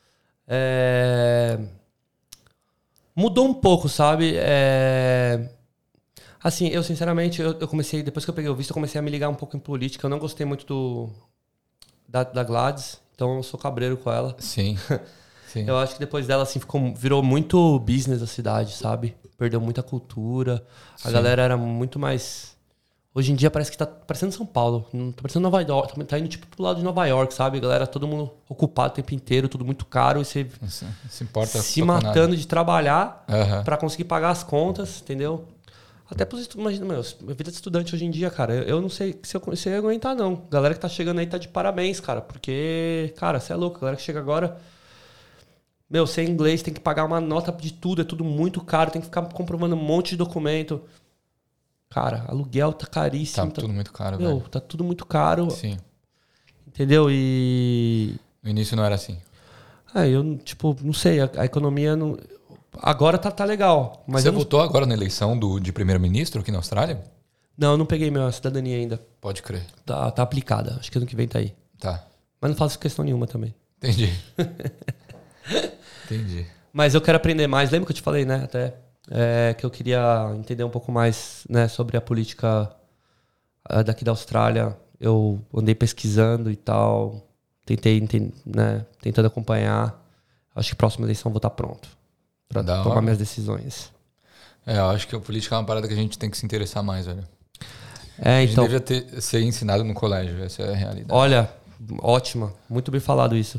Mudou um pouco, sabe? Assim, eu sinceramente, eu comecei, depois que eu peguei o visto, eu comecei a me ligar um pouco em política. Eu não gostei muito da Gladys, então eu sou cabreiro com ela. Sim. Sim. Eu acho que depois dela, assim, virou muito business a cidade, sabe? Perdeu muita cultura. A galera era muito mais... Hoje em dia parece que tá parecendo São Paulo. Não tá parecendo Nova York. Tá indo tipo pro lado de Nova York, sabe? A galera, todo mundo ocupado o tempo inteiro, tudo muito caro. E você se matando de trabalhar pra conseguir pagar as contas, entendeu? Até pros estudantes. Imagina, minha vida de estudante hoje em dia, cara, eu não sei se eu ia aguentar, não. A galera que tá chegando aí tá de parabéns, cara. Porque, cara, você é louco. A galera que chega agora... sem inglês, tem que pagar uma nota de tudo. É tudo muito caro. Tem que ficar comprovando um monte de documento. Cara, aluguel tá caríssimo. Tá tudo muito caro, velho. Tá tudo muito caro. Sim. Entendeu? E... No início não era assim. Eu, tipo, não sei. A economia não... Agora tá legal. Mas você votou agora na eleição de primeiro-ministro aqui na Austrália? Não, eu não peguei minha cidadania ainda. Pode crer. Tá aplicada. Acho que ano que vem tá aí. Tá. Mas não faço questão nenhuma também. Entendi. Entendi. Mas eu quero aprender mais. Lembra que eu te falei, né? Até... que eu queria entender um pouco mais, né, sobre a política daqui da Austrália. Eu andei pesquisando e tal, tentando acompanhar. Acho que a próxima eleição eu vou estar pronto para tomar minhas decisões. Eu acho que a política é uma parada que a gente tem que se interessar mais, velho. Então, devia ser ensinado no colégio, essa é a realidade. Olha, ótima, muito bem falado isso.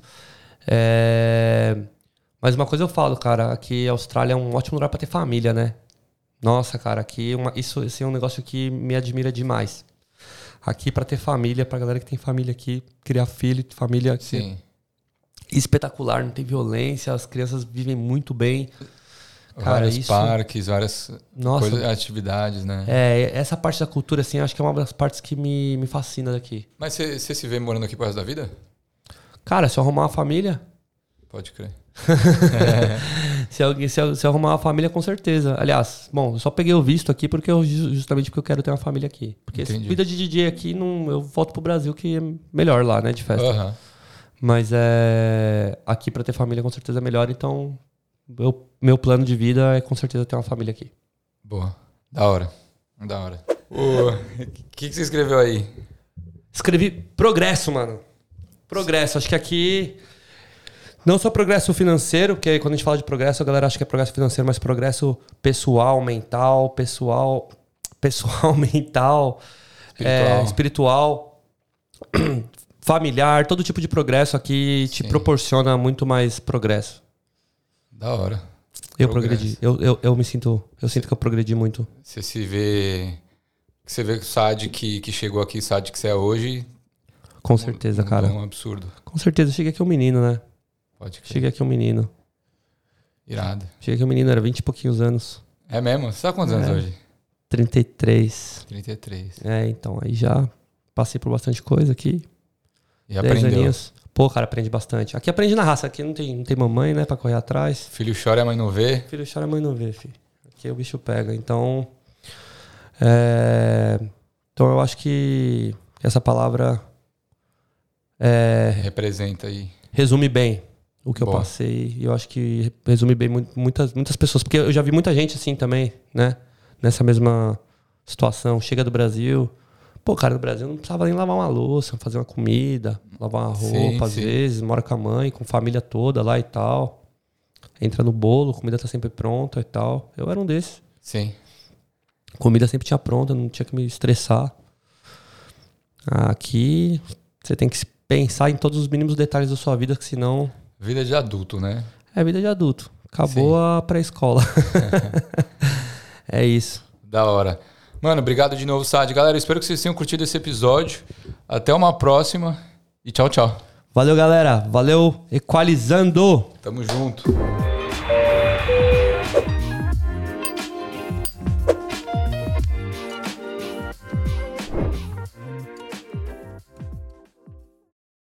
Mas uma coisa eu falo, cara, aqui a Austrália é um ótimo lugar pra ter família, né? Nossa, cara, aqui isso assim, é um negócio que me admira demais. aqui pra ter família, pra galera que tem família aqui, criar filho, família aqui. Sim. Espetacular, não tem violência, as crianças vivem muito bem. Cara, Vários isso... parques, várias Nossa, atividades, né? Essa parte da cultura, assim, acho que é uma das partes que me fascina daqui. Mas você se vê morando aqui pro resto da vida? Cara, se eu arrumar uma família... Pode crer. se eu arrumar uma família, com certeza. Aliás, bom, eu só peguei o visto aqui justamente porque eu quero ter uma família aqui. Porque vida de DJ aqui, eu volto pro Brasil, que é melhor lá, né, de festa. Uhum. Mas aqui pra ter família, com certeza é melhor, então... Meu plano de vida é com certeza ter uma família aqui. Boa. Da hora. O que você escreveu aí? Escrevi progresso, mano. Progresso. Acho que aqui... Não só progresso financeiro, porque quando a gente fala de progresso, a galera acha que é progresso financeiro, mas progresso pessoal, mental, mental, espiritual, familiar, todo tipo de progresso aqui te proporciona muito mais progresso. Da hora. Eu progredi. Eu sinto que eu progredi muito. Você vê que o Sade que chegou aqui, o Sade que você é hoje. Com certeza, cara. É um absurdo. Com certeza. Cheguei aqui um menino, né? Pode crer. Cheguei aqui um menino. Irado. Cheguei aqui um menino, era 20 e pouquinhos anos. É mesmo? Você tá quantos anos hoje? 33. 33. Então, aí já passei por bastante coisa aqui. E aprendeu. Aninhos. Pô, cara, aprende bastante. Aqui aprende na raça. Aqui não tem mamãe, né, pra correr atrás. Filho chora, a mãe não vê. Filho chora, a mãe não vê, filho. Aqui o bicho pega. Então, então eu acho que essa palavra representa aí. Resume bem o que eu passei. E eu acho que resume bem muitas pessoas. Porque eu já vi muita gente assim também, né? Nessa mesma situação. Chega do Brasil... Pô, cara, no Brasil não precisava nem lavar uma louça, fazer uma comida, lavar uma roupa, às vezes, mora com a mãe, com a família toda lá e tal. Entra no bolo, a comida tá sempre pronta e tal. Eu era um desses. Sim. Comida sempre tinha pronta, não tinha que me estressar. Aqui, você tem que pensar em todos os mínimos detalhes da sua vida, que senão... Vida de adulto, né? É vida de adulto. Acabou a pré-escola. É isso. Da hora. Mano, obrigado de novo, Sade. Galera, eu espero que vocês tenham curtido esse episódio. Até uma próxima e tchau, tchau. Valeu, galera. Valeu, Equalizando. Tamo junto.